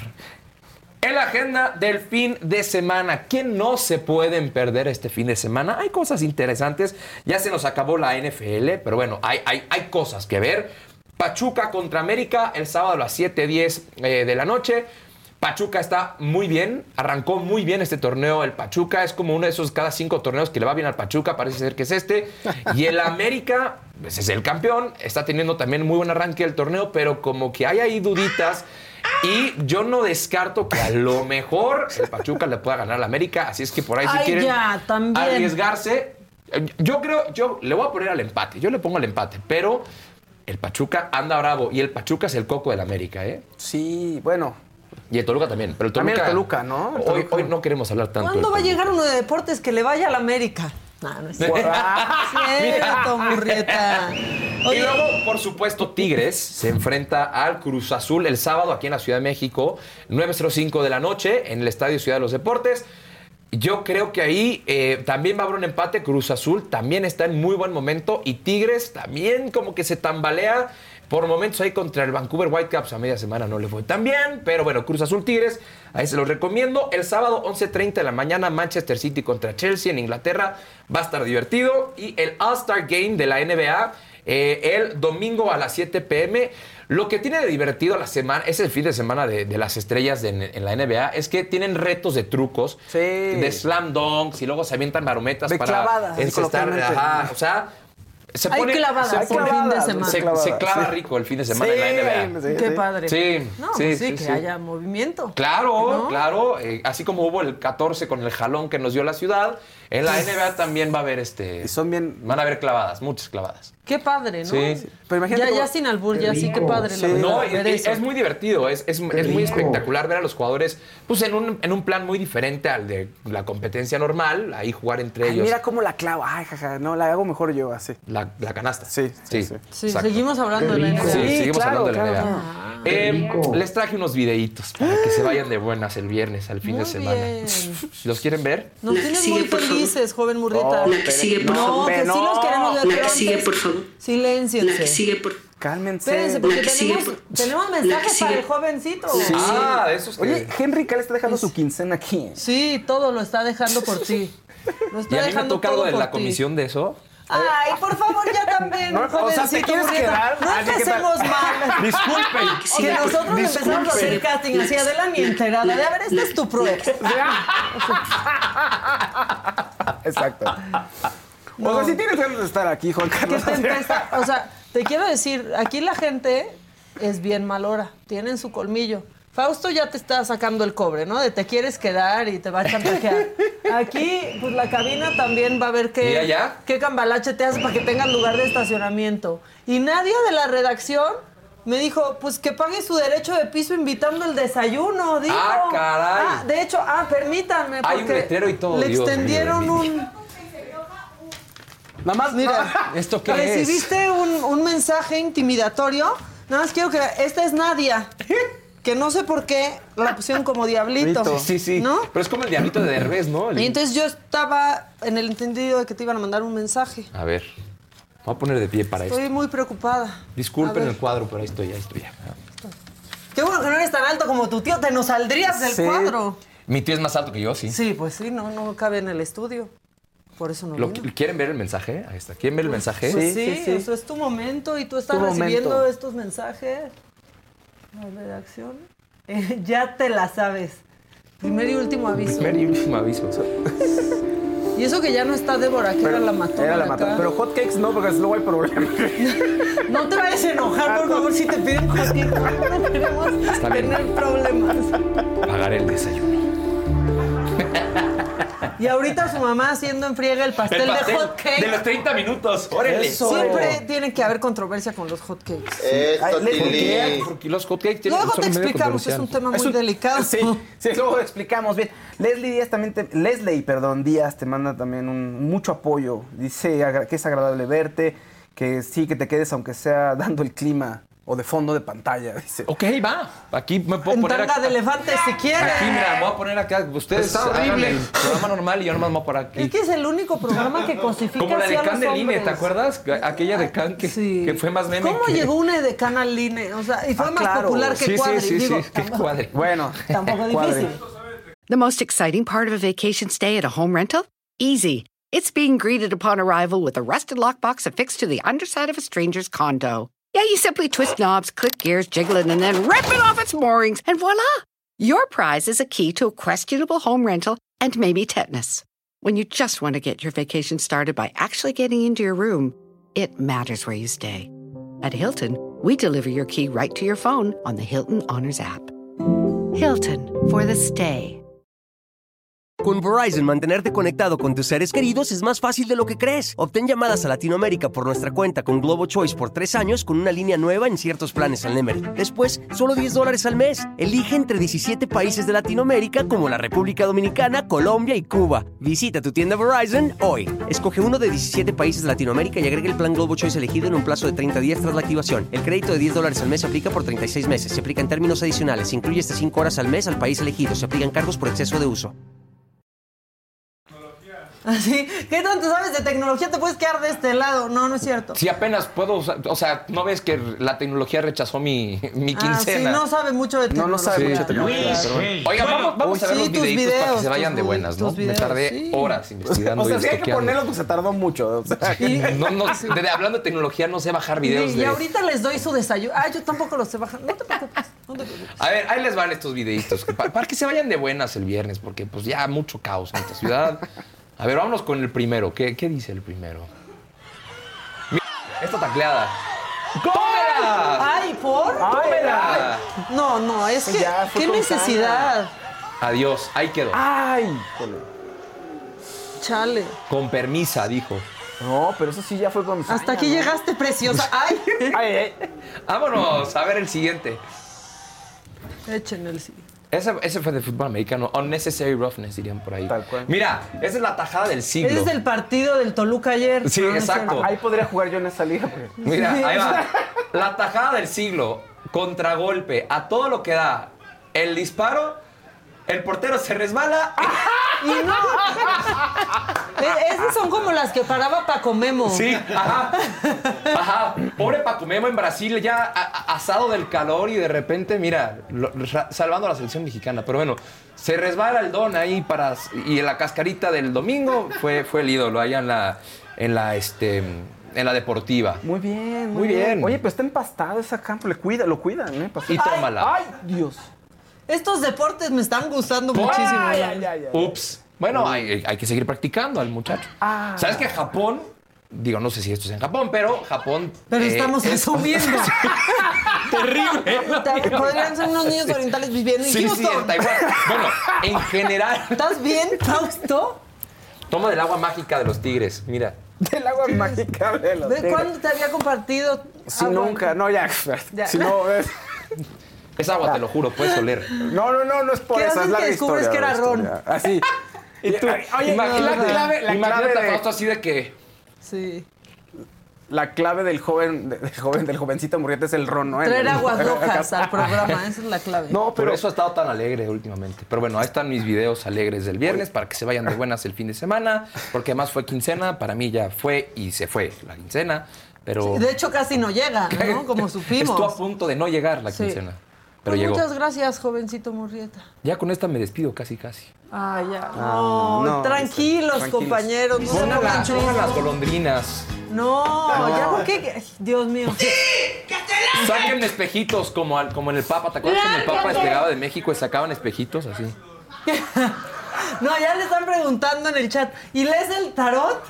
En la agenda del fin de semana, ¿qué no se pueden perder este fin de semana? Hay cosas interesantes. Ya se nos acabó la N F L, pero bueno, hay, hay, hay cosas que ver. Pachuca contra América el sábado a las siete diez eh, de la noche. Pachuca está muy bien, arrancó muy bien este torneo. El Pachuca es como uno de esos cada cinco torneos que le va bien al Pachuca, parece ser que es este. Y el América, pues es el campeón, está teniendo también muy buen arranque del torneo, pero como que hay ahí duditas. Y yo no descarto que a lo mejor el Pachuca le pueda ganar al América, así es que por ahí si Ay, quieren ya, también. arriesgarse, eh, yo creo, yo le voy a poner al empate, yo le pongo al empate, pero el Pachuca anda bravo y el Pachuca es el coco del América, ¿eh? Sí, bueno. Y el Toluca también, pero el Toluca, También el Toluca, ¿no? El Hoy, Toluca. hoy no queremos hablar tanto. ¿Cuándo del va a Toluca. llegar uno de deportes que le vaya a la América? No, no es cierto. Cierto, Murrieta. Y Oye, luego, por supuesto, Tigres se enfrenta al Cruz Azul el sábado aquí en la Ciudad de México, nueve cero cinco de la noche, en el Estadio Ciudad de los Deportes. Yo creo que ahí eh, también va a haber un empate. Cruz Azul también está en muy buen momento y Tigres también como que se tambalea por momentos ahí contra el Vancouver Whitecaps. A media semana no le fue tan bien, pero bueno, Cruz Azul Tigres, ahí se los recomiendo. El sábado once treinta de la mañana, Manchester City contra Chelsea en Inglaterra, va a estar divertido. Y el All-Star Game de la N B A, eh, el domingo a las siete pe eme. Lo que tiene de divertido la semana, es el fin de semana de, de las estrellas de, en la N B A, es que tienen retos de trucos, Sí. de slam dunks y luego se avientan marometas De para clavadas, encestar. coloquialmente. Ajá, o sea, se Hay pone, clavadas se el pone- fin de clavadas, semana. se, clavadas, se clava sí. rico el fin de semana Sí, en la N B A. sí, qué sí. padre. Sí, No, sí, pues sí, sí, que sí. haya movimiento. Claro, ¿No? claro. eh, así como hubo el catorce con el jalón que nos dio la ciudad, en la N B A también va a haber este. Y son bien. Van a haber clavadas, muchas clavadas. Qué padre, ¿no? Sí. Pero imagínate Ya, cómo- ya sin albur, ya sí, qué padre. la Sí. verdad, No, y- ver y eso. es muy divertido, es, es, es muy espectacular ver a los jugadores pues en un, en un plan muy diferente al de la competencia normal, ahí jugar entre Ay, ellos. mira cómo la clavo. Ay, jaja. No, la hago mejor yo así. La, la canasta. Sí, sí, sí. Sí, exacto. seguimos hablando de la N B A. Sí, Sí, seguimos claro, hablando de la claro. N B A. Eh, les traje unos videitos para que se vayan de buenas el viernes, al fin Muy de semana. bien. ¿Los quieren ver? Nos tienes muy felices, joven Murrieta. Oh, la que sigue, por no, favor. que sí No. los queremos ver. La que pero sigue, antes, por favor. Silénciense. La que sigue, por Cálmense. Espérense, porque La que sigue, tenemos, por- tenemos La que mensajes para sigue. el jovencito. Sí. Ah, de esos que- Oye, Henry Cal está dejando su quincena aquí. Sí, todo lo está dejando por ti. Lo está ¿Y a mí me dejando toca todo algo de por la ti. comisión de eso? Ay, por favor, ya también, No, o sea, ¿te jovencito quieres Murrieta. quedar? No Así que empecemos tal- mal. Disculpen. Que nosotros empezamos a hacer casting así, Adela ni enterada. De a ver, esta es tu prueba. Exacto. O sea, si tienes ganas de estar aquí, Juan Que Carlos. te empieza, o sea, te quiero decir, aquí la gente es bien malora, tienen su colmillo. Fausto ya te está sacando el cobre, ¿no? De te quieres quedar y te va a chantajear. Aquí, pues la cabina también va a ver qué, Mira ya. qué cambalache te hace para que tengas lugar de estacionamiento. Y nadie de la redacción me dijo, pues que pague su derecho de piso invitando el desayuno, dijo. Ah, caray. Ah, de hecho, ah, permítanme, Hay un porque letrero y todo, le Dios extendieron mío de un... Nada más, mira, ¿esto qué recibiste un, un mensaje intimidatorio. Nada más quiero que esta es Nadia, que no sé por qué la pusieron como diablito. Sí, sí. ¿No? Pero es como el diablito de Derbez, ¿no? El- Y entonces yo estaba en el entendido de que te iban a mandar un mensaje. A ver, voy a poner de pie para Estoy esto. muy preocupada. Disculpen A ver. el cuadro, pero ahí estoy, ahí estoy ya. Qué bueno que no eres tan alto como tu tío, te nos saldrías del Sí. cuadro. Mi tío es más alto que yo, sí. Sí, pues sí, no, no cabe en el estudio. Por eso no ¿Lo- vino. ¿Quieren ver el mensaje? Ahí está. ¿Quieren ver el mensaje? Pues sí, eso es tu momento y tú estás Tu recibiendo momento. estos mensajes. La redacción. Eh, ya te la sabes. Primer y último aviso. Primer y último aviso. Y eso que ya no está Débora, que era la matona. Era la de matona. acá. Pero hotcakes no, porque luego hay problema. No te vayas a enojar, por favor, si te piden hotcakes. No queremos Está bien. tener problemas. Pagar el desayuno. Y ahorita su mamá haciendo en friega el pastel, El pastel de hotcakes. de los treinta minutos. ¡Órale! Siempre tiene que haber controversia con los hotcakes. Esto, Ay, ¿Por Tilly. qué? Porque los hotcakes tienen Luego son te medio explicamos, es controversial. un tema muy Es un- delicado. Sí, sí, luego lo explicamos bien. Leslie Díaz también te, Leslie, perdón, Díaz te manda también un, mucho apoyo. Dice agra- que es agradable verte, que sí, que te quedes aunque sea dando el clima o de fondo de pantalla, dice. Ok, va. Aquí me puedo En poner tanga acá. de elefante, si quieres. Aquí, mira, me voy a poner acá. Ustedes Está hagan horrible. el programa normal y yo nomás me voy por aquí. Es que es el único programa que cosifica Como la así de a Can los del I N E, hombres. ¿te acuerdas? Aquella de Can que, que fue más meme. ¿Cómo que... llegó una de Can al I N E? O sea, y fue Ah, más claro. popular que Sí, Cuadri. sí, sí, Digo, sí, que cuadre. Bueno, tampoco Cuadri. difícil. The most exciting part of a vacation stay at a home rental? Easy. It's being greeted upon arrival with a rusted lockbox affixed to the underside of a stranger's condo. Yeah, you simply twist knobs, click gears, jiggle it, and then rip it off its moorings, and voila! Your prize is a key to a questionable home rental and maybe tetanus. When you just want to get your vacation started by actually getting into your room, it matters where you stay. At Hilton, we deliver your key right to your phone on the Hilton Honors app. Hilton for the stay. Con Verizon, mantenerte conectado con tus seres queridos es más fácil de lo que crees. Obtén llamadas a Latinoamérica por nuestra cuenta con Globo Choice por tres años con una línea nueva en ciertos planes al Nemery. Después, solo diez dólares al mes. Elige entre diecisiete países de Latinoamérica como la República Dominicana, Colombia y Cuba. Visita tu tienda Verizon hoy. Escoge uno de diecisiete países de Latinoamérica y agrega el plan Globo Choice elegido en un plazo de treinta días tras la activación. El crédito de diez dólares al mes se aplica por treinta y seis meses. Se aplica en términos adicionales. Se incluye hasta cinco horas al mes al país elegido. Se aplican cargos por exceso de uso. Así, ¿qué tanto sabes de tecnología? Te puedes quedar de este lado. No, no es cierto. Si apenas puedo usar, o sea, ¿no ves que la tecnología rechazó mi, mi Ah, quincena? sí, no sabe mucho de tecnología. No, no sabe mucho de Sí. tecnología. pero bueno. Oiga, vamos, vamos Uy, a ver sí, los tus videitos para que videos, se vayan tus de vi- buenas, ¿no? tus videos, Me tardé sí. horas investigando O sea, y si hay que estoqueando. ponerlo, pues se tardó mucho. O sea, No, no, de, de- hablando de tecnología, no sé bajar videos Y, y de... ahorita les doy su desayuno. Ah, yo tampoco los sé bajar. No te preocupes. No te preocupes. A ver, ahí les van estos videitos, que pa- para que se vayan de buenas el viernes, porque pues ya mucho caos en esta ciudad. A ver, vámonos con el primero. ¿Qué, qué dice el primero? Mira, esta tacleada. ¡Cómela! Ay, ¿por? ¡Cómela! No, no, es que. Ya fue ¿Qué con necesidad? Adiós, ahí quedó. ¡Ay! híjole. Chale. Con permisa, dijo. No, pero eso sí ya fue con mi Hasta aquí llegaste, preciosa. Ay. Ay, ay. Vámonos a ver el siguiente. Echen el sí. Ese, ese fue de fútbol americano. Unnecessary roughness, dirían por ahí. Tal cual. Mira, esa es la tajada del siglo. Ese es el partido del Toluca ayer. Sí, No, no es exacto. cierto. Ahí podría jugar yo en esa liga. Porque... Mira, Sí. ahí va. La tajada del siglo. contragolpe, a todo lo que da. El disparo, el portero se resbala. Y no. Esas son como las que paraba Paco Memo. Sí, ajá. Ajá. Pobre Paco Memo en Brasil, ya a, a, asado del calor y de repente, mira, lo, salvando a la selección mexicana. Pero bueno, se resbala el don ahí para. Y en la cascarita del domingo fue, fue el ídolo allá en la. En la este. En la deportiva. Muy bien, muy, muy bien. bien. Oye, pero está empastado ese campo, le cuida, lo cuidan, ¿eh? Y tómala. Ay, Dios. Estos deportes me están gustando muchísimo. Ay, ay, ay, ay. Ups. Bueno, hay, hay que seguir practicando al muchacho. Ah. ¿Sabes que Japón? Digo, no sé si esto es en Japón, pero Japón... Pero eh, estamos es, asumiendo. Terrible. Podrían ser unos niños orientales viviendo en sí, Houston. Sí, en Taiwán. Bueno, en general... ¿Estás bien, Fausto? Toma del agua mágica de los tigres, mira. Del agua mágica de los tigres. ¿Cuándo te había compartido? Sí, agua? nunca. No, ya. ya. Si no, es... Es agua, ya. Te lo juro, puedes oler. No, no, no, no es por ¿Qué eso, es haces la que descubres que era ron? Así. Y tú, oye, imagínate, no, la clave, la imagínate clave a Fausto así de que... Sí. La clave del joven, del joven, del jovencito Murrieta es el ron, ¿no? Traer aguas rojas al programa, esa es la clave. No, pero Por eso ha estado tan alegre últimamente. Pero bueno, ahí están mis videos alegres del viernes para que se vayan de buenas el fin de semana, porque además fue quincena, para mí ya fue y se fue la quincena, pero... Sí, de hecho casi no llega, ¿no? Como supimos. Estuvo a punto de no llegar la quincena. Sí. Pero pues llegó. Muchas gracias, jovencito Murrieta. Ya con esta me despido casi, casi. Ah, ya. Ah, no, no, tranquilos, tranquilos, compañeros. No pongan, la, pongan las golondrinas. No, no, ya por qué. Dios mío. Saquen espejitos como, al, como en el Papa. ¿Te acuerdas cuando el Papa despegaba de México y sacaban espejitos así? No, ya le están preguntando en el chat. ¿Y lees el tarot?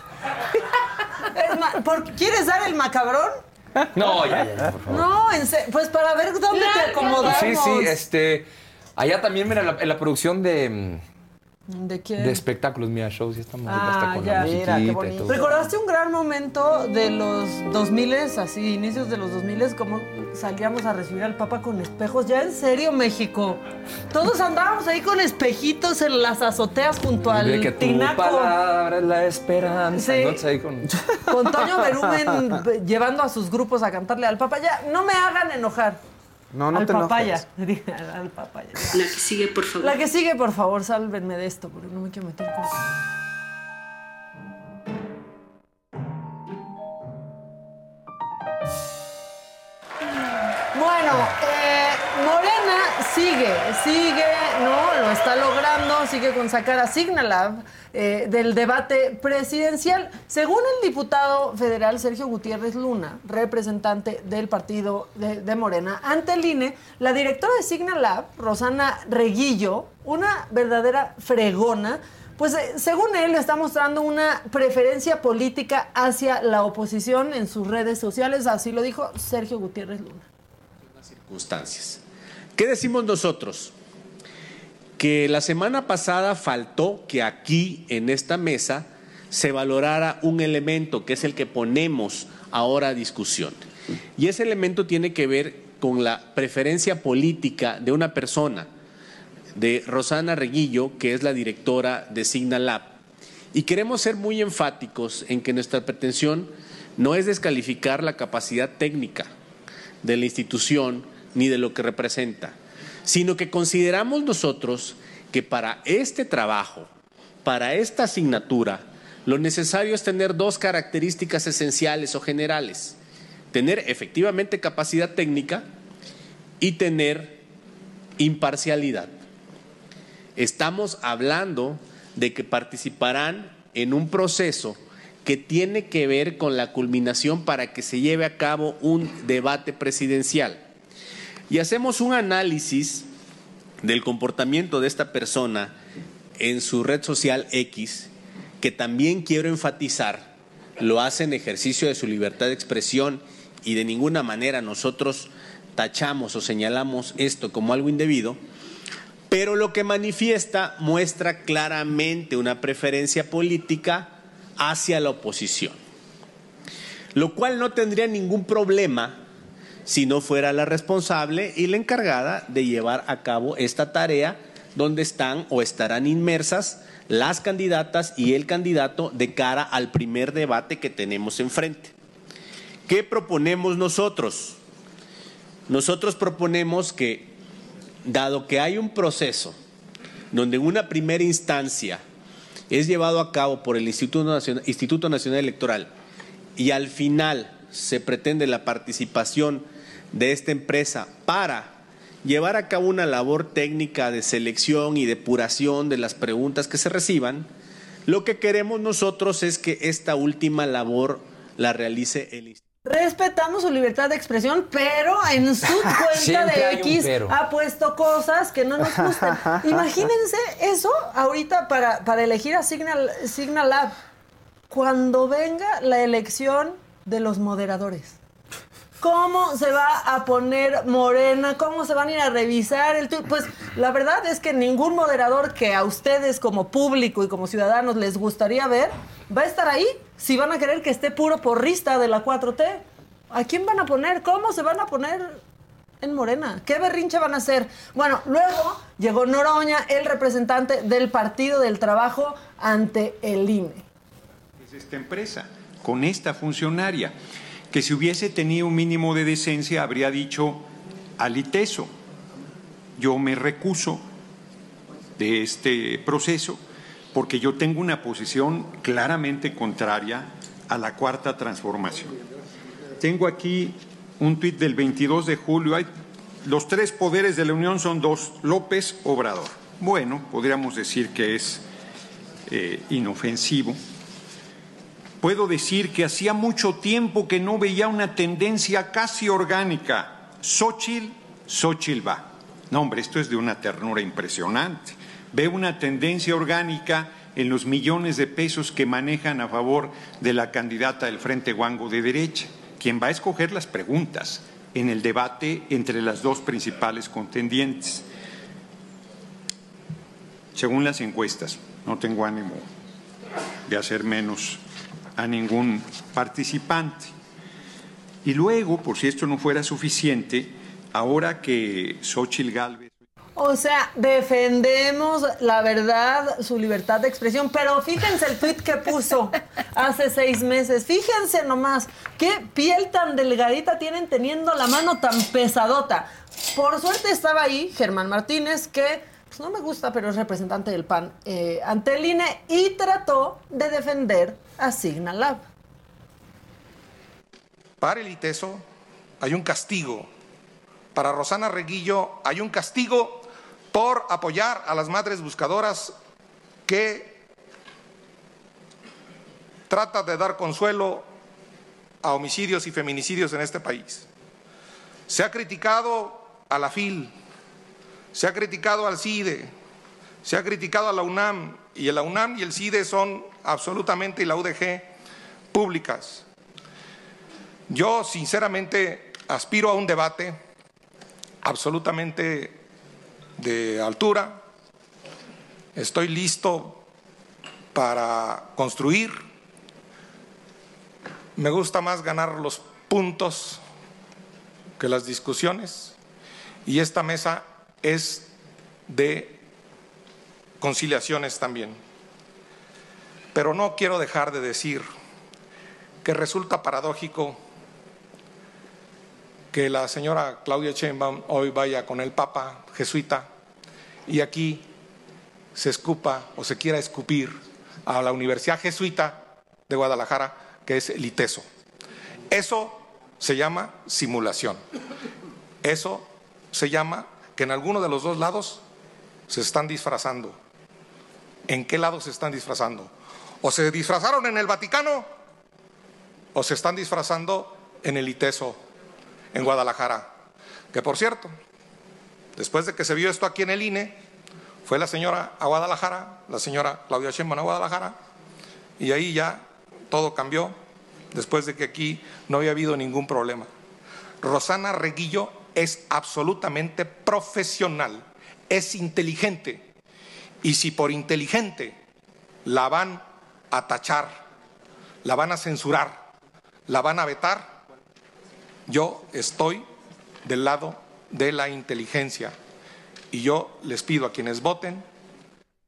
¿Quieres dar el macabrón? No, ya, ya, ya, por favor. No, en serio, pues para ver dónde te acomodamos. Sí, sí, este... Allá también, mira, en la, en la producción de... ¿De quién? De espectáculos, mira, shows, y estamos ah, hasta con ya, la mira, musiquita qué bonito. y todo. ¿Recordaste un gran momento de los dos miles, así, inicios de los dos miles, como salíamos a recibir al Papa con espejos? Ya en serio, México. Todos andábamos ahí con espejitos en las azoteas junto al de que tu tinaco. palabra es la esperanza. Sí. ¿No? Ahí con... con Toño Berumen llevando a sus grupos a cantarle al Papa. Ya, no me hagan enojar. No, no al te papaya. enojes. Al papaya. La que sigue, por favor. La que sigue, por favor, sálvenme de esto, porque no me quiero meter con... Bueno, eh, Morena sigue, sigue, ¿no? Lo está logrando, sigue con sacar a Signalab eh, del debate presidencial. Según el diputado federal Sergio Gutiérrez Luna, representante del partido de, de Morena, ante el I N E, la directora de Signalab, Rosana Reguillo, una verdadera fregona, pues eh, según él está mostrando una preferencia política hacia la oposición en sus redes sociales, así lo dijo Sergio Gutiérrez Luna. Circunstancias. ¿Qué decimos nosotros? Que la semana pasada faltó que aquí en esta mesa se valorara un elemento que es el que ponemos ahora a discusión. Y ese elemento tiene que ver con la preferencia política de una persona, de Rosana Reguillo, que es la directora de Signalab. Y queremos ser muy enfáticos en que nuestra pretensión no es descalificar la capacidad técnica de la institución ni de lo que representa, sino que consideramos nosotros que para este trabajo, para esta asignatura, lo necesario es tener dos características esenciales o generales: tener efectivamente capacidad técnica y tener imparcialidad. Estamos hablando de que participarán en un proceso que tiene que ver con la culminación para que se lleve a cabo un debate presidencial. Y hacemos un análisis del comportamiento de esta persona en su red social X, que también quiero enfatizar, lo hace en ejercicio de su libertad de expresión y de ninguna manera nosotros tachamos o señalamos esto como algo indebido, pero lo que manifiesta muestra claramente una preferencia política hacia la oposición, lo cual no tendría ningún problema si no fuera la responsable y la encargada de llevar a cabo esta tarea, donde están o estarán inmersas las candidatas y el candidato de cara al primer debate que tenemos enfrente. ¿Qué proponemos nosotros? nosotros proponemos que, dado que hay un proceso donde en una primera instancia es llevado a cabo por el Instituto Nacional, Instituto Nacional Electoral y al final se pretende la participación de esta empresa para llevar a cabo una labor técnica de selección y depuración de las preguntas que se reciban, lo que queremos nosotros es que esta última labor la realice el Instituto. Respetamos su libertad de expresión, pero en su cuenta de X ha puesto cosas que no nos gustan. Imagínense eso ahorita para, para elegir a Signal, Signal Lab. Cuando venga la elección de los moderadores. ¿Cómo se va a poner Morena? ¿Cómo se van a ir a revisar el tweet? Pues la verdad es que ningún moderador que a ustedes como público y como ciudadanos les gustaría ver va a estar ahí si van a querer que esté puro porrista de la cuatro T. ¿A quién van a poner? ¿Cómo se van a poner en Morena? ¿Qué berrinche van a hacer? Bueno, luego llegó Noroña, el representante del Partido del Trabajo, ante el I N E. Es esta empresa, con esta funcionaria, que si hubiese tenido un mínimo de decencia habría dicho al ITESO, yo me recuso de este proceso porque yo tengo una posición claramente contraria a la Cuarta Transformación. Tengo aquí un tuit del veintidós de julio, hay, los tres poderes de la Unión son dos, López Obrador. Bueno, podríamos decir que es eh, inofensivo. Puedo decir que hacía mucho tiempo que no veía una tendencia casi orgánica. Xóchitl, Xóchitl va. No, hombre, esto es de una ternura impresionante. Veo una tendencia orgánica en los millones de pesos que manejan a favor de la candidata del Frente Guango de derecha, quien va a escoger las preguntas en el debate entre las dos principales contendientes. Según las encuestas, no tengo ánimo de hacer menos a ningún participante. Y luego, por si esto no fuera suficiente, ahora que Xóchitl Gálvez... O sea, defendemos la verdad, su libertad de expresión, pero fíjense el tuit que puso hace seis meses. Fíjense nomás, qué piel tan delgadita tienen teniendo la mano tan pesadota. Por suerte estaba ahí Germán Martínez, que pues no me gusta, pero es representante del P A N eh, ante el I N E y trató de defender a Signal Lab. Para el ITESO hay un castigo. Para Rosana Reguillo hay un castigo por apoyar a las madres buscadoras que tratan de dar consuelo a homicidios y feminicidios en este país. Se ha criticado a la F I L, se ha criticado al CIDE, se ha criticado a la UNAM, y la UNAM y el CIDE son absolutamente, y la U D G, públicas. Yo, sinceramente, aspiro a un debate absolutamente de altura. Estoy listo para construir. Me gusta más ganar los puntos que las discusiones, y esta mesa es de conciliaciones también. Pero no quiero dejar de decir que resulta paradójico que la señora Claudia Sheinbaum hoy vaya con el Papa jesuita y aquí se escupa o se quiera escupir a la Universidad Jesuita de Guadalajara, que es el ITESO. Eso se llama simulación. Eso se llama que en alguno de los dos lados se están disfrazando. ¿En qué lado se están disfrazando? O se disfrazaron en el Vaticano o se están disfrazando en el ITESO, en Guadalajara. Que por cierto, después de que se vio esto aquí en el I N E, fue la señora a Guadalajara, la señora Claudia Sheinbaum a Guadalajara, y ahí ya todo cambió, después de que aquí no había habido ningún problema. Rosana Reguillo es absolutamente profesional, es inteligente, y si por inteligente la van a tachar, la van a censurar, la van a vetar, yo estoy del lado de la inteligencia y yo les pido a quienes voten.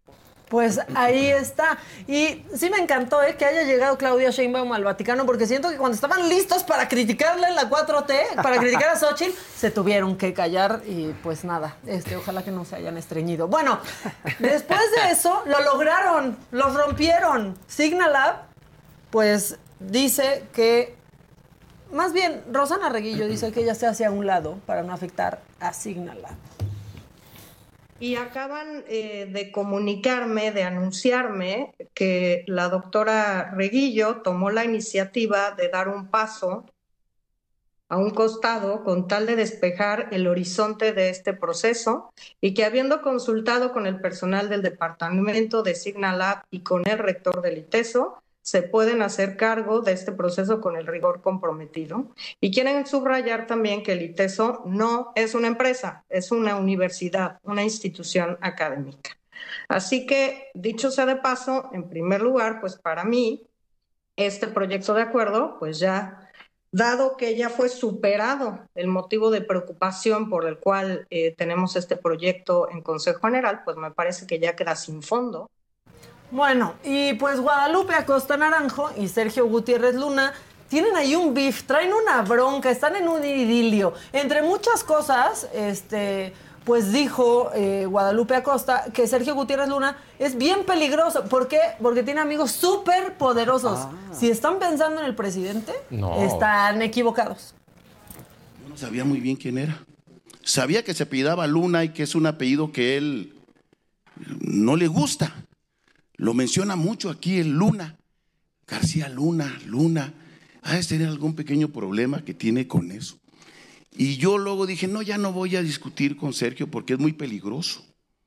Pues ahí está. Y sí me encantó ¿eh? que haya llegado Claudia Sheinbaum al Vaticano, porque siento que cuando estaban listos para criticarle la cuatro T, para criticar a Xóchitl, se tuvieron que callar y pues nada, este, ojalá que no se hayan estreñido. Bueno, después de eso, lo lograron, lo rompieron. Signalab, pues dice que, más bien, Rosana Reguillo dice que ella se hace a un lado para no afectar a Signalab. Y acaban eh, de comunicarme, de anunciarme que la doctora Reguillo tomó la iniciativa de dar un paso a un costado con tal de despejar el horizonte de este proceso y que habiendo consultado con el personal del departamento de Signalab y con el rector del ITESO, se pueden hacer cargo de este proceso con el rigor comprometido. Y quieren subrayar también que el ITESO no es una empresa, es una universidad, una institución académica. Así que, dicho sea de paso, en primer lugar, pues para mí, este proyecto de acuerdo, pues ya, dado que ya fue superado el motivo de preocupación por el cual eh, tenemos este proyecto en Consejo General, pues me parece que ya queda sin fondo. Bueno, y pues Guadalupe Acosta Naranjo y Sergio Gutiérrez Luna tienen ahí un beef, traen una bronca, están en un idilio. Entre muchas cosas, este, pues dijo eh, Guadalupe Acosta que Sergio Gutiérrez Luna es bien peligroso. ¿Por qué? Porque tiene amigos súper poderosos. Ah. Si están pensando en el presidente, no. están equivocados. Yo no sabía muy bien quién era. Sabía que se apellidaba Luna y que es un apellido que él no le gusta. Lo menciona mucho aquí el Luna, García Luna, Luna. Ha de tener algún pequeño problema que tiene con eso. Y yo luego dije, no, ya no voy a discutir con Sergio porque es muy peligroso.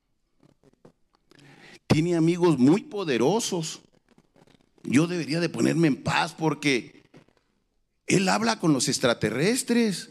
Tiene amigos muy poderosos. Yo debería de ponerme en paz porque él habla con los extraterrestres.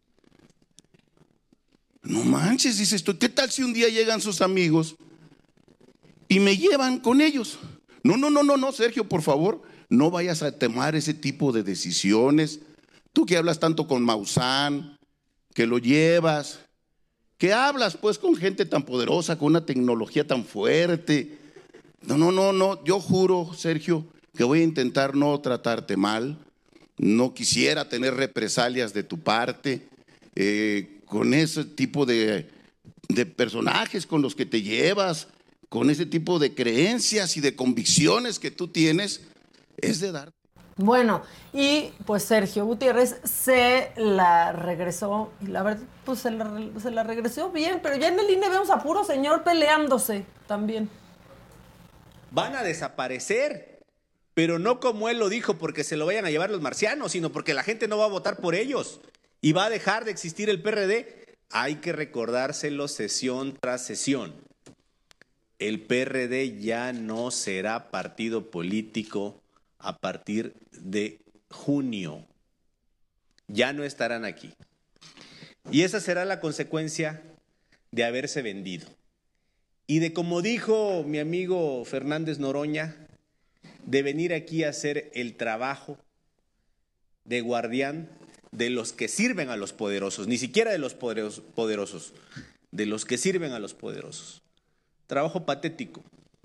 No manches, dices tú, ¿qué tal si un día llegan sus amigos y me llevan con ellos? No, no, no, no, no, Sergio, por favor, no vayas a tomar ese tipo de decisiones. Tú que hablas tanto con Maussan, que lo llevas, que hablas pues con gente tan poderosa, con una tecnología tan fuerte. No, no, no, no, yo juro, Sergio, que voy a intentar no tratarte mal. No quisiera tener represalias de tu parte eh, con ese tipo de, de personajes con los que te llevas, con ese tipo de creencias y de convicciones que tú tienes, es de dar. Bueno, y pues Sergio Gutiérrez se la regresó, y la verdad, pues se la, se la regresó bien, pero ya en el I N E vemos a puro señor peleándose también. Van a desaparecer, pero no como él lo dijo, porque se lo vayan a llevar los marcianos, sino porque la gente no va a votar por ellos y va a dejar de existir el P R D. Hay que recordárselo sesión tras sesión. El P R D ya no será partido político a partir de junio. Ya no estarán aquí. Y esa será la consecuencia de haberse vendido. Y de, como dijo mi amigo Fernández Noroña, de venir aquí a hacer el trabajo de guardián de los que sirven a los poderosos, ni siquiera de los poderosos, de los que sirven a los poderosos. Trabajo patético.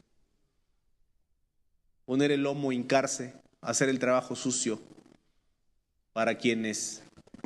Poner el lomo, hincarse, hacer el trabajo sucio para quienes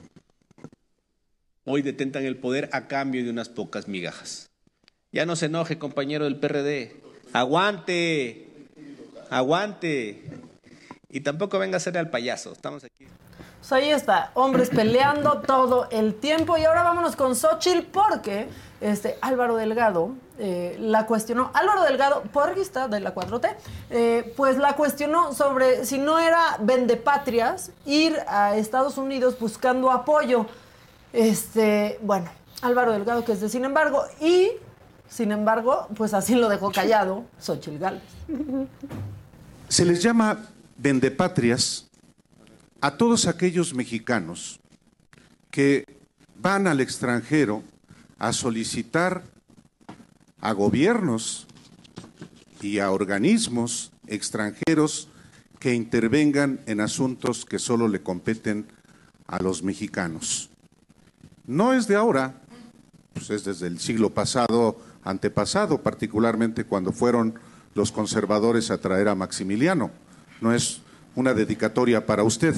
hoy detentan el poder a cambio de unas pocas migajas. Ya no se enoje, compañero del P R D. Aguante, aguante. Y tampoco venga a ser al payaso. Estamos aquí. Pues ahí está, hombres peleando todo el tiempo. Y ahora vámonos con Xóchitl porque este, Álvaro Delgado eh, la cuestionó. Álvaro Delgado, porrista de la cuatro T, eh, pues la cuestionó sobre si no era vendepatrias ir a Estados Unidos buscando apoyo. Este, bueno, Álvaro Delgado, que es de sin embargo, y sin embargo, pues así lo dejó callado Xóchitl Gálvez. Se les llama vendepatrias a todos aquellos mexicanos que van al extranjero a solicitar a gobiernos y a organismos extranjeros que intervengan en asuntos que solo le competen a los mexicanos. No es de ahora, pues es desde el siglo pasado, antepasado, particularmente cuando fueron los conservadores a traer a Maximiliano. No es una dedicatoria para usted.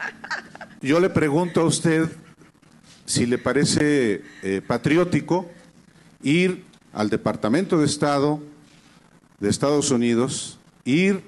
Yo le pregunto a usted si le parece eh, patriótico ir al Departamento de Estado de Estados Unidos, ir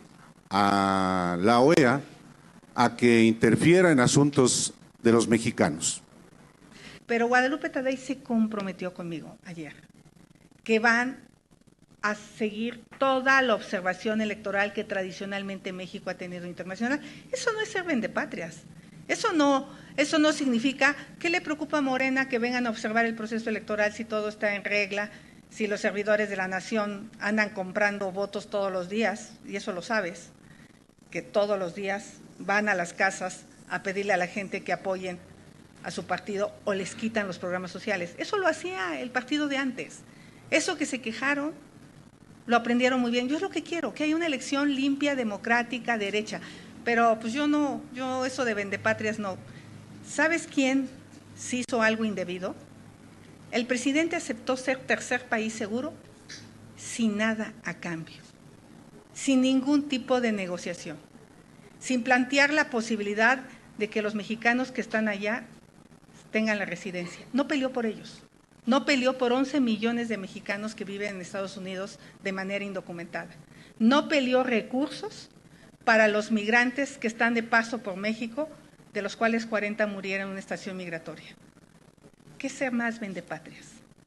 a la O E A a que interfiera en asuntos de los mexicanos. Pero Guadalupe Tadei se comprometió conmigo ayer, que van a seguir toda la observación electoral que tradicionalmente México ha tenido internacional. Eso no es ser vendepatrias. Eso no, eso no significa que le preocupa a Morena que vengan a observar el proceso electoral si todo está en regla, si los servidores de la nación andan comprando votos todos los días, y eso lo sabes, que todos los días van a las casas a pedirle a la gente que apoyen a su partido o les quitan los programas sociales. Eso lo hacía el partido de antes. Eso que se quejaron, lo aprendieron muy bien. Yo es lo que quiero, que haya una elección limpia, democrática, derecha. Pero pues yo no, yo eso de vendepatrias no. ¿Sabes quién se hizo algo indebido? El presidente aceptó ser tercer país seguro sin nada a cambio, sin ningún tipo de negociación, sin plantear la posibilidad de que los mexicanos que están allá tengan la residencia. No peleó por ellos, no peleó por once millones de mexicanos que viven en Estados Unidos de manera indocumentada, no peleó recursos para los migrantes que están de paso por México, de los cuales cuarenta murieron en una estación migratoria. ¿Qué es ser más vendepatrias?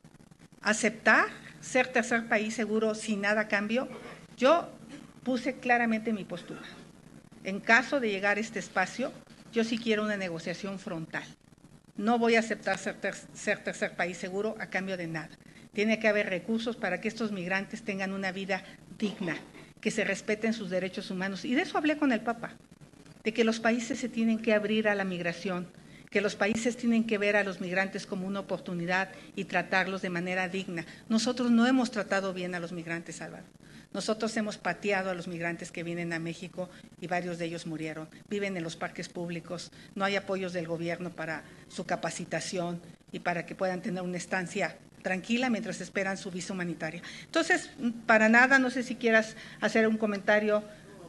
¿Aceptar ser tercer país seguro sin nada a cambio? Yo puse claramente mi postura. En caso de llegar a este espacio, yo sí quiero una negociación frontal. No voy a aceptar ser, ter ser tercer país seguro a cambio de nada. Tiene que haber recursos para que estos migrantes tengan una vida digna, que se respeten sus derechos humanos. Y de eso hablé con el Papa, de que los países se tienen que abrir a la migración, que los países tienen que ver a los migrantes como una oportunidad y tratarlos de manera digna. Nosotros no hemos tratado bien a los migrantes, Álvaro. Nosotros hemos pateado a los migrantes que vienen a México y varios de ellos murieron. Viven en los parques públicos, no hay apoyos del gobierno para su capacitación y para que puedan tener una estancia tranquila mientras esperan su visa humanitaria. Entonces, para nada, no sé si quieras hacer un comentario.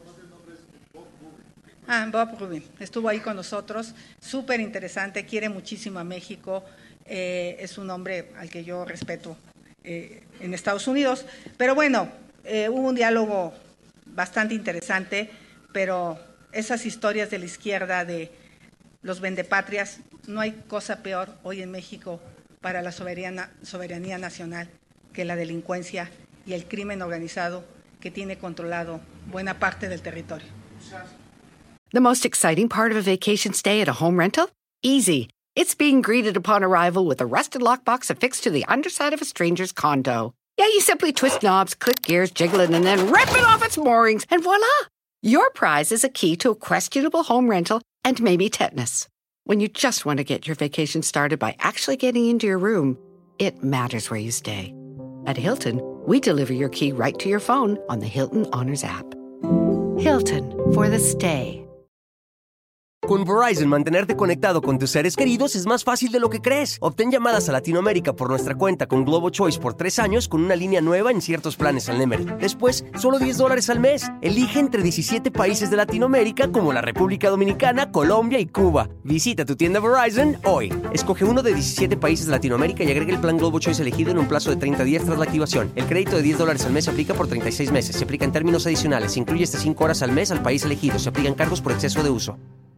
Ah, Bob Rubin, estuvo ahí con nosotros, súper interesante, quiere muchísimo a México, eh, es un hombre al que yo respeto eh, en Estados Unidos, pero bueno, eh, hubo un diálogo bastante interesante, pero esas historias de la izquierda de los vendepatrias, no hay cosa peor hoy en México para la soberanía, soberanía nacional que la delincuencia y el crimen organizado que tiene controlado buena parte del territorio. The most exciting part of a vacation stay at a home rental? Easy. It's being greeted upon arrival with a rusted lockbox affixed to the underside of a stranger's condo. Yeah, you simply twist knobs, click gears, jiggle it, and then rip it off its moorings, and voila! Your prize is a key to a questionable home rental and maybe tetanus. When you just want to get your vacation started by actually getting into your room, it matters where you stay. At Hilton, we deliver your key right to your phone on the Hilton Honors app. Hilton, for the stay. Con Verizon, mantenerte conectado con tus seres queridos es más fácil de lo que crees. Obtén llamadas a Latinoamérica por nuestra cuenta con Globo Choice por tres años con una línea nueva en ciertos planes al Nemery. Después, solo diez dólares al mes. Elige entre diecisiete países de Latinoamérica como la República Dominicana, Colombia y Cuba. Visita tu tienda Verizon hoy. Escoge uno de diecisiete países de Latinoamérica y agrega el plan Globo Choice elegido en un plazo de treinta días tras la activación. El crédito de diez dólares al mes se aplica por treinta y seis meses. Se aplica en términos adicionales. Se incluye hasta cinco horas al mes al país elegido. Se aplican cargos por exceso de uso.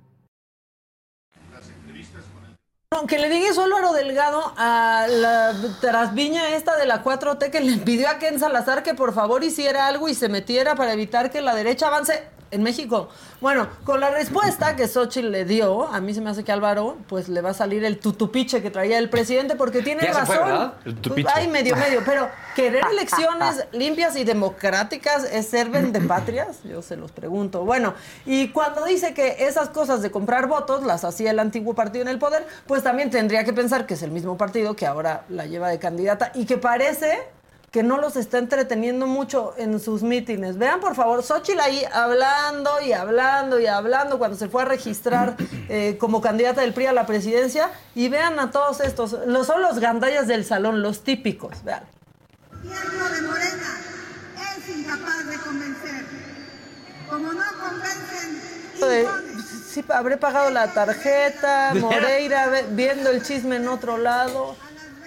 Que le diga eso Álvaro Delgado a la trasviña esta de la cuatro T que le pidió a Ken Salazar que por favor hiciera algo y se metiera para evitar que la derecha avance en México. Bueno, con la respuesta que Xochitl le dio, a mí se me hace que Álvaro, pues le va a salir el tutupiche que traía el presidente porque tiene ya razón. Se fue, ¿verdad? El tutupiche. Ay, medio, medio. Pero querer elecciones limpias y democráticas es ser vendepatrias, yo se los pregunto. Bueno, y cuando dice que esas cosas de comprar votos las hacía el antiguo partido en el poder, pues también tendría que pensar que es el mismo partido que ahora la lleva de candidata y que parece que no los está entreteniendo mucho en sus mítines. Vean, por favor, Xochitl ahí hablando y hablando y hablando cuando se fue a registrar eh, como candidata del P R I a la presidencia, y vean a todos estos, los, son los gandallas del salón, los típicos, vean. El gobierno de Morena es incapaz de Como no convencen. Sí, habré pagado la tarjeta, Moreira ve- viendo el chisme en otro lado.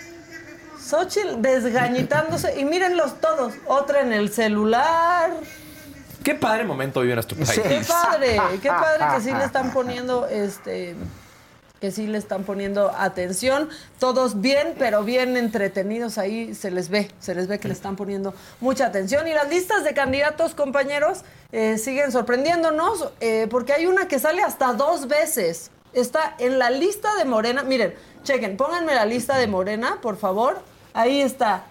Xochitl desgañitándose. Y mírenlos todos. Otra en el celular. Qué padre momento vive nuestro país. Qué padre, qué padre que sí le están poniendo, este, que sí le están poniendo atención. Todos bien, pero bien entretenidos ahí, se les ve, se les ve que le están poniendo mucha atención. Y las listas de candidatos, compañeros, eh, siguen sorprendiéndonos, eh, porque hay una que sale hasta dos veces. Está en la lista de Morena. Miren, chequen, pónganme la lista de Morena, por favor. Ahí está.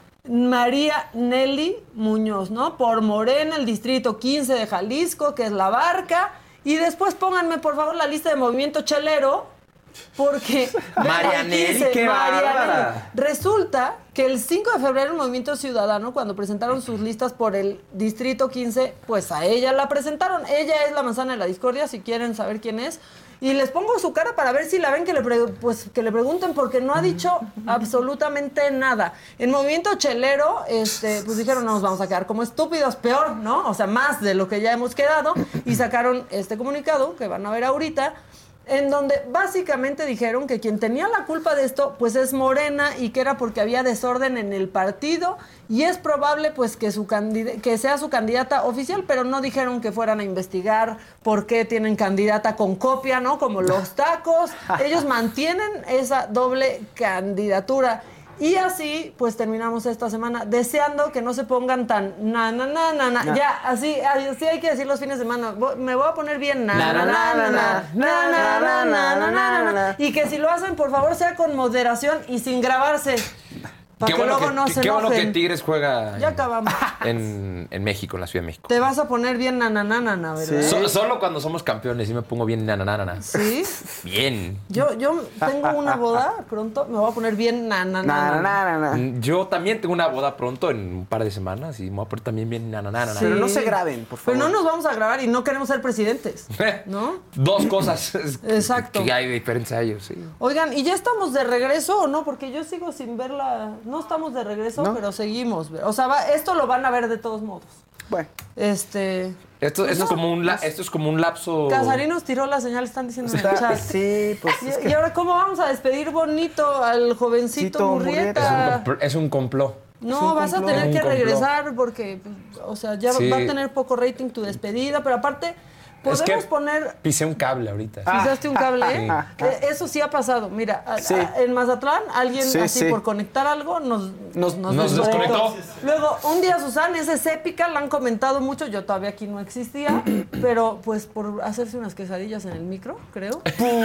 María Nelly Muñoz, ¿no? Por Morena, el distrito quince de Jalisco, que es La Barca. Y después pónganme, por favor, la lista de Movimiento Chelero, porque... María Nelly, qué bárbara. Resulta que el cinco de febrero el Movimiento Ciudadano, cuando presentaron sus listas por el distrito quince, pues a ella la presentaron. Ella es la manzana de la discordia, si quieren saber quién es. Y les pongo su cara para ver si la ven, que le, pre- pues, que le pregunten, porque no ha dicho absolutamente nada. En Movimiento Chelero, este, pues dijeron, no nos vamos a quedar como estúpidos, peor, ¿no? O sea, más de lo que ya hemos quedado. Y sacaron este comunicado, que van a ver ahorita, en donde básicamente dijeron que quien tenía la culpa de esto, pues es Morena, y que era porque había desorden en el partido, y es probable pues que su candid- que sea su candidata oficial, pero no dijeron que fueran a investigar por qué tienen candidata con copia, ¿no? Como los tacos. Ellos mantienen esa doble candidatura. Y así, pues terminamos esta semana deseando que no se pongan tan na, na, na, na, na. Na. Ya, así, así hay que decir los fines de semana. Vo- Me voy a poner bien na, na, na, na, na, na, na, na, na, na, na, na, na. Y que si lo hacen, por favor, sea con moderación y sin grabarse. Para Qué que bueno luego que, no qué- se qué bueno que enojen. Tigres juega Ya acabamos. en, en México, en la Ciudad de México. Te vas a poner bien na, na, na, na, na, ¿verdad? So- solo cuando somos campeones y me pongo bien nananana. ¿Sí? Bien. Yo, yo tengo una boda pronto, me voy a poner bien na, na, na, na, na. Mm, Yo también tengo una boda pronto en un par de semanas y me voy a poner también bien nananana. Sí. Pero no no nos vamos a grabar y no queremos ser presidentes, ¿no? Dos cosas. Exacto. Que hay de diferencia a ellos, sí. Oigan, ¿y ya estamos de regreso o no? Porque yo sigo sin verla. No estamos de regreso, ¿No? pero seguimos. O sea, va- esto lo van a ver de todos modos. Bueno. Este... Esto, esto, No, es como un la- esto es como un lapso. Casarín nos tiró la señal, están diciendo en el Está- chat. sí, pues Y, es que- y ahora, ¿cómo vamos a despedir bonito al jovencito Cito Murrieta? Es un, compl- es un complot. No, Es un vas a complot. tener Es que un complot. regresar porque, pues, o sea, ya Sí. va a tener poco rating tu despedida, pero aparte, Es podemos que poner... pisé un cable ahorita. ¿Pisaste un cable? Sí. Eh, Eso sí ha pasado. Mira, a- Sí. a- en Mazatlán, alguien Sí, así sí. por conectar algo nos, Nos- nos desconectó. Luego, un día Susana, esa es épica, la han comentado mucho, yo todavía aquí no existía, pero pues por hacerse unas quesadillas en el micro, creo,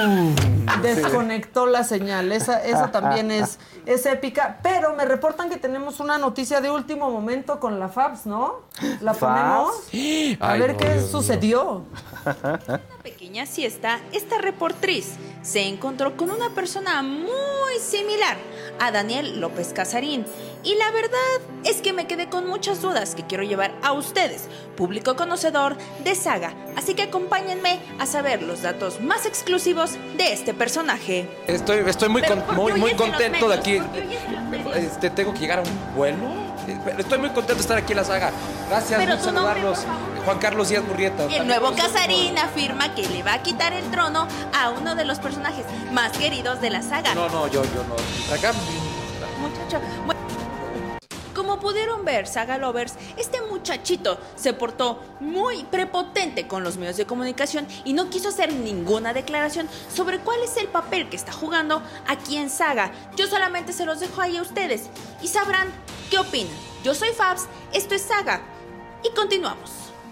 desconectó la señal. Esa, esa también es, es épica, pero me reportan que tenemos una noticia de último momento con la Fabs, ¿no? ¿La ponemos? A Ay, ver no, qué Dios mío. sucedió. Pequeña siesta, esta reportriz se encontró con una persona muy similar a Daniel López Casarín. Y la verdad es que me quedé con muchas dudas que quiero llevar a ustedes, público conocedor de Saga. Así que acompáñenme a saber los datos más exclusivos de este personaje. Estoy, estoy muy, Pero con- ¿por qué muy, oyes muy en los contento de medios? aquí. ¿Por qué oyes en los medios? Este, tengo que llegar a un vuelo. Eh, pero Estoy muy contento de estar aquí en la saga. Gracias, Pero muchos tu nombre, saludarlos. Juan Carlos Díaz Murrieta. El nuevo Casarín afirma que le va a quitar el trono a uno de los personajes más queridos de la saga. No, no, yo, yo no. Acá. Muchacho. Bueno, como pudieron ver, Saga Lovers, este muchachito se portó muy prepotente con los medios de comunicación y no quiso hacer ninguna declaración sobre cuál es el papel que está jugando aquí en Saga. Yo solamente se los dejo ahí a ustedes y sabrán qué opinan. Yo soy Fabs, esto es Saga y continuamos.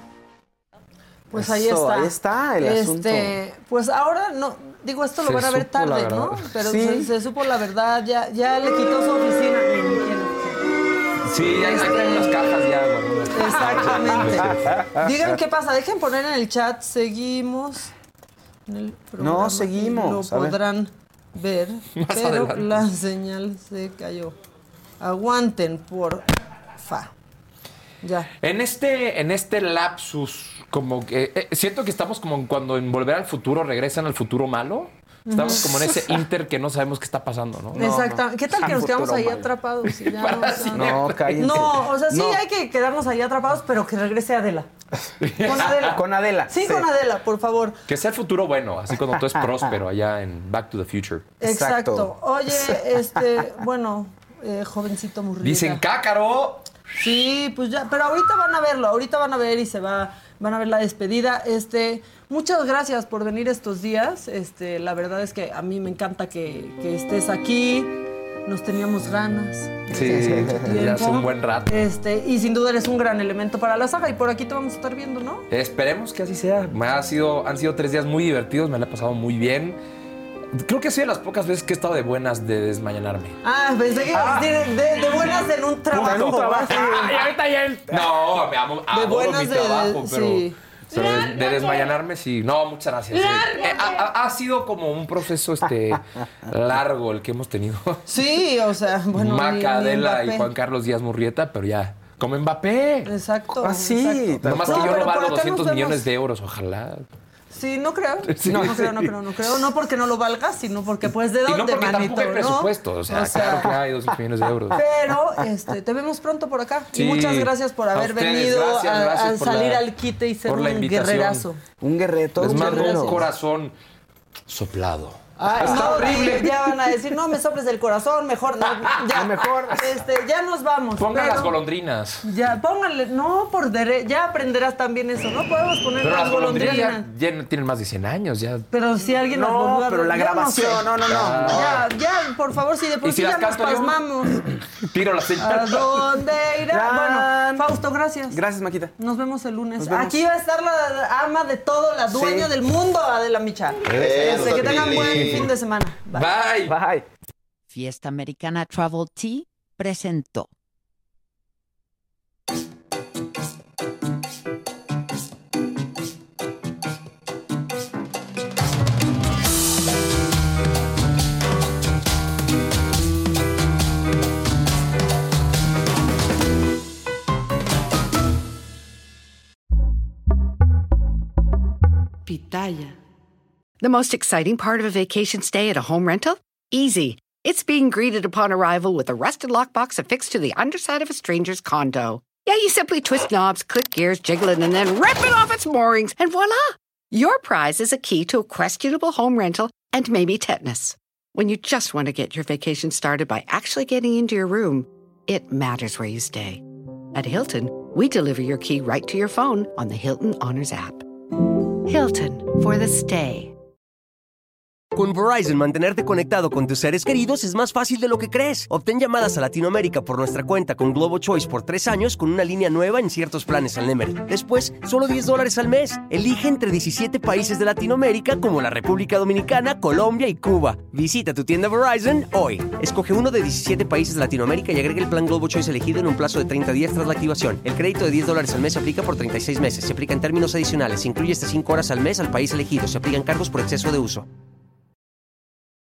Pues ahí Eso, está. ahí está el este, Pues ahora no, digo, esto lo Se van a ver supo la tarde, verdad. ¿no? Pero Sí. se, se supo la verdad, ya, ya le quitó su oficina. Sí, hay, hay unas cajas ya. bueno. Exactamente. Digan qué pasa, dejen poner en el chat, seguimos. En el programa, No, seguimos, Lo a ver. podrán ver, Más pero adelante. la señal se cayó. Aguanten, por fa. Ya. En este, en este lapsus, como que eh, siento que estamos como cuando en Volver al Futuro regresan al futuro malo. Estamos como en ese inter que no sabemos qué está pasando, ¿no? Exacto. ¿Qué tal que nos quedamos ahí mal. atrapados? Y ya no, o sea, No, cállense. No, o sea, sí No. hay que quedarnos ahí atrapados, pero que regrese Adela. Con Adela. Con Adela. Sí, con Adela, por favor. Que sea el futuro bueno, así cuando todo es próspero allá en Back to the Future. Exacto. Oye, este, bueno, eh, jovencito Murrieta. Dicen cácaro. Sí, pues ya, pero ahorita van a verlo, ahorita van a ver y se va, van a ver la despedida. Este, muchas gracias por venir estos días. Este, la verdad es que a mí me encanta que, que estés aquí. Nos teníamos ganas. Sí, ya hace un buen rato. Este, y sin duda eres un gran elemento para la saga y por aquí te vamos a estar viendo, ¿no? Esperemos que así sea. Me ha sido, han sido tres días muy divertidos, me la he pasado muy bien. Creo que ha sido de las pocas veces que he estado de buenas de desmañanarme. Ah, pensé que Ah. de, de, de buenas en un trabajo. En un trabajo. Ay, ahorita ya el- No, me amo, adoro buenas mi de- trabajo, pero, sí. pero de, de desmañanarme sí. No, muchas gracias. Eh, eh, ha, ha- ha sido como un proceso este largo el que hemos tenido. Sí, o sea, bueno. Maca, ni- ni Adela y Mbappé. Juan Carlos Díaz Murrieta, pero ya. Como Mbappé. Exacto. Ah, sí. exacto. Nomás No, que yo pero no por valgo acá doscientos nos millones vemos. de euros, ojalá. Sí, no creo. Sí. No, no creo, no creo, no creo. No porque no lo valga, sino porque pues de Y dónde, no porque manito, tampoco hay ¿no? presupuesto. O sea, O sea, claro que hay doscientos millones de euros. Pero este, te vemos pronto por acá. Sí. Y muchas gracias por A haber ustedes, venido gracias, a, gracias a por salir la- al quite y ser por la un invitación. guerrerazo. Un guerrero, todo Les un mando guerrero. un corazón soplado. Ay, Está no, horrible. Ya van a decir, no me soples el corazón, mejor no. Ya, mejor. Este, ya nos vamos. Pongan pero- las golondrinas. Ya, pónganle, no, por dere ya aprenderás también eso, ¿no? Podemos poner Pero las las golondrinas golondrinas. ya, ya tienen más de cien años. Ya. Pero si alguien las No, volvió a pero la yo no grabación, sé. no, no, no, no. Ya, ya, por favor, si de por ¿Y sí si ya las nos canto yo? pasmamos. Tiro la ¿A señal. dónde irá? Bueno, Fausto, gracias. Gracias, Maquita. Nos vemos el lunes. Nos vemos. Aquí va a estar la ama de todo, la dueña Sí. del mundo, Adela Micha. Eso, Este, que tengan Pili. buen fin de semana. Bye. Bye. Fiesta Americana Travel Tea presentó. Pitaya. The most exciting part of a vacation stay at a home rental? Easy. It's being greeted upon arrival with a rusted lockbox affixed to the underside of a stranger's condo. Yeah, you simply twist knobs, click gears, jiggle it, and then rip it off its moorings, and voila! Your prize is a key to a questionable home rental and maybe tetanus. When you just want to get your vacation started by actually getting into your room, it matters where you stay. At Hilton, we deliver your key right to your phone on the Hilton Honors app. Hilton for the stay. Con Verizon, mantenerte conectado con tus seres queridos es más fácil de lo que crees. Obtén llamadas a Latinoamérica por nuestra cuenta con Globo Choice por tres años con una línea nueva en ciertos planes al Nemery. Después, solo diez dólares al mes. Elige entre diecisiete países de Latinoamérica como la República Dominicana, Colombia y Cuba. Visita tu tienda Verizon hoy. Escoge uno de diecisiete países de Latinoamérica y agrega el plan Globo Choice elegido en un plazo de treinta días tras la activación. El crédito de diez dólares al mes se aplica por treinta y seis meses. Se aplica en términos adicionales. Se incluye hasta cinco horas al mes al país elegido. Se aplican cargos por exceso de uso.